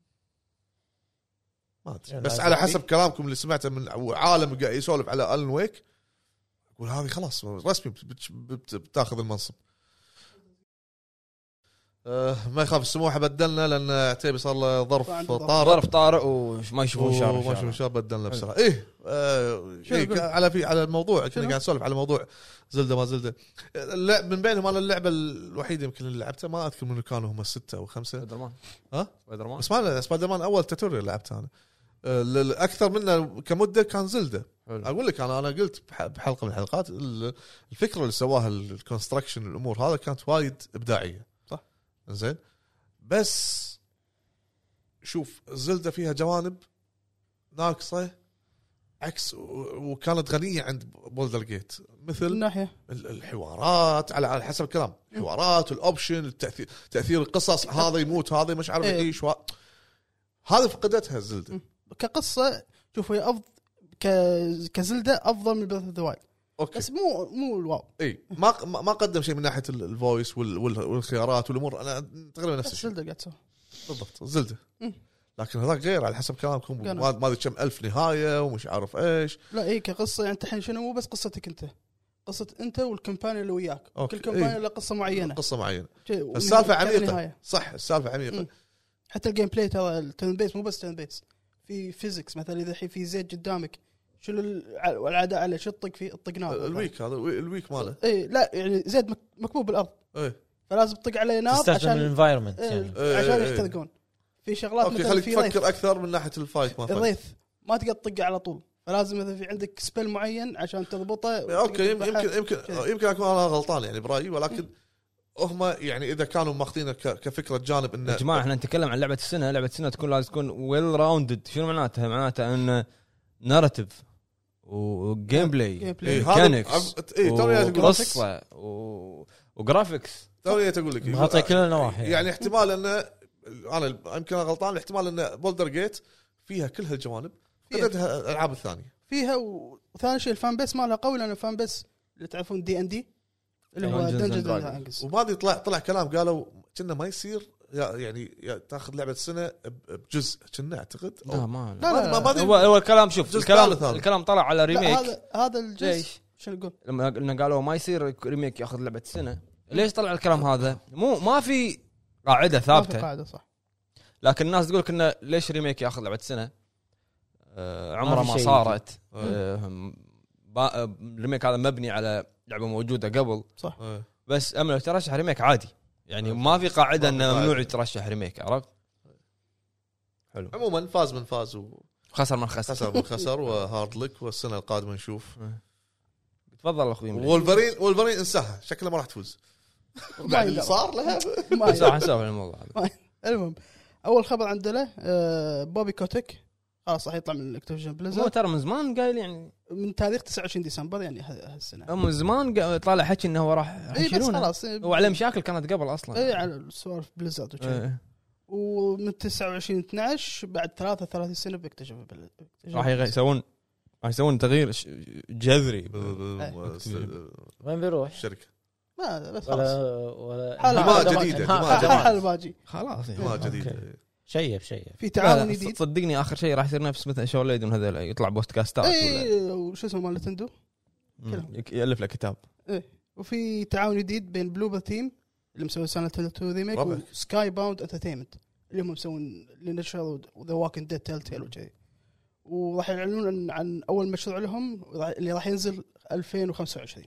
ما ادري بس على حسب كلامكم اللي سمعته من عالم قاعد يسولف على ألان ويك اقول هذه خلاص رسمي بتاخذ المنصب. ما يخاف السموحه بدلنا لان عتيبي صار له ظرف طارئ وما يشوفون شار بدلنا بسرعه. على الموضوع كنا قاعد نسولف على موضوع زلدة ما زلدة. من بينهم انا اللعبه الوحيده يمكن اللي لعبتها ما اذكر منو كانوا هم 6 أو 5 سبايدر مان بس ما سبايدر مان اول توتوريال لعبته انا الاكثر منه كمده كان زلدة. اقول لك انا قلت بحلقه من الحلقات الفكره اللي سواها الكونستراكشن الامور هذا كانت وايد ابداعيه صح. زين بس شوف زلدة فيها جوانب ناقصه عكس وكانت غنيه عند بولدر جيت مثل ناحيه الحوارات على حسب الكلام الحوارات الاوبشن التاثير تاثير القصص هذا يموت هذا مش عارف ايش هذا فقدتها زلدة كقصه. شوف هي افضل كزلدة افضل من بريث اوف ذا وايلد بس مو الواو. اي ما قدم شيء من ناحيه الفويس والخيارات والامور. انا تقريبا نفس الشيء زلدة قاعد تسوي بالضبط زلدة لكن هذاك غير على حسب كلامكم ما ادري كم الف نهايه ومش عارف ايش. لا ايه كقصه يعني الحين شنو مو بس قصتك انت قصه انت والكمباني اللي وياك كل كمباني له قصه معينه السالفه عميقه صح السالفه عميقه. حتى الجيم بلاي ترى التيرن بيس مو بس تيرن بيس في فيزيكس مثلا اذا الحين في زيت قدامك شنو العداء على شطك في الطقناه الويك هذا الويك ماله اي لا يعني زيت مكبوب بالارض فلازم تطق عليه نار عشان الانفايرمنت يعني عشان يخترقون في شغلات اوكي خليك تفكر اكثر من ناحيه الفايت الريث ما تقدر تطق على طول فلازم مثلا في عندك سبيل معين عشان تضبطه. اوكي يمكن اكون انا غلطان يعني برايي ولكن هم يعني اذا كانوا ماخذينه كفكره جانب انه يا جماعه احنا نتكلم عن لعبه السنه تكون لازم تكون ويل راوندد. شنو معناتها ان ناراتيف وجيم بلاي ميكانكس وقصه وجرافيكس توني اقول لك مغطي كل النواحي يعني احتمال ان انا يمكن غلطان احتمال ان بولدر جيت فيها كل هالجوانب قدرتها الالعاب الثانيه فيها وثاني شيء الفان بيس مالها قوي لان الفان بيس اللي تعرفون D&D اللي هو دنجنز وما ادري طلع كلام قالوا كنا ما يصير يعني تاخذ لعبه السنه بجزء كنا اعتقد لا هو الكلام شوف الكلام طلع على ريميك هذا الجزء شنو نقول لما قالوا ما يصير ريميك ياخذ لعبه السنه. ليش طلع الكلام هذا؟ ما في قاعده ثابته قاعده صح لكن الناس تقول كنا ليش ريميك ياخذ لعبه السنه عمره ما صارت. الريميك هذا مبني على لعبه موجوده قبل صح بس اما لو ترشح ريميك عادي يعني ما في قاعده انه ممنوع يترشح ريميك عرفت. حلو. عموما فاز من فاز وخسر من خسر. خسر من خسر وهارد لك. والسنه القادمه نشوف. تفضل اخوي. وولفرين انساها شكله ما راح تفوز بعد اللي صار لها. ما صح نسولف عن الموضوع هذا. المهم اول خبر عندنا بوبي كوتك خلاص راح يطلع من اكتيفيجن هو بليزرد ترى من زمان قايل يعني من تاريخ 29 ديسمبر يعني هالسنه. من زمان طالع حكي انه هو راح اي بس يشيلونه. خلاص هو عليه مشاكل كانت قبل اصلا. اي على السوالف بليزرد وكذا. ومن 29 12 بعد 33 سنه باكتيفيجن راح يسوون تغيير جذري. وين بيروح الشركه ما بس ولا حالة جديده حال باجي خلاص ما جديده. شيء في تعاون جديد. صدقني اخر شيء راح يصير نفس مثل شو ليدون هذول يطلع بودكاستات اي وشو اسمه مال نتندو يالف له كتاب. ايه وفي تعاون جديد بين بلوبر تيم اللي مسوي سنة 2 ريميك وسكاي باوند انترتينمنت اللي هم مسوين اللي نشروا ذا واكينج ديد تيل تيل وكذي. وراح يعلنون عن اول مشروع لهم اللي راح ينزل 2025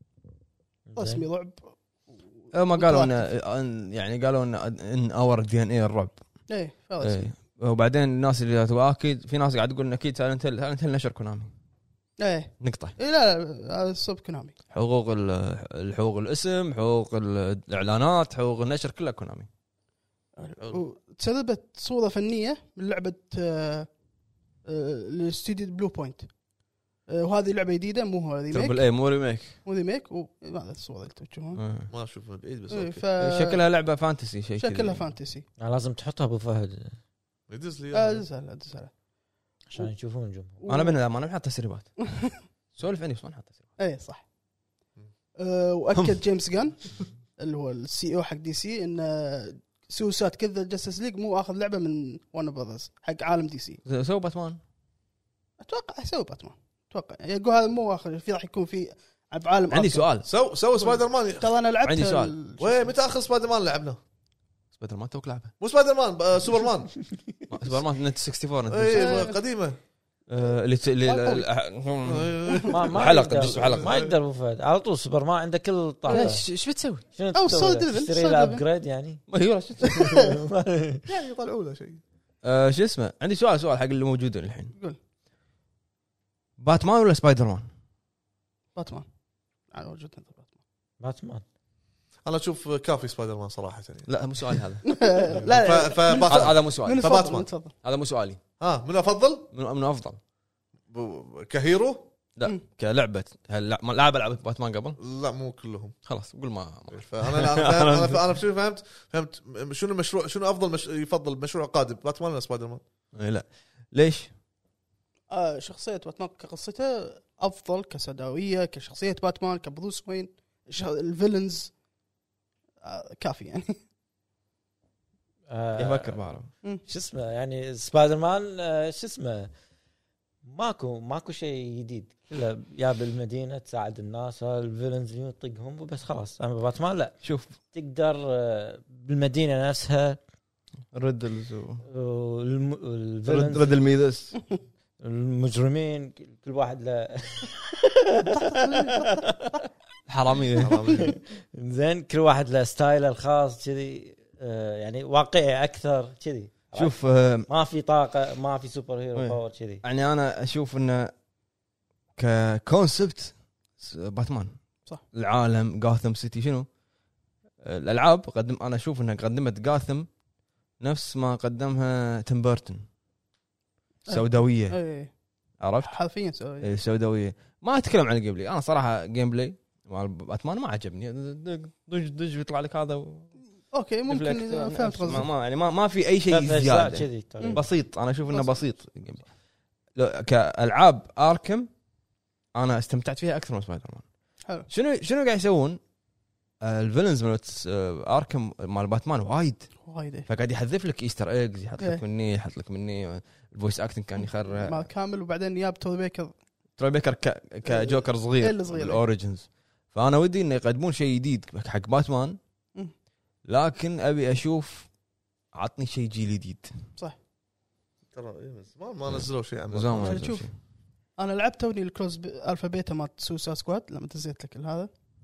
رسمي رعب. ما قالوا ان يعني قالوا ان اور دي ان اي الرعب. ايه وبعدين الناس اللي تواكد في ناس قاعد تقول اكيد سايلنت هيل نشر كونامي. ايه نقطه. إيه لا هذا صوب كونامي. حقوق الاسم حقوق الاعلانات حقوق النشر كلها كونامي. وتسربت صوره فنيه من لعبه الاستوديو بلو بوينت. وهذه لعبه جديده مو ريميك. مو ريميك وهذا الصوره اللي تشوفونها ما اشوف من بعيد بس شكلها لعبه فانتسي شيء شكلها فانتسي. لازم تحطها ابو فهد يدز لي سهله عشان يشوفون جمهور. انا بنا ما انا بحط تسريبات سولف عني بس ما نحط تسريبات. اي صح. واكد جيمس جان اللي هو السي او حق دي سي ان سوسات كذا جاستس ليج مو اخذ لعبه من ون براذرز حق عالم دي سي. سووا باتمان اتوقع يسوي باتمان اتوقع يقول هذا مو اخر في راح يكون في بعالم. عندي سؤال سو سبايدر مان ترى انا لعبت. عندي سؤال وين متى اخر سبايدر مان لعبنا؟ سبايدر مان توك لعبه مو سبايدر مان سوبر مان. سوبر مان 64 اي قديمه اللي ما حلقه ما يقدر ابو فهد على طول سوبر مان عنده كل طاقه. ايش بتسوي؟ او تشتري له ابجريد يعني يعني يطلعوا له شيء. شو اسمه عندي سؤال حق اللي موجودين الحين. قول باتمان ولا سبايدر مان؟ باتمان على وجود باتمان. انا اشوف كافي سبايدر مان صراحه يعني. لا مو سؤالي هذا. لا هذا مو سؤالي. فباتمان هذا مو سؤالي. من افضل من افضل كهيرو. لا كلعبه هل لعبه باتمان قبل؟ لا مو كلهم. خلاص قول ما انا شو فهمت شنو المشروع شنو افضل يفضل مشروع قادم باتمان ولا سبايدر مان؟ لا ليش؟ شخصيه باتمان كقصته افضل كسوداويه كشخصيه باتمان كبروس وين الفيلنز كافي يعني. يفكر ما اعرف شو اسمه يعني سبايدر مان شو اسمه ماكو شيء جديد كله يا بالمدينه تساعد الناس الفيلنز يطقهم وبس خلاص. اما باتمان لا شوف تقدر بالمدينه نفسها رد الفيلنز الميدس المجرمين كل واحد له حراميه زين كل واحد له ستايله الخاص كذي يعني واقعي اكثر كذي. شوف ما في طاقه ما في سوبر هيرو باور كذي. يعني انا اشوف انه ككونسبت باتمان صح. العالم غاثم سيتي شنو الالعاب انا اشوف انها قدمت غاثم نفس ما قدمها تيم بيرتون سوداويه. عرفت حرفيا سوداويه. ما اتكلم عن الجيم بلاي. انا صراحه جيم بلاي مال باتمان ما عجبني. دج يطلع لك هذا اوكي ممكن فهمت قصدك. يعني ما في اي شيء زياده بسيط. انا اشوف انه بسيط. كالعاب اركم انا استمتعت فيها اكثر من سبايدر مان. شنو قاعد يسوون الفيلنز مالت اركم مال باتمان وايد فقاعد يحذف لك ايستر ايجز يحط لك مني يحط لك مني الفويس اكتنج كان يخرع ما كامل. وبعدين ياب تروي بيكر كجوكر صغير الاوريجنز. فانا ودي انه يقدمون شيء جديد حق باتمان لكن ابي اشوف عطني شيء جيل جديد. صح ترى ما نزلوا شيء عن شوف انا لعبت توني الكلوز الفا بيتا مال سوسا سكواد لما تزيت لك هذا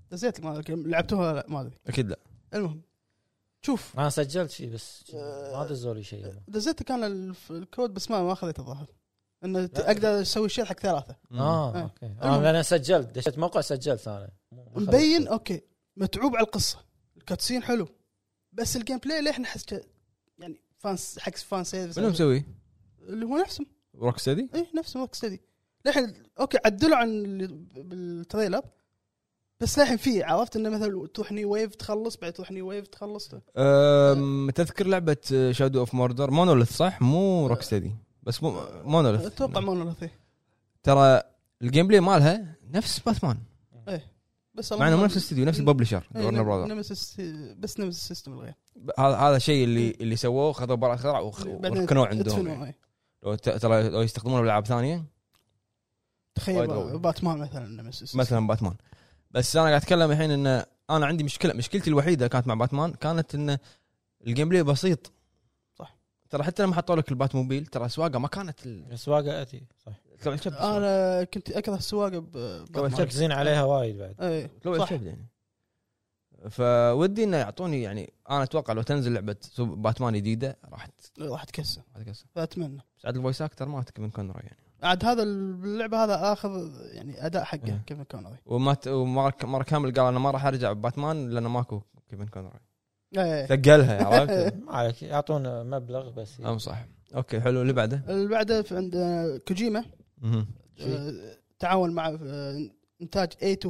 دزيت ما لعبتوها لا ما ادري اكيد لا. المهم شوف انا سجلت فيه بس ما دزوا لي شيء. دزيت كان الكود بس ما اخذت الظاهر انه اقدر اسوي شيء حق 3. اوكي انا سجلت دشيت موقع سجلت انا مبين اوكي متعوب على القصه الكاتسين حلو بس الجيم بلاي ليه احنا حس يعني فانس حق فان سيرفيس منو مسوي اللي هو نفسه روك ستدي ايه نفسه روك ستدي لحين اوكي عدلوا عن بالتريلر بس لحين فيه عرفت انه مثلا تروح ني ويف تخلص بعد تروح ني ويف تخلص. تذكر لعبه شادو اوف موردر مونوليث صح مو روك ستدي بس مونوليث اتوقع مونوليث ترى الجيم بلاي مالها نفس باتمان ايه بس مع انه نفس الاستديو نفس الببلشر ورنر براذر بس نفس السيستم الغير. هذا الشيء اللي سووه خذوا براءة اختراع وركنوه عندهم ترى لو يستخدمونه بالالعاب ثانيه تخيل باتمان مثلا باتمان. بس انا قاعد اتكلم الحين ان انا عندي مشكلتي الوحيده كانت مع باتمان كانت ان الجيم بلاي بسيط صح. ترى حتى لما حطوا لك البات موبيل ترى سواقه ما كانت السواقه اتي صح. انا كنت اكره السواقه مركزين عليها وايد بعد اي صح يعني. فودي انه يعطوني يعني انا اتوقع لو تنزل لعبه باتمان جديده راح تكسر فاتمنى بس عاد الفويس اكتر ما كيفن كونري يعني عاد هذا اللعبه هذا اخذ يعني اداء حقه كيفن كونري ومره كامل قال انا ما راح ارجع بباتمان لانه ماكو كيفن كونري ثقلها عرفت عليك يعطون مبلغ بس صح. اوكي حلو. اللي بعده عند كوجيما تعاون مع انتاج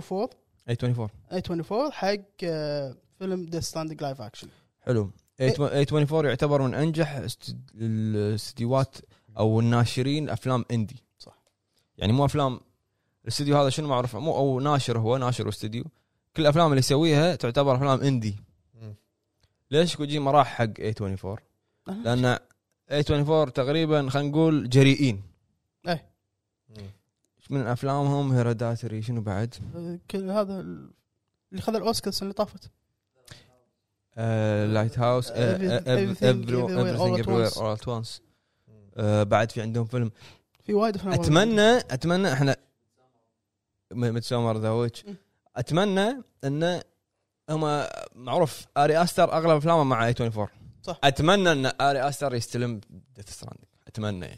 A24 حق فيلم ديث ستراندنج لايف اكشن. حلو. A24 يعتبر من انجح الاستديوهات او الناشرين افلام اندي صح. يعني مو افلام الاستديو هذا شنو معروف مو او ناشر هو ناشر واستديو كل الافلام اللي يسويها تعتبر افلام اندي. ليش كوجيما راح حق A24 لان A24 تقريبا خلينا نقول جريئين من افلامهم هيروداتري شنو بعد كل هذا اللي خذ الاوسكار السنه اللي طافت لايت هاوس everything everywhere all at once. بعد في عندهم فيلم في وايد افلام اتمنى احنا متسومر ذا ويتش اتمنى ان هم معروف اري استر اغلب افلامه مع A24 صح. اتمنى ان اري استر يستلم ديث ستراندنج اتمنى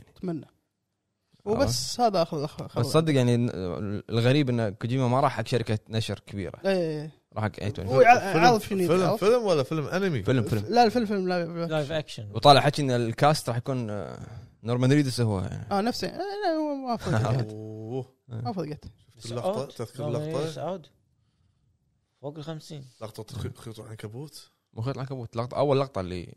وبس هذا اخذ بس صدق يعني الغريب ان كوجيما ما راح حق شركه نشر كبيره راح حق هو عارف شنو فيلم ولا فيلم انمي فيلم لا الفيلم لايف اكشن وطالع حكي ان الكاست راح يكون نورمان ريدس هو يعني نفسه ما فرقت اللقطه تذكر اللقطه فوق 50 لقطه خيط العنكبوت مو خيط العنكبوت لقطه اول لقطه اللي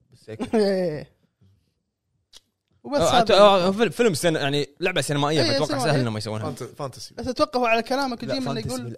وبس فيلم سنة يعني لعبه سينمائيه فتوقع سهل انهم يسوونها فانتسي بس اتوقف على كلامك كوجيما انه يقول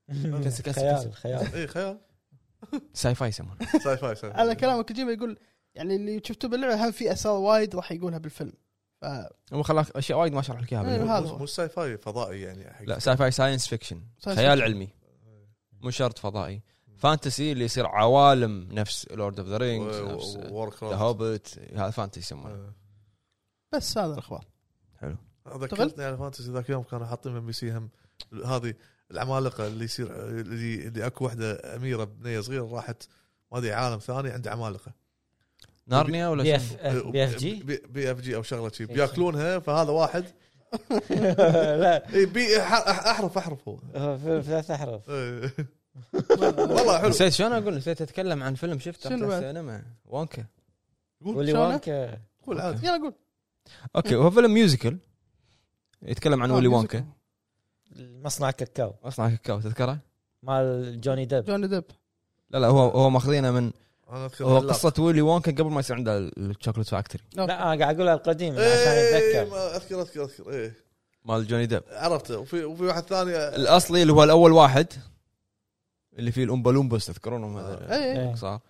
خيال ساي فاي يسمونه ساي فاي على كلامك كوجيما يقول يعني اللي شفته باللعبه هم في اسرار وايد راح يقولها بالفيلم هم خلاك اشياء وايد ما شرح لك اياها مو ساي فاي فضائي يعني لا ساي فاي ساينس فيكشن خيال علمي مو شرط فضائي فانتسي اللي يصير عوالم نفس لورد اوف ذا رينجز نفس ذا هوبت هذا فانتسي يسمونه بس هذا الاخبار حلو. ذكرتني على فانتسي ذاك يوم كانوا حاطين من بي سي هم هذه العمالقه اللي يصير اللي اكو واحده اميره بنيه صغيره راحت ما ادري عالم ثاني عند عمالقه نارنيا ولا بي اف جي او شغله شيء بياكلونها فهذا واحد لا اي بي احرف هو في ثلاث احرف والله حلو. نسيت شلون اقول نسيت اتكلم عن فيلم شفته في السينما وانكا ولي وانكا قول عادي يلا قول اوكي هو فيلم ميوزيكال يتكلم عن ولي وانكا مصنع كاكاو تذكره مال جوني ديب لا هو ماخذينه من هو قصة ويلي وونكا قبل ما يصير عنده الشوكولات فاكتوري لا انا قاعد اقولها القديم عشان اتذكر اذكر ايه مال جوني ديب عرفته وفي واحد ثاني الاصلي اللي هو الاول واحد اللي فيه الامبالومبس تذكرونهم هذا صار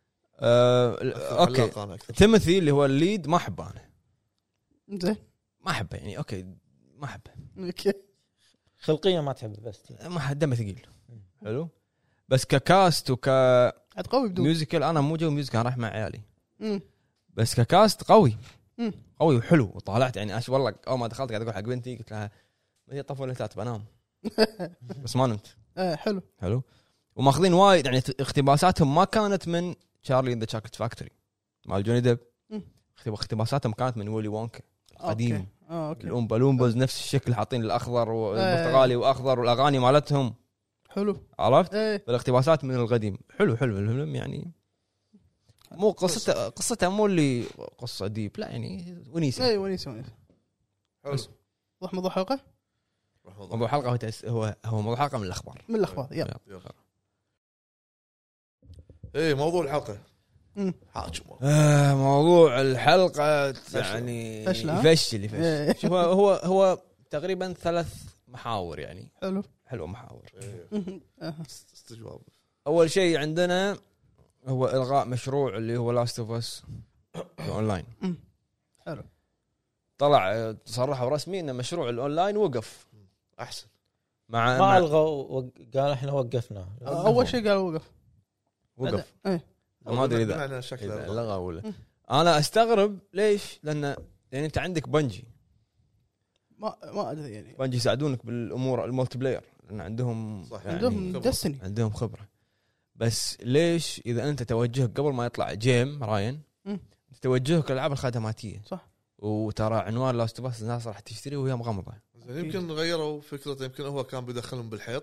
اوكي تيموثي اللي هو الليد ما احبه انا زين ما احبه يعني اوكي ما احبه اوكي خلقيا ما تحبه بس ما دمه ثقيل حلو بس ككاست قوي بدون ميوزيكال انا مو جو ميوزيكال انا رايح مع عيالي بس ككاست قوي قوي وحلو وطالعت يعني والله اول ما دخلت قاعد اقول حق بنتي قلت لها ما هي طفوا لي بنام بس ما نمت حلو. وماخذين وايد يعني اقتباساتهم ما كانت من شارلي ان ذا شوكليت فاكتوري مال جوني ديب. اقتباساتهم كانت من ويلي وونكا قديم. اوكي. الأومبا لومبوز نفس الشكل حاطين الاخضر والبرتقالي واخضر والاغاني مالتهم حلو. عرفت بالاقتباسات من القديم. حلو الفيلم يعني مو قصته مو اللي قصه ديب لا يعني ونيسه. ونيسه. حلو. روح موضوع حلقه. موضوع حلقه هو موضوع حلقه من الاخبار. يلا. موضوع الحلقه. موضوع الحلقه يعني يفشل. شوف هو تقريبا 3 محاور يعني. حلو محاور. استجواب. اول شيء عندنا هو الغاء مشروع اللي هو لاست اوف اس اونلاين. حلو. طلع صرحوا رسمي ان مشروع الاونلاين وقف. احسن ما الغوا قال احنا وقفنا. اول شيء قال وقف. ما ادري اذا شكله لغى ولا انا استغرب ليش لان يعني انت عندك بنجي ما ادري يعني بنجي يساعدونك بالامور المولتي بلاير لان عندهم يعني عندهم دستني عندهم خبره. بس ليش اذا انت توجهك قبل ما يطلع جيم راين توجهك الالعاب الخدماتيه صح. وترى عنوان لاست اوف اس الناس راح تشتري وهي مغمضه. يمكن غيروا فكرته. يمكن هو كان بيدخلهم بالحيط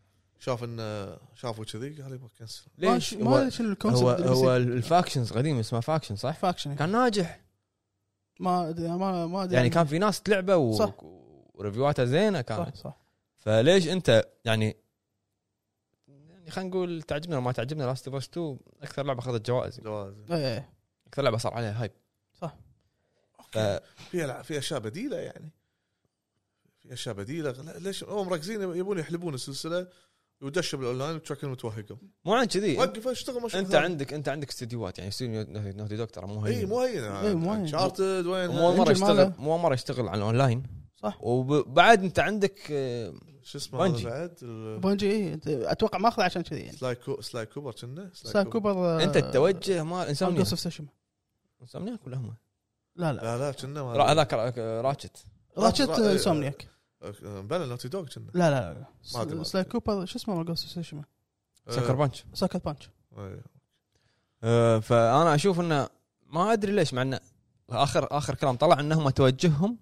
شافوا كذي قال يبغى كنسل. ليش هو الفاكشنز قديم اسمه فاكشن صح. فاكشن كان ناجح ما ادري يعني كان في ناس تلعبه وريفيواتها زينه كانت صح. فليش انت يعني خلينا نقول تعجبنا وما تعجبنا لاست اوف اس 2 اكثر لعبه اخذت جوائز. اكثر لعبه صار عليها هايب صح. في اشياء بديله يعني في اشياء بديله. ليش هم مركزين يبون يحلبون السلسله ودشوا بالاونلاين وتشكل متوهقه مو عن كذي. وقف اشتغل مشروع. انت عندك استديوهات يعني استوديو نوتي دكتور مو هين. مو هين شارتد وين مو مره يشتغل على الاونلاين صح. وبعد انت عندك شو اسمه بعد بونجي اتوقع ماخذ عشان كذي يعني سلاي كوبر كنا سلاي كوبر انت التوجه مال انسومنياك ولا هم لا كنا هذاك راتشت انسومنياك بلا نوتي دوغ كنا لا سلاي كوبر شو اسمه جوست سوشيما ساكر بانش فانا اشوف انه ما ادري ليش مع انه اخر كلام طلع انهم توجههم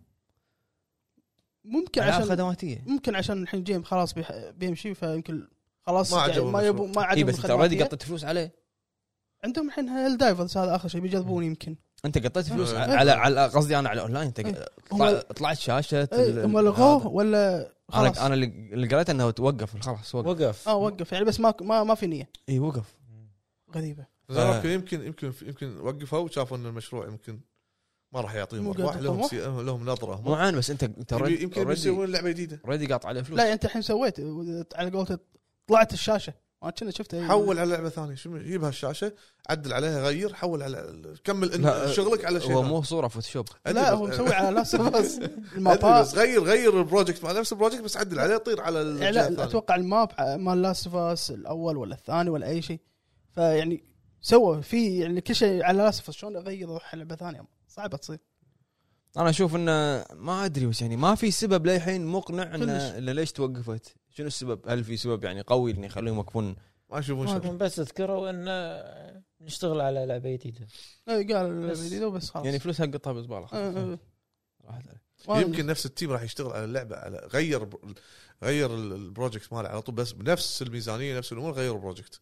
ممكن عشان خدماتيه ممكن عشان الحين جيم خلاص بيمشي فيمكن خلاص ما عجبهم بس انت اوريدي قطيت فلوس عليه. عندهم الحين هيل دايفرز هذا اخر شيء بيجذبون يمكن انت قطيت فلوس على قصدي انا على الاونلاين طلعت شاشه هم لغوه ولا خلاص. انا اللي قريت انه توقف خلاص وقف يعني بس ما في نيه. اي وقف غريبه. يمكن وقفوا وشافوا ان المشروع يمكن ما راح يعطيهم ارباح لهم نظره مو عن بس انت يمكن يسوون لعبه جديده اوريدي قاطع عليه فلوس. لا انت الحين سويت على قولتك طلعت الشاشه ما كنا شفتها حول على لعبه ثانيه شو يجيبها الشاشه عدل عليها غير حول على كمل شغلك على شيء. هو مو صوره فوتوشوب لا هو مسوي على لاست اوف اس بس غير البروجكت مع نفس البروجكت بس عدل عليه طير على لا اتوقع الماب مال لاست اوف اس الاول ولا الثاني ولا اي شيء فيعني سوى في يعني كل شيء على لاست اوف اس شلون اغير اروح لعبه ثانيه صعبه تصير. انا اشوف انه ما ادري بس يعني ما في سبب للحين مقنع انه ليش توقفت. شنو السبب؟ هل في سبب يعني قوي انه يخليهم يوقفون؟ ما اشوفون بس اذكروا ان نشتغل على لعبه جديده. قال لعبه جديده بس خلاص يعني فلوسها قطها بزباله. يمكن نفس التيم راح يشتغل على اللعبه على غير البروجكت ماله على طول بس بنفس الميزانيه نفس الامور غير البروجكت.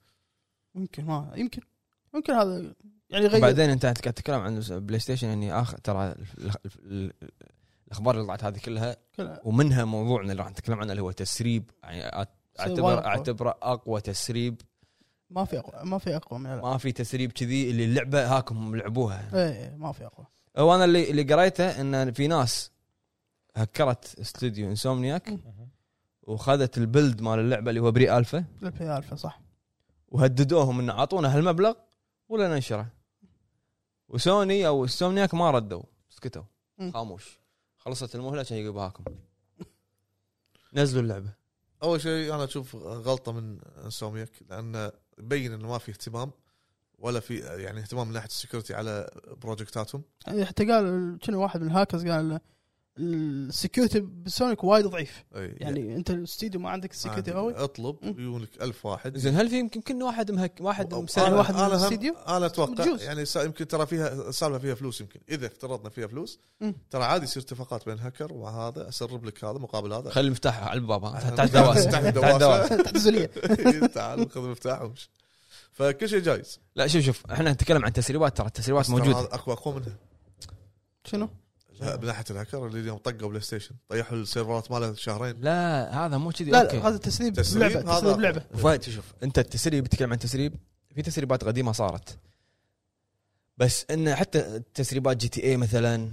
يمكن هذا يعني غير. بعدين انت قاعد تتكلم عن بلاي ستيشن يعني ترى الاخبار اللي طلعت هذه كلها ومنها موضوعنا اللي راح نتكلم عنه اللي هو تسريب يعني اعتبره اقوى تسريب. ما في اقوى من ما في تسريب كذي اللي اللعبه هاكم لعبوها. ما في اقوى. وانا اللي قريته ان في ناس هكرت استوديو انسومنياك وخذت البيلد مال اللعبه اللي هو بري الفا صح وهددوهم ان اعطونا هالمبلغ ولا ننشره. وسوني او انسومنياك ما ردوا سكتوا خاموش. خلصت المهله عشان يجيبوهاكم نزلوا اللعبه. اول شيء انا اشوف غلطه من انسومنياك لان يبين انه ما في اهتمام ولا في يعني اهتمام من ناحيه السكيورتي على بروجكتاتهم. حتى قال كنا واحد من الهاكرز قال السكيورتي بسونيك وايد ضعيف. يعني يعني انت الاستديو ما عندك السكيورتي قوي. اطلب يجونك 1000 واحد. زين هل في يمكن واحد واحد من انا الاستديو انا اتوقع يعني يمكن ترى فيها السالفه فيها فلوس. يمكن اذا افترضنا فيها فلوس ترى عادي يصير اتفاقات بين هاكر وهذا اسرب لك هذا مقابل هذا. خلي المفتاح على الباب تحت دواسه تحت زليه تعال خذ المفتاح ومش. فكل شيء جايز. لا شوف احنا نتكلم عن تسريبات، ترى التسريبات موجوده. اقوى منها شنو؟ لا من ناحيه الهاكر اللي اليوم طقوا بلاي ستيشن طيحوا السيرفرات ماله شهرين. لا هذا مو كذي. لا هذا تسريب بلعبه. تسريب لعبه. فايد شوف انت التسريب بتتكلم عن تسريب، في تسريبات قديمه صارت، بس ان حتى تسريبات جي تي اي مثلا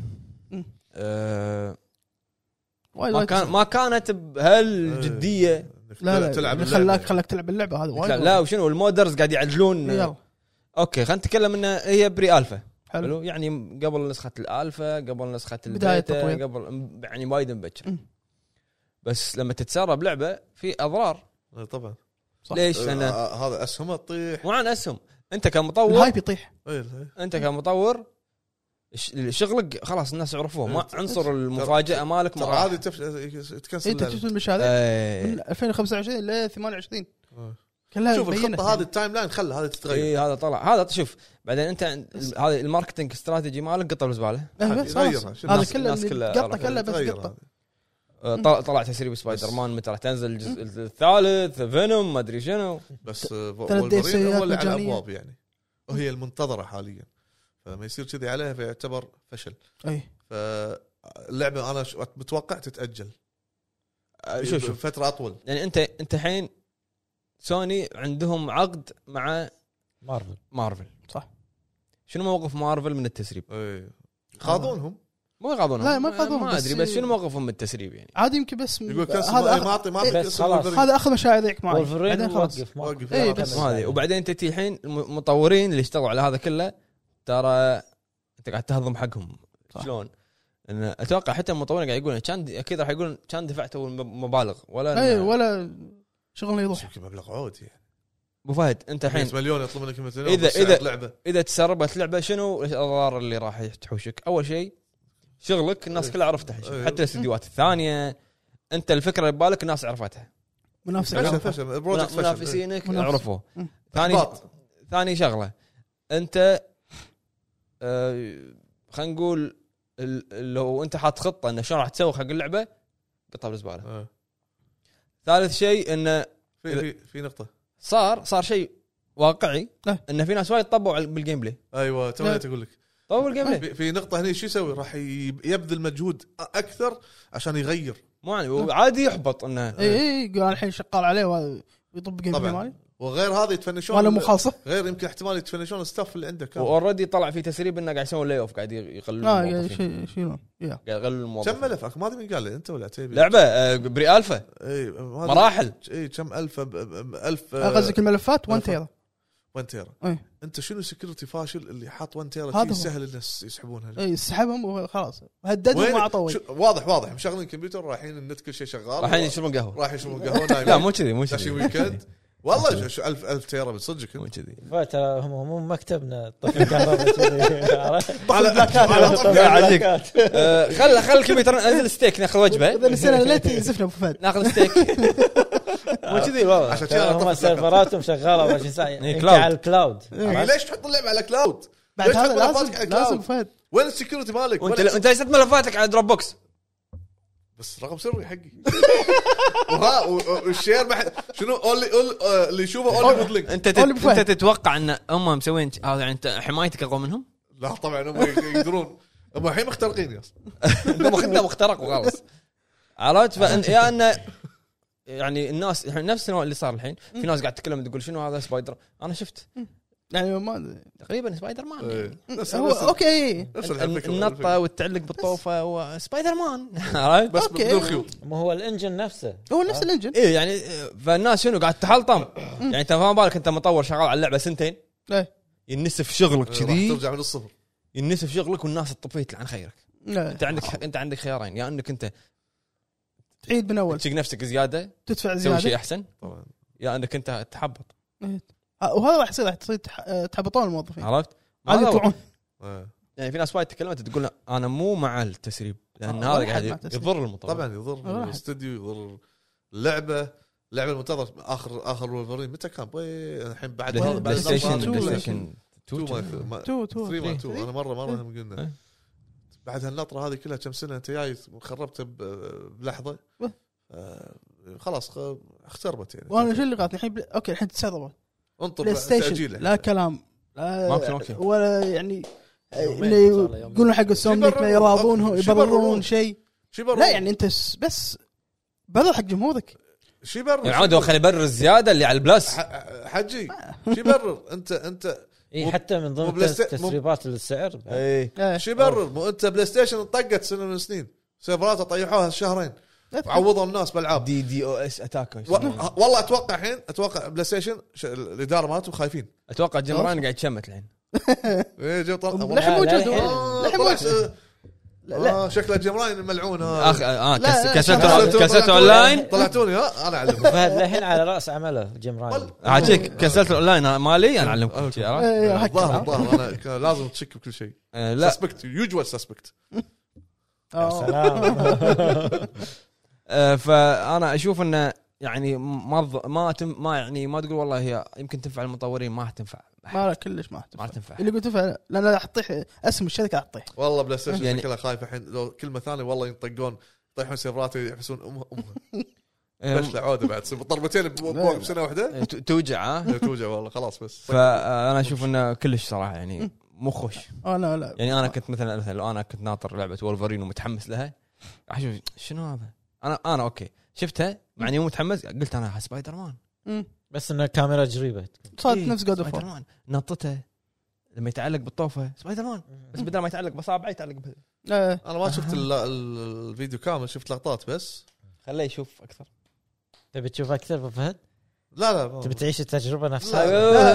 ما كانت بهالجديه. لا تلعب خلاك تلعب اللعبه هذا وايد. لا وشنو المودرز قاعد يعدلون. اوكي خلينا نتكلم ان هي بري الفا حلو، يعني قبل نسخه الالفا، قبل نسخه البيتا، قبل يعني وايد مبكر. بس لما تتسرب لعبه في اضرار طبعا. ليش؟ لان هذا اسهم تطيح. مو عن اسهم، انت كمطور الهايب يطيح. انت كمطور شغلك خلاص الناس عرفوه، ما عنصر المفاجاه مالك ترى عادي تكنسل. انت تشوف مش هذا من 2025 ل 28 كلها. شوف الخطه هذه التايم لاين خلها هذه تتغير. اي هذا طلع هذا. شوف بعدين انت هذا الماركتينج استراتيجي مالك قطه بالزباله. هذا كله قطه كله بس قطه. طلع تسريب سبايدر مان متى راح تنزل الجزء الثالث، فينوم ما ادري شنو. بس وولفرين هو اللي على الابواب يعني، وهي المنتظره حاليا. فما يصير كذي عليها فيعتبر فشل. اي فاللعبه انا متوقع تتاجل. شوف فتره اطول. يعني انت الحين سوني عندهم عقد مع مارفل صح. شنو موقف مارفل من التسريب؟ خاضونهم. مو يغاضونهم. لا ما يغاضونهم، ما ادري، بس شنو موقفهم من التسريب يعني؟ عادي يمكن بس يقول هذا هذا اخذ مشاهدك معي بعدين خلاص اي بس هذه. وبعدين انت الحين المطورين اللي اشتغلوا على هذا كله ترى انت قاعد تهضم حقهم. شلون؟ ان اتوقع حتى المطورين قاعد يقولون كان اكيد راح يقولون كان دفعتوا مبالغ ولا شغلنا يروح مبلغ عود يعني. ابو فهد انت الحين مليون يطلب منك 200 مليون. اذا تسربت لعبه شنو الاضرار اللي راح تحوشك؟ اول شيء شغلك الناس كلها عرفتها، حتى الاستديوهات الثانيه انت الفكره اللي ببالك الناس عرفتها، منافسينك عرفوا. ثاني شغله انت خلينا نقول لو انت حاط خطه انه شلون راح تسوي حق اللعبه قطها بالزباله. ثالث شيء انه في نقطه صار شيء واقعي ان في ناس وايد طبوا بالجيم بلاي. ايوه ترى اقول لك طبوا بالجيم بلاي. في نقطه هنا شو يسوي؟ راح يبذل مجهود اكثر عشان يغير. مو يعني عادي يحبط انه اي قال الحين شغال عليه ويطب جيم بلاي مالي. وغير هذا يتفنشون ولا مخالصه، غير يمكن احتمال يتفنشون الستاف اللي عندك. واوريدي طلع في تسريب انه قاعد يسوون لاي اوف، قاعد يقللون شنو قاعد يقللون الموظفين. كم ملف ما ادري مين قال لي انت ولا عتيبي لعبه بري الفا مراحل كم الف قصدك الملفات 1 تيرا 1 تيرا. انت شنو سكيورتي فاشل اللي حاط 1 تيرا شيء سهل الناس يسحبونها. اي سحبهم وخلاص هددوا ما عطوا. واضح مشغلين الكمبيوتر رايحين النت كل شيء شغال، رايحين يشربون قهوه لا مو كذي ويكند والله شو 1000 تيرا بتصدق مو كذي. فترى هم مو مكتبنا طفل كهرباء كذي عليك. خل الكمبيوتر ننزل ستيك ناخذ وجبه. اذا نسينا لا تزفنا ابو فهد ناخذ ستيك مو كذي والله. عشان كذا هم سيرفراتهم شغاله ولا شيء على الكلاود. ليش تحط اللعبه على كلاود؟ بعد هذا لازم فهد. وين السكيورتي مالك؟ وانت ليست ملفاتك على دروب بوكس بس رقم سري حقي. والشير شنو اللي يشوفه اولي بودلينك. انت تتوقع ان هم مسوين هذا يعني انت حمايتك اقوى منهم؟ لا طبعا هم يقدرون، هم الحين مخترقين يا انهم مخترق وخلاص. عرفت؟ فان يا انه يعني الناس نفس اللي صار الحين في ناس قاعد تتكلم تقول شنو هذا سبايدر. انا شفت يعني ما تقريبا سبايدر مان هو اوكي النطه والتعلق بالطوفه وسبايدر مان عرفت بس بدون خيوط. ما هو الانجن نفسه هو نفس الانجن. ايه يعني فالناس شنو قاعد تحلطم يعني انت فاهم بالك انت مطور شغال على اللعبه سنتين ينسف شغلك كذي ترجع من الصفر ينسف شغلك والناس تطفيه عن خيرك. انت عندك خيارين، يا انك انت تعيد من اول تشق نفسك زياده تدفع زياده تسوي شيء احسن طبعا، يا انك انت تحبط. وهذا راح تصير تحبطون الموظفين. عرفت؟ عادي يطلعون يعني في ناس وايد تكلمت تقول انا مو مع التسريب لان هذا قاعد يضر المطور. طبعا يضر الاستوديو، يضر اللعبه المنتظر. اخر وولفرين متى كان؟ الحين بعد بلاي ستيشن 2 انا مره هم قلنا بعد هالنطره هذه كلها كم سنه انت جاي خربته بلحظه. خلاص اختربت يعني. وانا شو اللي قاعد الحين اوكي الحين تسربت انطر تاجيله لا كلام لا ممكن. ولا يعني انه يقولون حق السومنيك ما يراضونهم يبررون شيء. لا يعني انت بس برر حق جمهورك. شي برر يعني عاد خلي يبرر الزياده اللي على البلس حجي. شي برر انت اي حتى من ضمن تسريبات السعر. اي شي برر مو انت بلاي ستيشن طقت سنه من السنين سيرفرات طيحوها شهرين عوضوا الناس بالعاب دي او اس اتاك. والله اتوقع بلاي ستيشن الاداره ماتوا خايفين. اتوقع جمران قاعد يشمت الحين. ايه جو طلع لحم موجود لا شكله جمران الملعون كاسات اونلاين طلعتوني انا اعلمكم. فهد الحين على راس عمله جمران عاجيك كاسات اونلاين مالي انا اعلمكم. الظاهر انا لازم تشك بكل شيء. لا سسبكت يوجوال سسبكت. سلام. فانا اشوف انه يعني ما يعني ما تقول والله هي يمكن تنفع المطورين، ما تنفع. ما كلش ما تنفع اللي قلت تنفع لان راح تطيح اسم الشركه راح تطيح. والله بلاي ستيشن يعني كلها خايفه الحين لو كلمه ثانيه والله ينطقون يطيحون سيرفرات يحسون امها ليش العوده بعد ضربتين بسنه واحده توجع توجع والله خلاص. بس فانا اشوف انه كلش صراحه يعني مو خوش. لا يعني انا كنت مثلا لو انا كنت ناطر لعبه وولفرين ومتحمس لها اشوف شنو هذا. انا اوكي شفتها معني مو متحمس قلت انا سبايدر مان بس انه كاميرا جريبه صارت نفس جود اوف وور نطته لما يتعلق بالطوفه سبايدر مان بس بدل ما يتعلق بصابعه يتعلق انا ما شفت الفيديو كامل شفت لقطات بس. خليه يشوف اكثر. تبي تشوف اكثر ابو فهد؟ لا تبي تعيش التجربه نفسها.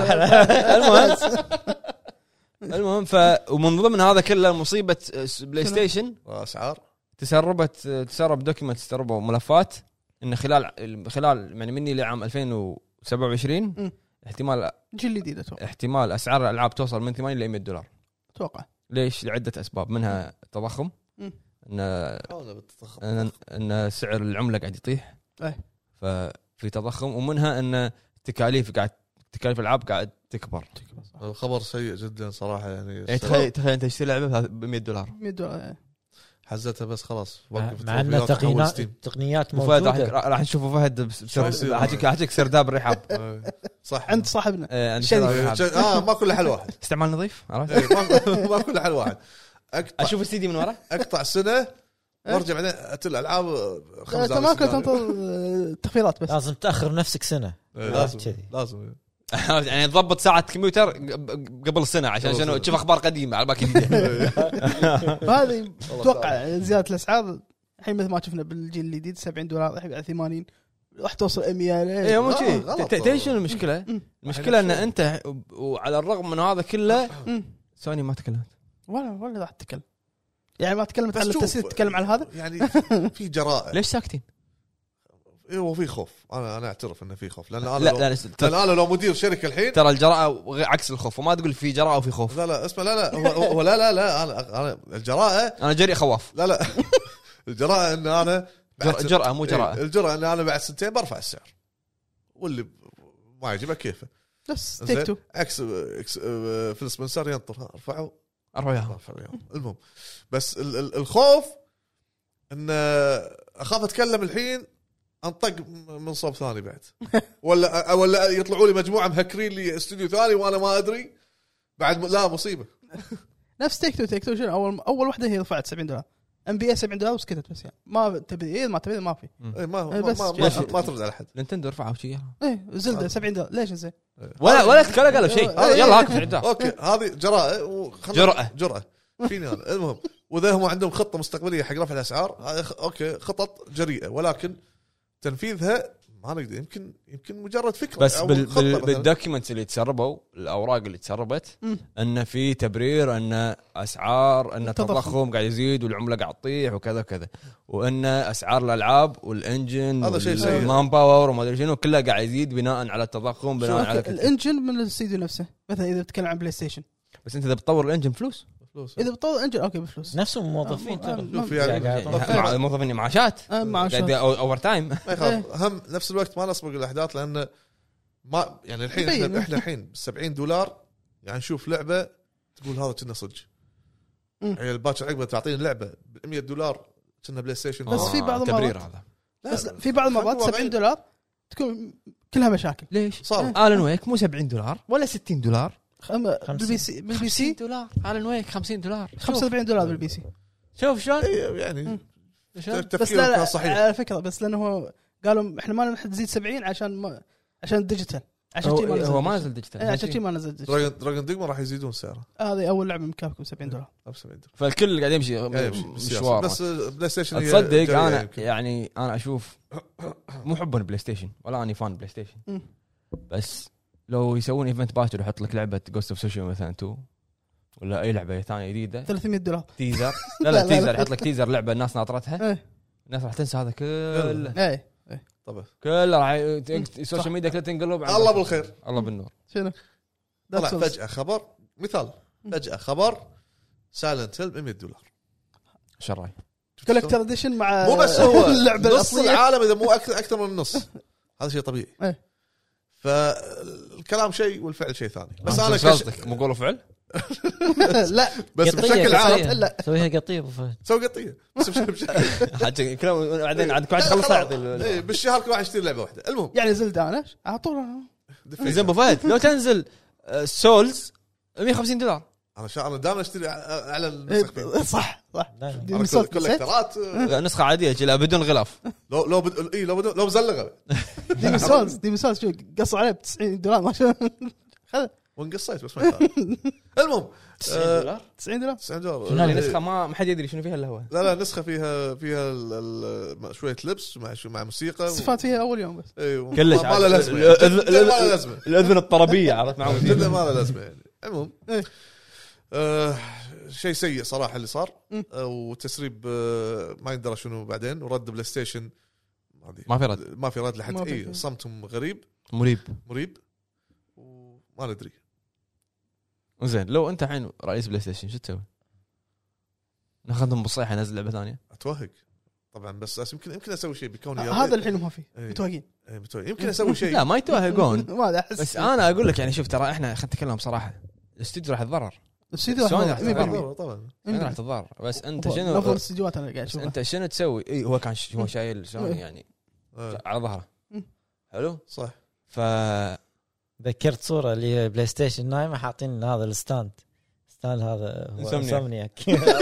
المهم ومن ضمن هذا كله مصيبه بلاي ستيشن اسعار تسرب دوكيمنت تسربوا ملفات ان خلال يعني مني لعام 2027 احتمال جيل جديد احتمال اسعار الالعاب توصل من 80 ل 100 دولار اتوقع. ليش؟ لعده اسباب منها التضخم ان سعر العمله قاعد يطيح ففي تضخم ومنها ان تكاليف الالعاب قاعد تكبر. الخبر سيء جدا صراحه يعني تخيل انت تشتري لعبه ب 100 دولار حزتها بس خلاص وقف. مع ان التقنيات موجوده راح نشوفه فهد حاجيك سرداب الرحاب صح عند صاحبنا ما كل حل واحد استعمال نظيف عرفت ما كل حل واحد. اشوف السي دي من ورا اقطع سنه وارجع بعدين اتل العاب 5 ما كنت تنطر تخفيضات بس لازم تاخر نفسك سنه لازم يعني تضبط ساعه كمبيوتر قبل سنه عشان شنو تشوف اخبار قديمه على باقي هذه اتوقع زياده الاسعار الحين مثل ما شفنا بالجيل الجديد $70 الحين على 80 راح توصل 100. اي مو شيء. تدري شنو المشكله؟ المشكله ان انت وعلى الرغم من هذا كله سوني ما تكلمت ولا راح تتكلم يعني ما تكلمت على التسريب تتكلم على هذا يعني في جراءه. ليش ساكتين؟ ايوه في خوف. انا اعترف انه في خوف لان انا لو مدير شركه الحين ترى الجراءه عكس الخوف وما تقول في جراءه وفي خوف. لا اسمع هو لا انا الجراءه انا جريء خواف. لا الجراءه ان انا جرأة مو جراءه. الجراءه ان انا بعد سنتين برفع السعر واللي ما يجيبه كيفه بس تكتو عكس فيل سبنسر ينطر ارفعوا المهم بس الخوف ان اخاف اتكلم الحين انطق من صوب ثاني بعد ولا يطلعوا لي مجموعه مهكرين لي استوديو ثاني وانا ما ادري بعد لا مصيبه. نفس تكتو شنو اول وحده هي رفعت $70 NBA $70 وسكتت بس يعني ما تبي ما في ما ترد على حد. نينتندو رفعوا شيء زلده $70 ليش زين ولا تكلم قالوا شيء يلا هاك اوكي هذه جرأة فيني انا. المهم واذا هم عندهم خطه مستقبليه حق رفع الاسعار اوكي خطط جريئه ولكن تنفيذها ما نقدر يمكن مجرد فكره. بس بالدوكيومنتس اللي تسربوا الاوراق اللي تسربت ان في تبرير ان اسعار ان التضخم قاعد يزيد والعمله قاعد تطيح وكذا كذا وان اسعار الالعاب والانجن والمان باور وما ادري شنو كله قاعد يزيد بناء على التضخم بناء على الانجن من الاستديو نفسه. مثلا اذا بتتكلم عن بلاي ستيشن بس انت اذا بتطور الانجن فلوس فلوس. اذا بطول انجل اوكي بفلوس نفسهم موظفين شوف يعني موظفين معاشات معاشات اوفر تايم. ما يخاف هم نفس الوقت ما نسبق الاحداث لان ما يعني الحين احنا الحين $70 يعني نشوف لعبه تقول هذا كنا صدق يعني الباتش عقبه تعطيني لعبه $100 كنا بلاي ستيشن. بس في بعض تبرير المرات هذا. بس في بعض المرات $70 تكون كلها مشاكل. ليش صار آلان ويك مو $70 ولا $60 بالبي سي $50 آلان ويك $50 $75 بالبي سي. شوف شلون يعني بس تفكيرك لا صحيح على فكره بس لانه هو قالوا احنا ما نزيد 70 عشان الديجيتال عشان هو ما نزل ديجيتال عشان شيء ما نزل ديجيتال. دراجون ديجما راح يزيدون سعره. هذه اول لعبه من كابكم $70. فالكل قاعد يمشي مشوار. بس بلاي ستيشن تصدق انا يعني انا اشوف مو حبا بلاي ستيشن ولا اني فان بلاي ستيشن بس لو يسوون ايفنت باكر ويحط لك لعبه جوست اوف سوشيما مثلا 2 ولا اي لعبه ثانيه جديده $300 تيزر لا تيزر يحط لك تيزر لعبه الناس ناطرتها الناس راح تنسى هذا كله طبعا كله راح السوشيال ميديا كلها تنقلب. الله بالخير الله بالنور. شنو طلع فجأة خبر مثال فجأة خبر سايلنت هيل $100. شو رايك؟ كولكتر اديشن مع مو بس هو اللعبه نص الاصليه العالم اذا مو اكثر من النص هذا شيء طبيعي. فالكلام شيء والفعل شيء ثاني. بس انا قصدك مو قول وفعل لا بس بشكل عام لا سويها قطيه سوي قطيه بس بشكل حاجه كلام بعدين عاد واحد يخلص يعطي بالشهر كل واحد يشتري لعبه واحده. المهم يعني زلت انا اعطونا زين ابو فهد لو تنزل سولز $150 انا دائما اشتري على النسخ. صح كولكترات نسخه عاديه لا بدون غلاف لو مزلغه ديمي سولز شو قصوا عليه $90 ما شاء الله وانقصيت بس ما يخالف. المهم $90 هذه نسخه ما حد يدري شنو فيها الا هو. لا نسخه فيها شويه لبس مع موسيقى صفات فيها اول يوم بس كلش ما له لازمه الاذن الطربيه عرفت معه جدا ما له لازمه يعني. المهم شيء سيء صراحه اللي صار وتسريب ما يندرى شنو بعدين ورد بلاي ستيشن ما في رد لحد صمتهم غريب مريب وما ندري. زين لو انت الحين رئيس بلاي ستيشن شو تسوي؟ ناخذهم بالصيحه نزل لعبه ثانيه؟ اتوهق طبعا بس يمكن اسوي شيء بكوني هذا الحين ما في متوهقين يمكن اسوي شيء. لا ما يتوهقون ما احس بس انا اقول لك يعني شوف ترى احنا خلينا نتكلم بصراحه الاستوديو راح يتضرر طبعا راح تتضرر بس انت شنو نظر الاستديوهات انا قاعد اشوف انت شنو تسوي؟ هو كان هو شايل سوني يعني على ظهره حلو صح. ذكرت صوره اللي بلاي ستيشن نايمه حاطين هذا الستاند هذا هو انسومنياك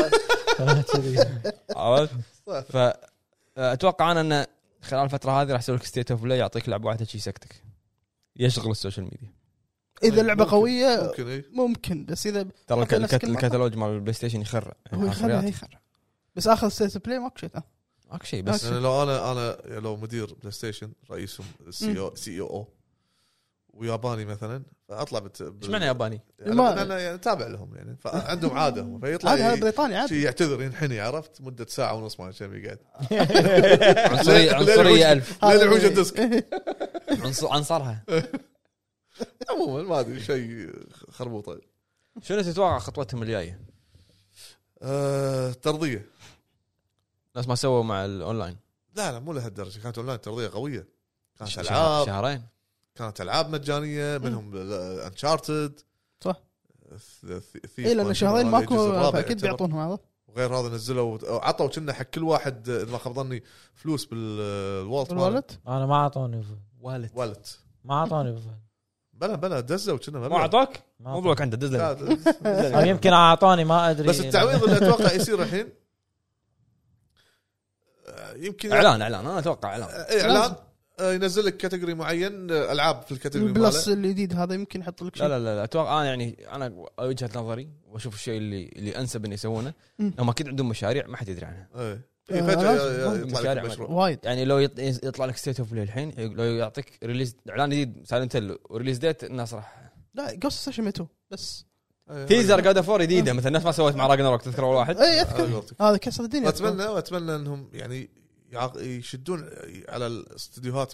عرفت. فاتوقع انا ان خلال الفتره هذه راح اسوي لك ستيت اوف بلاي يعطيك لعبه واحده شيء يسكتك يشغل السوشيال ميديا. اذا اللعبه قويه ممكن بس اذا ترى الكتالوج مال البلاي ستيشن يخرع بس اخر ستيت بلاي ماكو شيء بس لو انا لو مدير بلاي ستيشن رئيسهم سي او وياباني مثلا فاطلع ايش معنى ياباني؟ انا يعني تابع لهم يعني فعندهم عاده فيطلع هذا بريطاني عادي يعتذر ينحني عرفت مده ساعه ونص ما كان يقعد عنصريه 1000 لا يعوج الديسك عنصرها. عموما ما ادري شيء خربوطه. شنو تتوقع خطوتهم الجايه؟ ترضيه ناس ما سووا مع الاونلاين. لا مو لهالدرجه كانت اونلاين ترضيه قويه. كانت العاب شهرين كانت العاب مجانيه منهم انشارتد صح لان شهرين ماكو اكيد بيعطونهم هذا وغير هذا نزلوا عطوا كنا حق كل واحد اذا ما خاب ظني فلوس بالوالت انا ما اعطوني والت ما اعطوني بلا دزوا كنا ما اعطوك موضوعك انت دز يمكن اعطوني ما ادري بس التعويض اللي اتوقع يصير الحين يمكن اعلان انا اتوقع اعلان ينزل لك كاتيجوري معين العاب في الكاتيجوري بلس الجديد هذا يمكن يحط لك شيء. لا اتوقع انا وجهه نظري واشوف الشيء اللي انسب ان يسوونه هم اكيد عندهم مشاريع ما حد يدري عنها. فجاه يطلع لك مشروع وايد يعني لو يطلع لك ستيت اوف بلاي الحين لو يعطيك ريليز اعلان جديد سايلنت هيل وريليز ديت الناس راح لا جوست ستيشن 2 بس تيزر جاد اوف 4 جديده مثلا الناس ما سوت مع راجنروك تذكر اول واحد اذكر هذا كسر الدنيا. واتمنى انهم يعني يشدون على الاستديوهات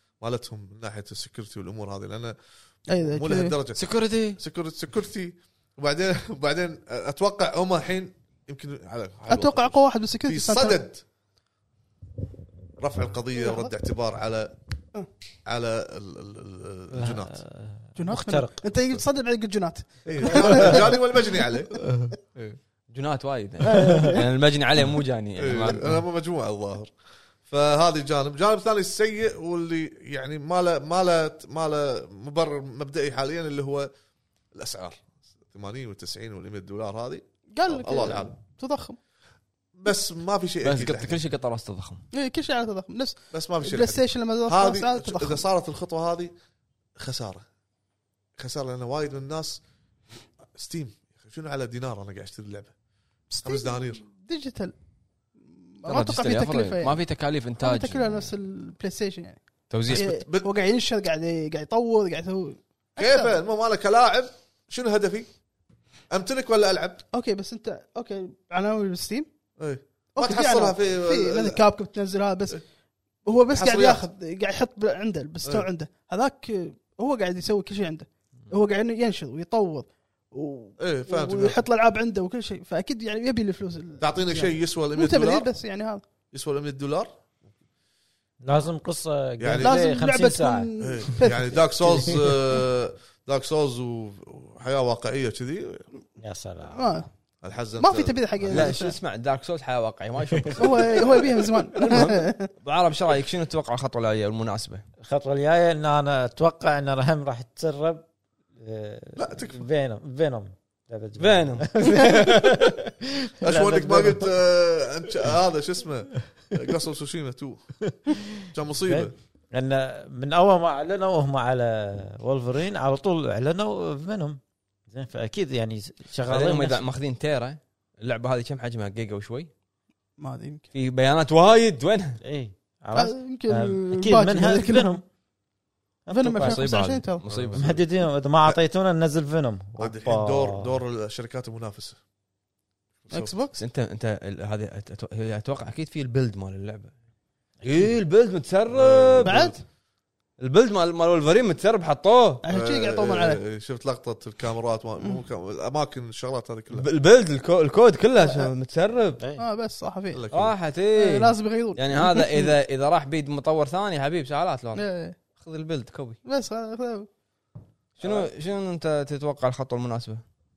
مالتهم من ناحيه السكيورتي والامور هذه لان مو لهالدرجه سكيورتي وبعدين اتوقع هم الحين يمكن اتوقع اقوى واحد بالسكيورتي في صدد رفع القضيه ورد اعتبار على الجنات. مخترق. انت تصدق بعد الجنات جاني والمجني عليه جنات وايد يعني المجني عليه مو جاني يعني انا مجموعه الظاهر. فهذه جانب ثاني السيء واللي يعني ما له مبرر مبدئي حاليا اللي هو الاسعار 80 و90 و100 دولار. هذه قال لك الله العالم تضخم بس ما في شيء بس كل شيء قطع راس تضخم. كل شيء على تضخم بس ما في شيء. بلاي ستيشن لما هذه اذا صارت الخطوه هذه خساره لان وايد من الناس ستيم شنو على دينار انا قاعد اشتري اللعبه 5 دنانير ديجيتال ما اتوقع في تكلفه ما في تكاليف انتاج تكلفه نفس البلاي ستيشن يعني توزيع هو قاعد ينشر قاعد يطور قاعد يسوي كيف المهم انا كلاعب شنو هدفي امتلك ولا العب. اوكي بس انت اوكي عناوين ستيم اي ما تحصلها في كابكم تنزلها بس هو بس قاعد ياخذ قاعد يحط عنده الستور عنده هذاك هو قاعد يسوي كل شيء عنده هو قاعد ينشر ويطور ويحط الالعاب عنده وكل شيء فاكيد يعني يبي الفلوس تعطيني شيء يسوى 100 دولار بس يعني هذا يسوى 100 دولار لازم قصه يعني لازم 50 ساعه يعني دارك سولز وحياه واقعيه كذي يا سلام الحزن ما في تبي حق لا شو اسمع دارك سولز حياه واقعيه ما يشوف هو يبيها من زمان. ابو عرب ايش رايك شنو تتوقع الخطوه الجايه المناسبه؟ الخطوه الجايه ان انا اتوقع ان رهم راح تسرب لا تكفى فينوم اشوانك ما قلت هذا شو اسمه قصر سوشيما 2 كان مصيبه لان من اول ما اعلنوا وهم على وولفرين على طول اعلنوا فينوم زين فاكيد يعني شغالين اذا ماخذين تيرا اللعبه هذه كم حجمها جيجا وشوي ما ادري يمكن في بيانات وايد وينها اي يمكن اكيد منها فينوم مصيبه محددين اذا ما اعطيتونا ننزل فينوم هذا الحين دور الشركات المنافسه اكس بوكس. انت هذه اتوقع اكيد في البيلد مال اللعبه البيلد متسرب بعد البيلد مال وولفرين متسرب حطوه عشان شيء قاعد يطمن عليه. شفت لقطه الكاميرات الاماكن الشغلات هذه كلها البيلد الكود كله متسرب بس صح فيه راحت لازم يغيرون يعني هذا اذا راح بيد مطور ثاني حبيب ساعات لا خذ البيلد كوبي بس شنو انت تتوقع الخطوه المناسبه؟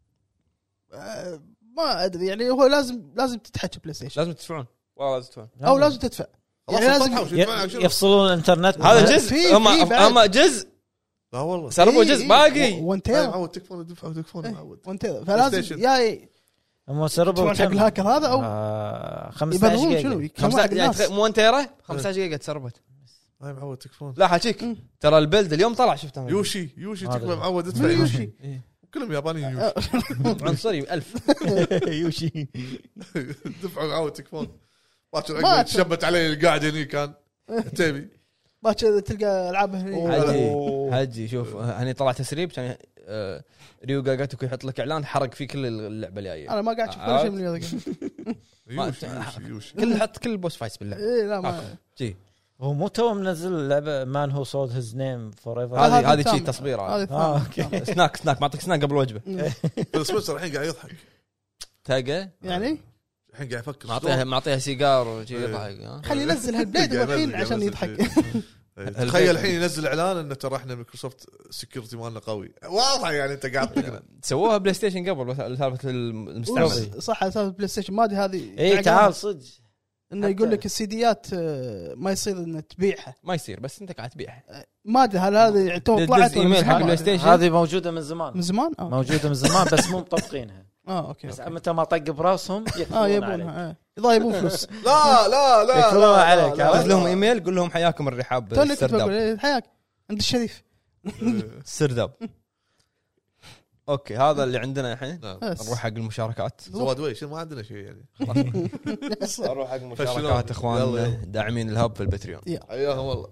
ما ادري يعني هو لازم تتحكي بلاي ستيشن لازم تدفعون والله لازم تدفعون او لازم تدفع يعني لازم يفصلون الانترنت هذا جزء اما جزء لا والله سربوا جزء باقي وانتهى معود تكفون تدفعون وانتهى فلازم يا هم سربوا حق الهاكر هذا او 15 جيجا يعني مو انتيره 15 جيجا تسربت هاي معود تكفون لا حكيك ترى البيلد اليوم طلع شفته يوشي تكفون معود ادفع يوشي كلهم يابانيين يوشي عنصري 1000 يوشي دفعوا معود تكفون باكر تشبت علي القاعد هني كان تبي باكر تلقى العاب هني حجي شوف هني طلع تسريب كان ريو جاجاتو يحط لك اعلان حرق فيه كل اللعبه الجايه انا ما قاعد اشوف ولا شيء من يوشي كل حط كل بوس فايتس باللعبه لا ما جي هو مو تو منزل لعبه مان هو سولد هيز نيم فور ايفر هذه شيء تصوير اوكي سناك معطيك سناك قبل وجبه السبونسر الحين قاعد يضحك يعني الحين قاعد يفكر معطيها سيجار وشي يضحك خلي ينزل هالبليد الحين عشان يضحك تخيل الحين ينزل اعلان ان ترى احنا مايكروسوفت سكيورتي مالنا قوي واضح يعني انت قاعد تقرا سووها بلاي ستيشن قبل سالفه المستعمل صح سالفه بلاي ستيشن ما ادري هذه اي تعال صدق انه يقول لك السيديات ما يصير ان تبيعها ما يصير بس انت قاعد تبيعها ما ادري هل هذه تو طلعت ايميل حق بلاي ستيشن هذه موجوده من زمان موجوده من زمان بس مو مطبقينها اوكي بس متى ما طق براسهم يبونها اذا يبون فلوس لا يكفلون عليك عرض لهم ايميل قول لهم حياكم الرحاب السرداب حياك عند الشريف السرداب اوكي هذا اللي عندنا الحين نروح حق المشاركات زواد ويش ما عندنا شيء يعني نروح حق المشاركات اخواننا داعمين الهب في البتريون حياهم والله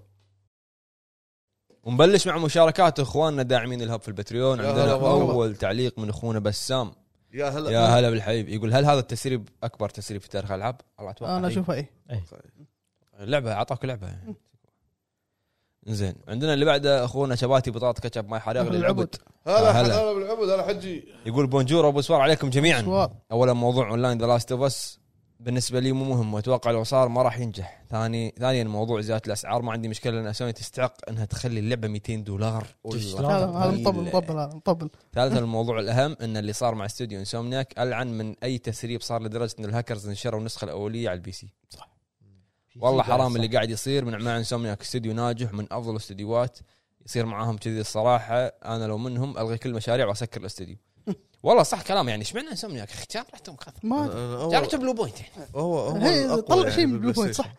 ونبلش مع مشاركات اخواننا داعمين الهب في البتريون عندنا اول تعليق من اخونا بسام يا هلا بالحبيب يقول هل هذا التسريب اكبر تسريب في تاريخ الالعاب؟ الله اتوقع انا اشوفه اللعبه اعطاك لعبه زين عندنا اللي بعده اخونا شباتي بطاطا كاتشب ماي حريق للعبد. هلا بالعبد. هلا حجي. يقول بونجور ابو سوار عليكم جميعا. اولا موضوع اونلاين ذا لاست اوف اس بالنسبه لي مو مهم، واتوقع لو صار ما راح ينجح. ثانيا موضوع زياده الاسعار ما عندي مشكله، لان سوني تستحق انها تخلي اللعبه $200. هذا مطبل. ثالثا الموضوع الاهم ان اللي صار مع استوديو انسومنياك العن من اي تسريب صار، لدرجه ان الهاكرز نشروا النسخه الاوليه على البي سي. صح والله حرام اللي قاعد يصير مع انسومنياك. استوديو ناجح من افضل الاستديوهات، يصير معاهم كذي الصراحه. انا لو منهم الغي كل المشاريع واسكر الاستوديو. والله صح كلام، يعني ايش معنى انسومنياك اخي؟ جاب رحتهم ما جاب بلو بوينت. هو طلع شيء من بلو بوينت صح.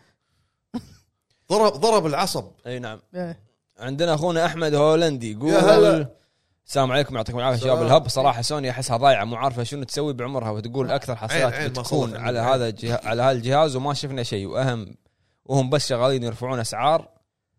ضرب العصب. اي نعم. عندنا اخونا احمد هولندي يقول السلام عليكم يعطيكم العافيه شباب الهب. صراحه سوني احسها ضايعه مو عارفه شنو تسوي بعمرها، وتقول اكثر حصريات بتكون على هذا الجهاز وما شفنا شيء، وهم بس شغالين يرفعون اسعار.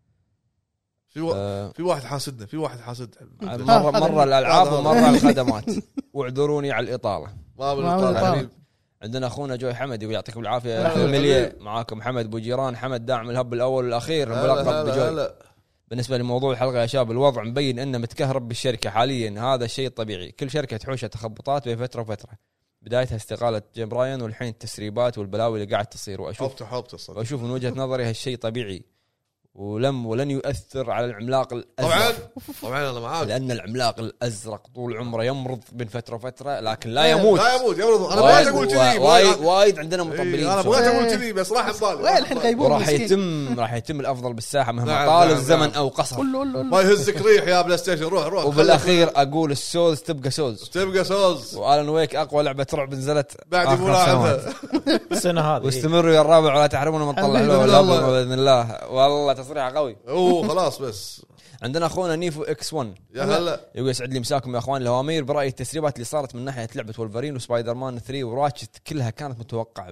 في واحد حاسدنا مره الالعاب ومره الخدمات. واعذروني على الاطاله. عندنا اخونا جوي حمد يقول يعطيكم العافيه فاميليا. معاكم محمد بوجيران. حمد داعم الهب الاول والاخير ملقب بجوي. بالنسبه لموضوع الحلقه يا شباب، الوضع مبين انه متكهرب بالشركه حاليا. هذا الشيء طبيعي، كل شركه تحوشها تخبطات بين فتره وفتره. بدايتها استقاله جيم براين، والحين التسريبات والبلاوي اللي قاعد تصير. واشوف من وجهه نظري هالشيء طبيعي ولن يؤثر على العملاق الأزرق. طبعا انا معاك، لان العملاق الازرق طول عمره يمرض بين فتره وفتره، لكن لا يموت. انا ما اقول كذي. وايد عندنا مطبلين. انا بغيت اقول كذي بس راح ببالي. الحين غيبون. راح يتم الافضل بالساحه مهما طال الزمن او قصر. ما يهزك ريح يا بلاي ستيشن. روح. وبالاخير اقول السولز تبقى سولز. والان ويك اقوى لعبه رعب نزلت بعد ملاعبها السنه هذه. واستمروا يا الرابع ولا تحرمونا من نطلع له باذن الله. والله تصريح قوي. خلاص. بس عندنا اخونا نيفو اكس 1 يا هلا يقول يسعد لي مساكم يا اخوان الهوامير. برايي التسريبات اللي صارت من ناحيه لعبه وولفرين وسبايدر مان 3 وراتشت كلها كانت متوقعه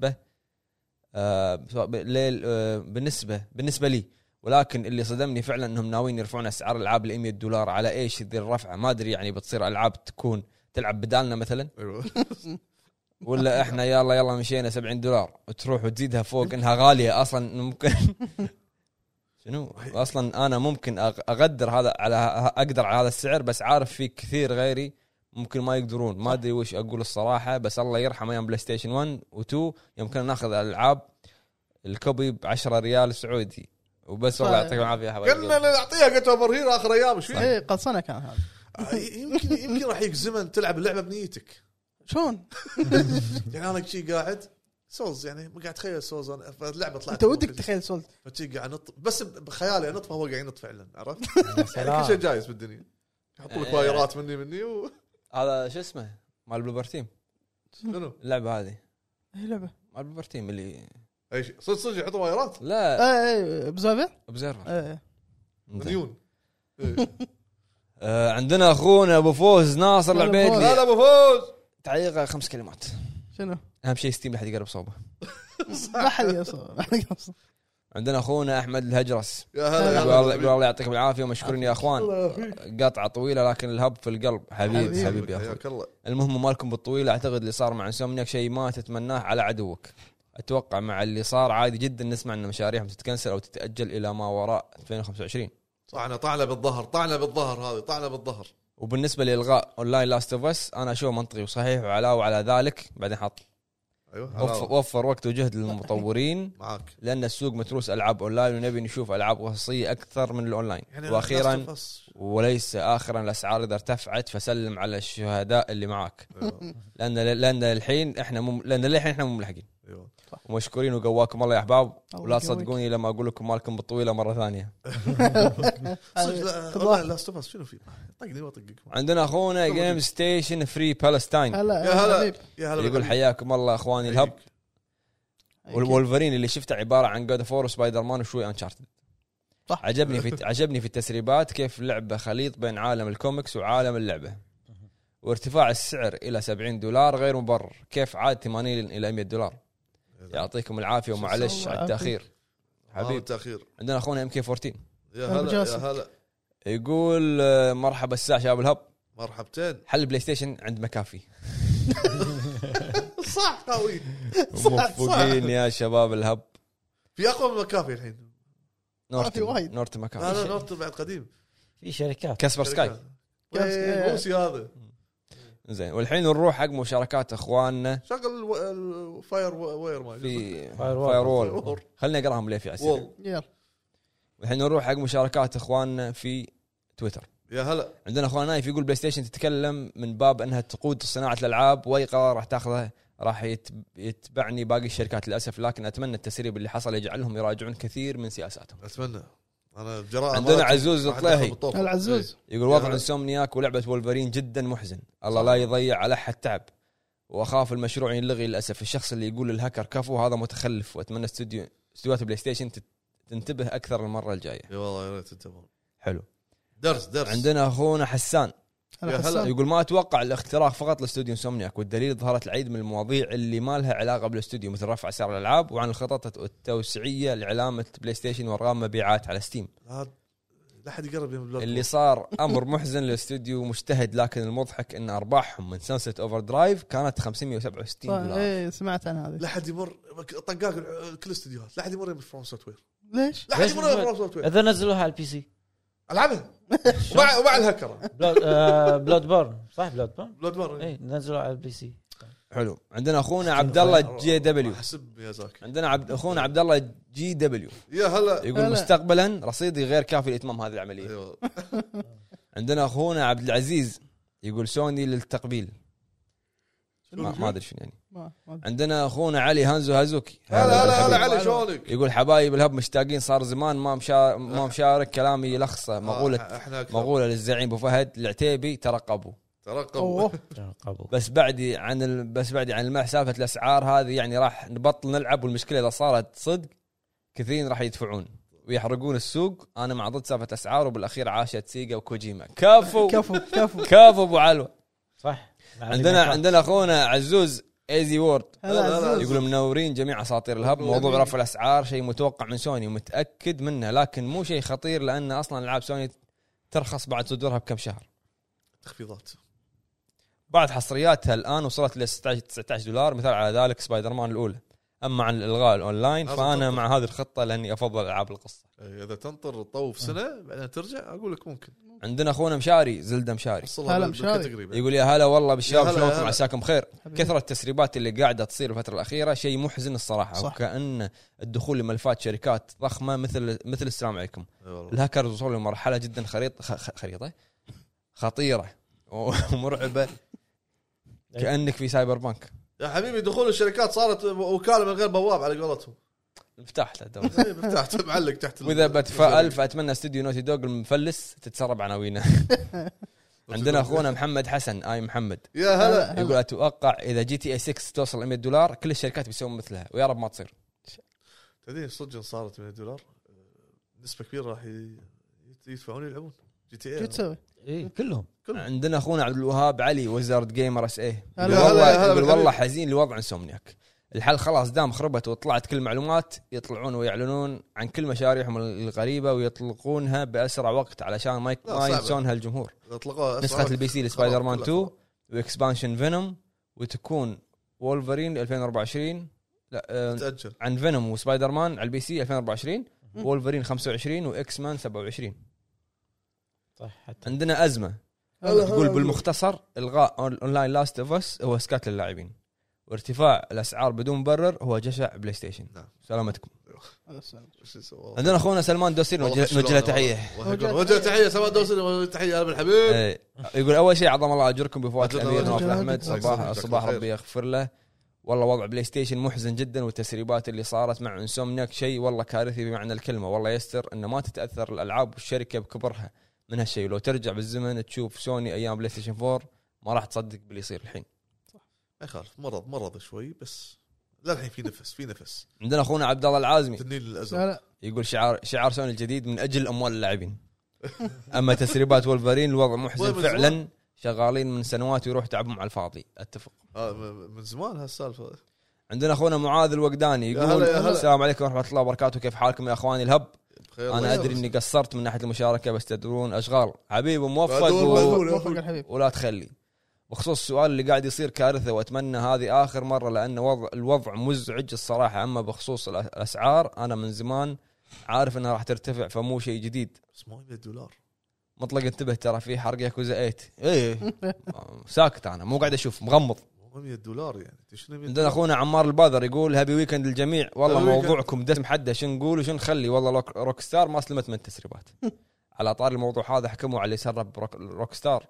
بالنسبه لي، ولكن اللي صدمني فعلا انهم ناويين يرفعون اسعار الالعاب ل$100. على ايش ذي الرفعه؟ ما ادري يعني بتصير العاب تكون تلعب بدالنا مثلا ولا احنا يلا مشينا $70 وتروح وتزيدها فوق انها غاليه اصلا. ممكن شنو اصلا انا ممكن اقدر على هذا السعر، بس عارف في كثير غيري ممكن ما يقدرون. ما ادري وش اقول الصراحه، بس الله يرحم ايام بلاي ستيشن 1 و2 يمكن ناخذ الالعاب الكوبي ب$10 سعودي وبس. الله يعطيكم العافيه يا حبايبي. كنا نعطيها قت اوفر هير اخر ايام شوي. اي قصنا كان هذا. يمكن راح يجيك زمن تلعب اللعبه بنيتك. شلون؟ يعني انا شيء قاعد سولز، يعني ما قاعد اتخيل سولز. اللعبه طلعت انت ودك تخيل سولز، فتيجي قاعد نط بس بخيالي انط، فهو قاعد ينط فعلا. عرفت؟ كل شيء جايز بالدنيا. يحطوا لك وايرات مني هذا شو اسمه مال بلوبر تيم. شنو اللعبه هذه؟ اي لعبه مال بلوبر تيم اللي اي شيء صدق يحطوا وايرات. لا اي اوبزرفر مليون. عندنا اخونا ابو فوز ناصر العبيدي. هلا ابو فوز. تعليقه 5 كلمات. شنو اهم شيء ستيم لحد يقرب صوبه. ما حد يصور. عندنا اخونا احمد الهجرس. يا هلا. الله يعطيكم العافيه ومشكورين يا اخوان. قطعه طويله لكن الهب في القلب. حبيبي يا اخوي. المهم مالكم بالطويله. اعتقد اللي صار مع انسومنياك شيء ما تتمناه على عدوك. اتوقع مع اللي صار عادي جدا نسمع ان مشاريعهم تتكنسل او تتاجل الى ما وراء 2025. طعنا بالظهر هذه طعنا بالظهر. وبالنسبه لالغاء اونلاين لاست اوف اس انا اشوفه منطقي وصحيح، وعلاوه على ذلك بعدين حط وفر وقت وجهد للمطورين معك، لان السوق متروس العاب اونلاين ونبي نشوف العاب قصصيه اكثر من الاونلاين. يعني واخيرا وليس اخرا الاسعار اذا ارتفعت فسلم على الشهداء اللي معك. لان الحين احنا مو ملحقين. ومشكورين وقواكم الله يا احباب. ولا تصدقوني لما اقول لكم مالكم بالطويله مره ثانيه. لا استفز شنو في طقني واطقكم. عندنا اخونا جيم ستيشن فري بالستاين. يا هلا يقول حياكم الله اخواني الهب. والولفرين اللي شفته عباره عن جود اوف وور وسبايدر مان وشوي انشارتد. عجبني في التسريبات كيف لعبه خليط بين عالم الكوميكس وعالم اللعبه، وارتفاع السعر الى $70 غير مبرر. كيف عاد 80 الى $100؟ يعطيكم العافيه ومعلش على التاخير حبيب. التاخير. عندنا اخونا MK14. يا هلا يقول مرحبا الساعه شباب الهب. مرحبتين. حل بلاي ستيشن عند مكافي. صح قوي. موفقين يا شباب الهب. في اقوى من مكافي الحين. نورت مكان لا نورت بعد قديم في شركات كاسبر سكاي روسي هذا زين. والحين نروح حق مشاركات اخواننا. شغل الفاير وير ما في فاير وول خلينا نقراهم ليه في اسئله. يلا والحين نروح حق مشاركات اخواننا في تويتر. يا هلا. عندنا اخوان نايف يقول بلاي ستيشن تتكلم من باب انها تقود صناعه الالعاب، واي قرار راح تاخذه راح يتبعني باقي الشركات للاسف، لكن اتمنى التسريب اللي حصل يجعلهم يراجعون كثير من سياساتهم. اتمنى. انا جراءه. عندنا عزوز الطليهي العزوز يقول وضع انسومنياك ولعبه وولفرين جدا محزن، الله لا يضيع على احد تعب، واخاف المشروع ينلغي للاسف. الشخص اللي يقول الهكر كفو هذا متخلف، واتمنى استديوهات بلاي ستيشن تنتبه اكثر المره الجايه. اي والله يا ريت تنتبهون. حلو. درس عندنا اخونا حسان هلا. يقول ما اتوقع الاختراق فقط لاستوديو انسومنياك، والدليل ظهرت العديد من المواضيع اللي ما لها علاقه بالاستوديو مثل رفع سعر الالعاب وعن الخطط التوسعيه لعلامه بلاي ستيشن وارقام مبيعات على ستيم. لا حد يقرب اللي صار امر محزن للاستوديو مجتهد، لكن المضحك ان ارباحهم من سانست اوفر درايف كانت $567. ايه سمعت عن هذه. لا حد يمر طقاق كل استديوهات، لا حد يمر بفروم سوفت وير. ليش؟ لا حد يمر بفروم سوفت وير. اذا نزلوها على البي سي العبها ومع الهكر. بلود بورن صح؟ بلود بورن اي نزلوها على البي سي. حلو. عندنا اخونا عبد الله جي دبليو. حسب يا زاكي. عندنا اخونا عبد الله جي دبليو. يا هلا. يقول مستقبلا رصيدي غير كافي لاتمام هذه العمليه. عندنا اخونا عبد العزيز يقول سوني للتقبيل. ما ادري شنو يعني. عندنا اخونا علي هانزو هازوكي. هلا علي شلونك؟ يقول حبايب الهب مشتاقين، صار زمان ما مشارك كلامي يلخصه. مقوله للزعيم ابو فهد العتيبي ترقبوا. بس بعدي عن المح سالفه الاسعار هذه، يعني راح نبطل نلعب، والمشكله اذا صارت صدق كثيرين راح يدفعون ويحرقون السوق. انا مع ضد سالفه اسعار، وبالاخير عاشت سيجا وكوجيما. كفو ابو علوه صح. عندنا اخونا عزوز ايزي وورد يقول منورين جميع اساطير الهب. موضوع رفع الاسعار شيء متوقع من سوني ومتاكد منه، لكن مو شيء خطير لان اصلا العاب سوني ترخص بعد صدورها بكم شهر. تخفيضات بعد حصرياتها الان وصلت ل $19 مثال على ذلك سبايدر مان الاولى. اما عن الالغاء الاونلاين فانا مع هذه الخطه لاني افضل العاب القصه. اذا تنطر طوف سنه بعدين ترجع اقول لك ممكن. عندنا اخونا مشاري زلده مشاري مشاري يقول يا هلا والله بالشباب شلونكم عساكم بخير. كثره التسريبات اللي قاعده تصير الفتره الاخيره شيء محزن الصراحه، وكأن الدخول لملفات شركات ضخمه مثل السلام عليكم. الهاكرز وصلوا لمرحله جدا خريطه خطيره ومرعبه كأنك في سايبر بانك يا حبيبي. دخول الشركات صارت وكاله من غير بواب على قولتهم. مفتاح مفتاح معلق تحت. واذا بتفائل فاتمنى استوديو نوتي دوغ المفلس تتسرب عناوينه. عندنا اخونا محمد حسن اي محمد يا هلا يقول اتوقع اذا جي تي اي 6 توصل $100 كل الشركات بيسوون مثلها، ويا رب ما تصير. تدري صدق صارت $100 نسبه كبيره راح يدفعون يلعبون جي تي اي. تسوي كلهم. عندنا اخونا عبد الوهاب علي وزارد جيمر اس اي والله حزين لوضع انسومنياك. الحل خلاص دام خربت وطلعت كل المعلومات، يطلعون ويعلنون عن كل مشاريعهم الغريبه ويطلقونها باسرع وقت علشان ما ينسونها الجمهور. نسخه البي سي لسبايدر مان 2 واكسبانشن فينوم، وتكون وولفرين 2024 لا تأجل عن فينوم وسبايدر مان على البي سي 2024 وولفرين 25 واكس مان 27. صح. عندنا ازمه تقول بالمختصر الغاء اونلاين لاست اوف اس هو سكات للاعبين، وارتفاع الاسعار بدون مبرر هو جشع بلاي ستيشن. سلامتكم. عندنا اخونا سلمان دوسري نوجه له تحيه. وجه تحيه سلمان دوسري، تحيه يا ابن الحبيب. يقول اول شيء عظم الله اجركم بفوات الامير نواف احمد. صباح ربي يغفر له. والله وضع بلاي ستيشن محزن جدا، والتسريبات اللي صارت مع انسومنياك شيء والله كارثي بمعنى الكلمه. والله يستر انه ما تتاثر الالعاب والشركه بكبرها من هالشيء. لو ترجع بالزمن تشوف سوني ايام بلاي ستيشن 4 ما راح تصدق باللي يصير الحين. ما يخالف مرض شوي بس لا الحين في نفس. عندنا اخونا عبد الله العازمي يقول شعار سوني الجديد من اجل اموال اللاعبين. اما تسريبات وولفرين الوضع محزن فعلا، شغالين من سنوات ويروح تعبهم على الفاضي. اتفق من زمان هالسالفه. عندنا اخونا معاذ الوقداني يقول السلام عليكم ورحمه الله وبركاته، كيف حالكم يا اخواني الهب؟ انا ادري اني قصرت من ناحيه المشاركه بس تدرون اشغال حبيبي موفق ولا تخلي. بخصوص السؤال اللي قاعد يصير كارثه، واتمنى هذه اخر مره لان الوضع مزعج الصراحه. اما بخصوص الاسعار انا من زمان عارف انها راح ترتفع فمو شيء جديد. بس $100 مطلق انتبه ترى في حرق ياكوزا 8. ايه ساكت انا مو قاعد اشوف مغمض. $100 يعني تشتري. عندنا اخونا عمار البادر يقول هابي ويكند للجميع. والله موضوعكم دسم حده شو نقول وشو نخلي. والله روك ستار ما سلمت من التسريبات. على طار الموضوع هذا حكموا على اللي سرب روك ستار.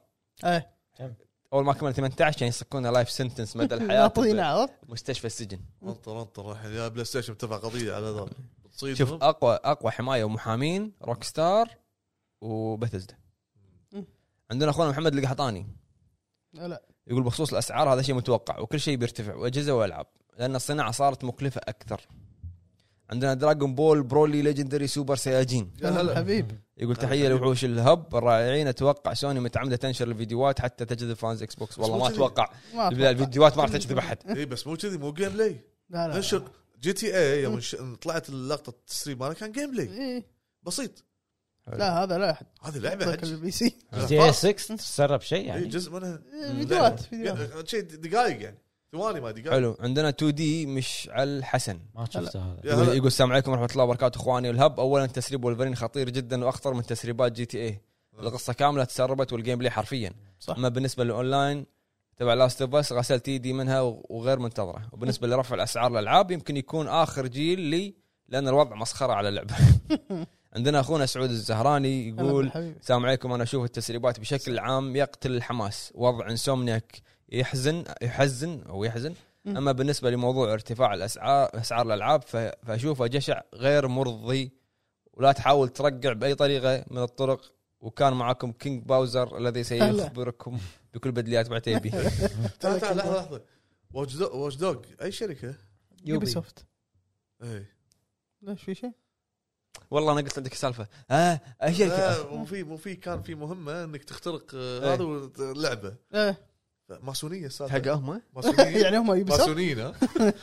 اول ما كمل 18 يعني يسكونه لايف سنتنس مدى الحياه مستشفى السجن. انطر يا بلاي ستيشن تبع قضيه على هذا. شوف اقوى حمايه ومحامين روك ستار وبثزدا. عندنا اخونا محمد القحطاني لا يقول بخصوص الاسعار هذا شيء متوقع وكل شيء بيرتفع واجهزه والعاب لان الصناعه صارت مكلفه اكثر. عندنا دراغون بول برولي ليجندري سوبر سياجين حبيب يقول تحيه لوحوش الهب الرائعين. اتوقع سوني متعمده تنشر الفيديوهات حتى تجذب فانز اكس بوكس. والله ما اتوقع الفيديوهات ما راح تجذب احد. اي بس مو كذي مو جيم بلاي. لا نشر جي تي اي يوم طلعت اللقطه التسريب مالها كان جيم بلاي بسيط. لا هذا لا احد هذه لعبه البي سي جي 6 تسرب شيء يعني جزء منها فيديوهات شيء دقائق يعني ثواني ما دقائق. حلو. عندنا 2 دي مش على الحسن ما شفته هذا. يقول السلام عليكم ورحمه الله وبركاته اخواني الهب. اولا تسريب وولفرين خطير جدا واخطر من تسريبات جي تي اي. القصه كامله تسربت والجيم بلاي حرفيا صح. اما بالنسبه للاونلاين تبع لاست اوف اس غسلت ايدي منها وغير منتظره. وبالنسبه لرفع الاسعار الالعاب يمكن يكون اخر جيل لي لان الوضع مسخره على اللعبه. عندنا اخونا سعود الزهراني يقول السلام عليكم. انا اشوف التسريبات بشكل عام يقتل الحماس. وضع انسومنياك يحزن اما بالنسبه لموضوع ارتفاع اسعار الالعاب فاشوفه جشع غير مرضي ولا تحاول ترقع باي طريقه من الطرق. وكان معكم كينج باوزر الذي سيخبركم بكل بدليات بعتيبي. تعال لحظه واتش دوغ اي شركه؟ يوبي سوفت. اي ليش في شيء؟ والله انا قلت عندك سالفه اي شركه مو في كان في مهمه انك تخترق هذا اللعبه ماسونيه السالفه حقهم ماسونيه يعني هم ماسونيين.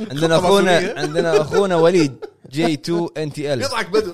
عندنا اخونا وليد جي 2 ان تي ال يضحك بدر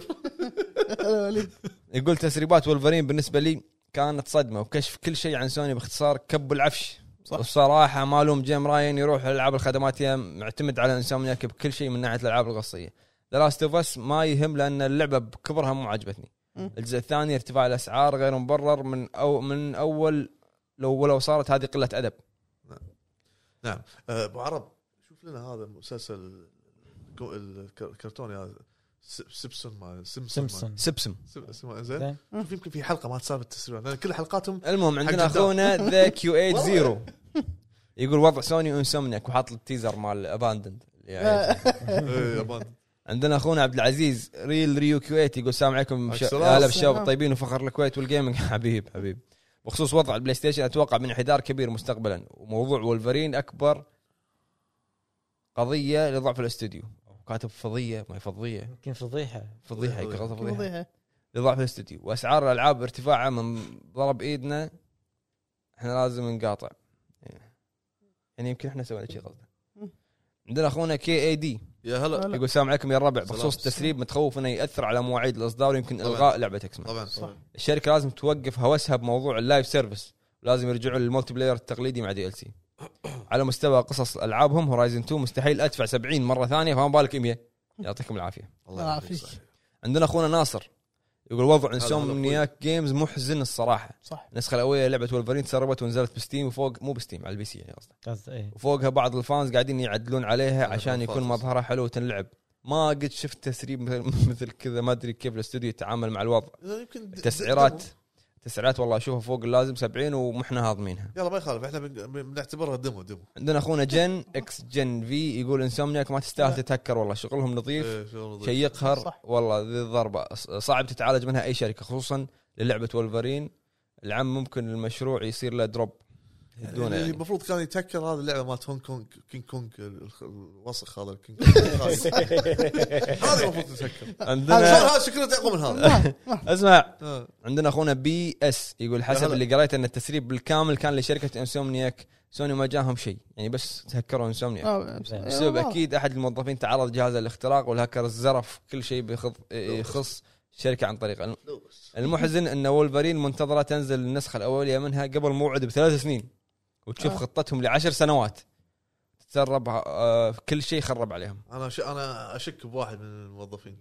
يقول تسريبات وولفرين بالنسبه لي كانت صدمه وكشف كل شيء عن سوني باختصار كب العفش. والصراحه مالوم جيم راين يروح للالعاب الخدماتيه معتمد على انسومنياك بكل شيء من ناحيه الالعاب القصيه. لاست اوف اس ما يهم لان اللعبه بكبرها مو عجبتني. الجزء الثاني ارتفاع الاسعار غير مبرر من اول لو صارت هذه قله ادب. نعم ابو عرب شوف لنا هذا المسلسل الكرتوني هذا سيمبسون ما سيمبسون زين شوف يمكن في حلقه ما تصير بالتسريب لان كل حلقاتهم. المهم عندنا اخونا ذا كيو 80 يقول وضع سوني وانسومنياك وحاط التيزر مال اباندند عندنا اخونا عبد العزيز ريو كيو 8 يقول السلام عليكم هلا بالشباب الطيبين وفخر الكويت والجيمنج. حبيب بخصوص وضع البلاي ستيشن اتوقع بانحدار كبير مستقبلا وموضوع وولفرين اكبر قضيه لضعف الاستوديو. كاتب فضيه ما فضيه يمكن فضيحه فضيحه لضعف الاستوديو واسعار الالعاب ارتفاعها من ضرب ايدنا احنا لازم نقاطع يعني يمكن احنا سوينا شيء غلط. عندنا اخونا كي اي دي يا هلا يقول السلام عليكم يا الربع. بخصوص التسريب متخوف انه ياثر على مواعيد الاصدار ويمكن الغاء لعبه اكسمان. طبعا صح. الشركه لازم توقف هوسها بموضوع اللايف سيرفيس ولازم يرجعوا للمولتي بلاير التقليدي مع دي ال سي. على مستوى قصص العابهم هورايزن 2 مستحيل ادفع 70 مره ثانيه فما بالك 100. يعطيكم العافيه. الله يعافيك. عندنا اخونا ناصر يقول وضع انسومنياك جيمز محزن الصراحه. صح. النسخه الاوليه لعبه وولفرين تسربت ونزلت بستيم وفوق مو بستيم على البي سي يعني قصدي وفوقها بعض الفانز قاعدين يعدلون عليها عشان يكون مظهرها حلو وتنلعب. ما قد شفت تسريب مثل كذا. ما ادري كيف الاستوديو يتعامل مع الوضع. تسعيرات والله اشوفها فوق اللازم 70 ومحنا هاضمينها. يلا ما يخالف احنا بنعتبرها ديمو. عندنا اخونا جن اكس جن في يقول انسومنياك ما تستاهل تتهكر والله شغلهم نظيف شيء يقهر والله ذي الضربه صعب تتعالج منها اي شركه خصوصا للعبه وولفرين. العم ممكن المشروع يصير له دروب يعني المفروض كان يتهكر هذه اللعبه مالت هونغ كونغ كينج كونغ الوسخ هذا الكينج هذا المفروض تتهكر. عندنا هذا شكله اقوى من هذا. اسمع عندنا اخونا بي اس يقول حسب اللي قريته ان التسريب بالكامل كان لشركه انسومنياك. سوني ما جاهم شيء يعني بس تهكروا انسومنياك بسبب اكيد احد الموظفين تعرض جهاز الاختراق والهاكر زرف كل شيء يخص الشركه عن طريق. المحزن ان وولفرين منتظره تنزل النسخه الاوليه منها قبل موعد ب3 سنين وتشوف خطتهم ل10 سنوات تتسرب كل شيء خرب عليهم. انا اشك بواحد من الموظفين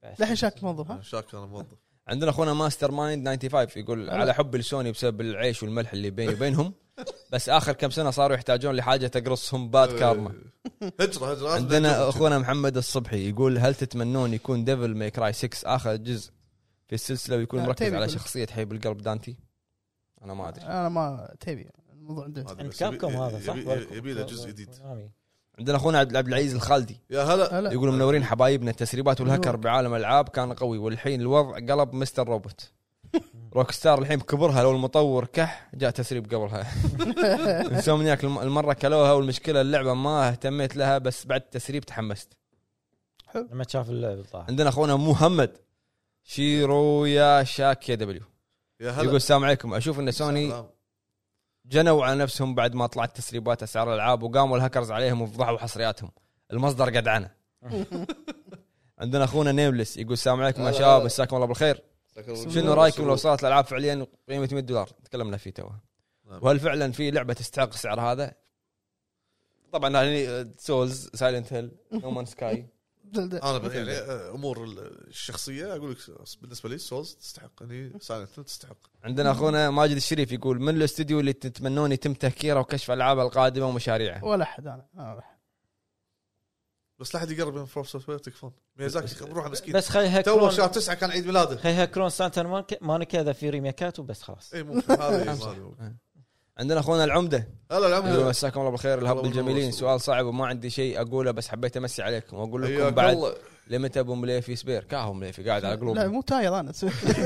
الحين شاك موظف ها شاكر انا موظف. عندنا اخونا ماستر مايند 95 يقول على حب لسوني بسبب العيش والملح اللي بيني وبينهم، بس اخر كم سنه صاروا يحتاجون لحاجه تقرصهم باد كارما. هجره عندنا اخونا محمد الصبحي يقول هل تتمنون يكون ديفل ماي كراي 6 اخر جزء في السلسله ويكون مركز على شخصيه حبيب القلب دانتي؟ انا ما ادري، انا ما تبي الموضوع عنده عند كابكم هذا صح؟ يبي له جزء جديد. عندنا اخونا عبد العزيز الخالدي يا هلا يقول منورين حبايبنا، التسريبات والهكر بعالم الالعاب كان قوي، والحين الوضع قلب مستر روبوت. روك ستار الحين بكبرها، لو المطور كح جاء تسريب قبلها. انسومنياك المره كلوها، والمشكله اللعبه ما اهتميت لها، بس بعد التسريب تحمست لما تشاف اللعبه. عندنا اخونا محمد شيرويا شاك يا دبليو يقول السلام عليكم، اشوف ان سوني جنوا على نفسهم بعد ما طلعت تسريبات اسعار الالعاب وقاموا الهكرز عليهم وفضحوا حصرياتهم، المصدر قدعنا. عندنا اخونا نيملس يقول السلام عليكم يا شباب، مساكم الله بالخير، شنو رايكم لو صارت الالعاب فعليا قيمه $100؟ تكلمنا فيه تو، وهل فعلا في لعبه تستحق السعر هذا؟ طبعا يعني سولز، سايلنت هيل، نومان سكاي. انا يعني امور الشخصيه اقول لك بالنسبه لي سولز تستحق، يعني سايلنت تستحق. عندنا اخونا ماجد الشريف يقول من الاستوديو اللي تتمنون يتم تهكيره وكشف الالعاب القادمه ومشاريعه؟ ولا احد انا بس لا حد يقرب من فور سوفت وير تكفون. ميازاكي روح مسكين، بس خليها تو شهر 9 كان عيد ميلاده، خليها كرون سانتا مونيكا هذا في ريميكات وبس خلاص. اي ممكن هذا. عندنا اخونا العمده هلا العمده، مساكم الله بالخير الهب الجميلين. سؤال صعب وما عندي شيء اقوله، بس حبيت امسي عليكم واقول لكم بعد لمتى ابو مليفي سبير كاهو مليفي قاعد على قلوب. لا مو تاير انا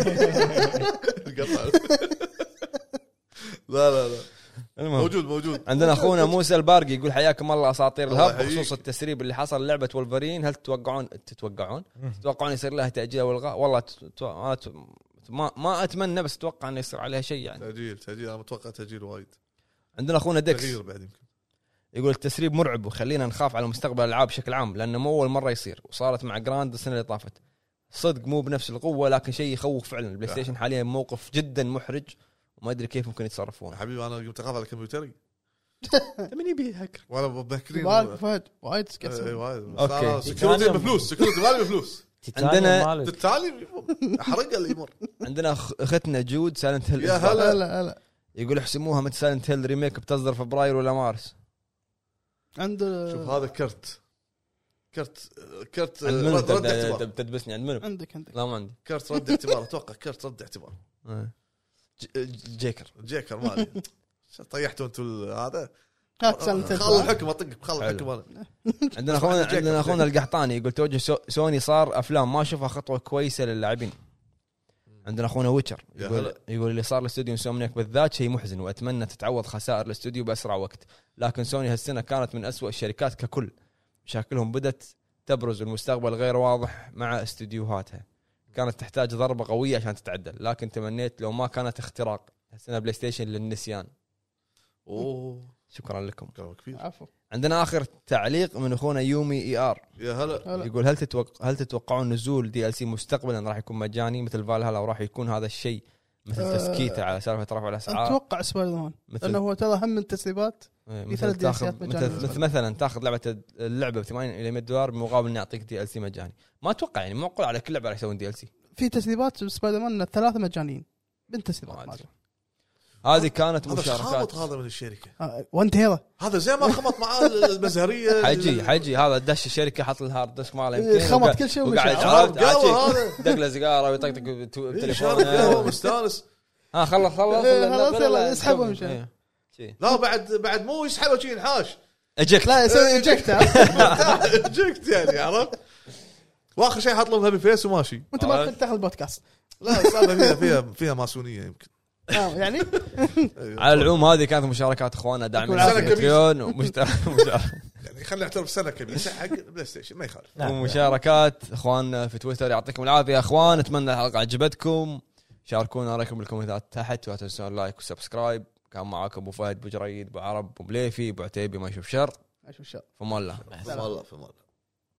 لا موجود. عندنا اخونا موسى البارقي يقول حياكم الله اساطير الهب، بخصوص التسريب اللي حصل لعبه وولفرين، هل تتوقعون يصير لها تاجيل او الغاء؟ والله ما اتمنى، بس اتوقع انه يصير عليها شيء يعني تاجيل انا متوقع تاجيل وايد. عندنا اخونا ديكس بعد يمكن يقول التسريب مرعب وخلينا نخاف على مستقبل الالعاب بشكل عام، لانه مو اول مره يصير، وصارت مع جراند السنه اللي طافت. صدق مو بنفس القوه، لكن شيء يخوف فعلا. البلاي ستيشن حاليا موقف جدا محرج، وما ادري كيف ممكن يتصرفون. حبيبي انا قمت اخاف على كمبيوتري من يبي هكر ولا بهكرين وايد اوكي سكيورتي بفلوس، سكيورتي مالي بفلوس. عندنا التالي احرق اللي يمر. عندنا اختنا جود سايلنت هيل، يا هلا يقول احسموها من سايلنت هيل ريميك بتصدر فبراير ولا مارس. عنده شوف هذا كرت رد اعتبار. تدبسني عند منو؟ عندك لا ما عندي كرت رد اعتبار. اتوقع كرت رد اعتبار. جيكر مالي. طيحتوا انتوا هذا خلوا الحكم اطق خلوا الحكم. عندنا اخونا القحطاني يقول توجه سوني صار افلام ما اشوفها خطوه كويسه للاعبين. عندنا اخونا ويتشر يقول اللي صار الاستوديو انسومنياك بالذات شيء محزن، واتمنى تتعوض خسائر الاستوديو باسرع وقت، لكن سوني هالسنه كانت من أسوأ الشركات ككل، مشاكلهم بدت تبرز والمستقبل غير واضح مع استوديوهاتها، كانت تحتاج ضربه قويه عشان تتعدل، لكن تمنيت لو ما كانت اختراق هالسنه بلاي ستيشن للنسيان. شكرا لكم. عفوا. عندنا اخر تعليق من اخونا يومي اي ار، يا هلا يقول هل تتوقعون نزول دي ال سي مستقبلا راح يكون مجاني مثل فالهالا، او راح يكون هذا الشيء مثل تسكيته على سالفه رفع الاسعار؟ اتوقع سبايدر مان لانه هو ترى هم من التسريبات في 3 دي سيات مجاني، مثلا تاخذ اللعبه ب$80 إلى $100 بمقابل اني اعطيك دي ال سي مجاني. ما اتوقع يعني معقول على كل لعبه راح يسوون دي ال سي. في تسريبات سبايدر مان 3 مجانيين بنت تسريبات. هذه كانت مشاركات هذا من الشركه وانت هذا زي ما خمط معاه المزهريه حجي هذا دش الشركه حط الهارد ديسك ماله يمكن خمط كل شيء وقاعد دق له سيجاره ويطقطق بالتليفون مستانس. خلص يلا اسحبه مش لا بعد مو يسحبه شيء ينحاش اجكت، لا يسوي اجكت اجكت يعني عرفت. واخر شيء حط له هابي فيس وماشي. وانت ما كنت تاخذ البودكاست. لا صار فيها ماسونيه يمكن يعني. على العموم هذه كانت مشاركات اخواننا داعمين الباتريون يعني خلينا نعترف سنه كبيره حق بلاي ستيشن ما يخالف. ومشاركات اخواننا في تويتر، يعطيكم العافيه يا اخوان. اتمنى الحلقه عجبتكم، شاركونا رايكم بالكومنتات تحت، ولا تنسون لايك وسبسكرايب. كان معاكم ابو فهد، ابو جريد، ابو عرب، ابو مليفي، ابو عتيبي، ما يشوف شر. ما يشوف شر. فما الله.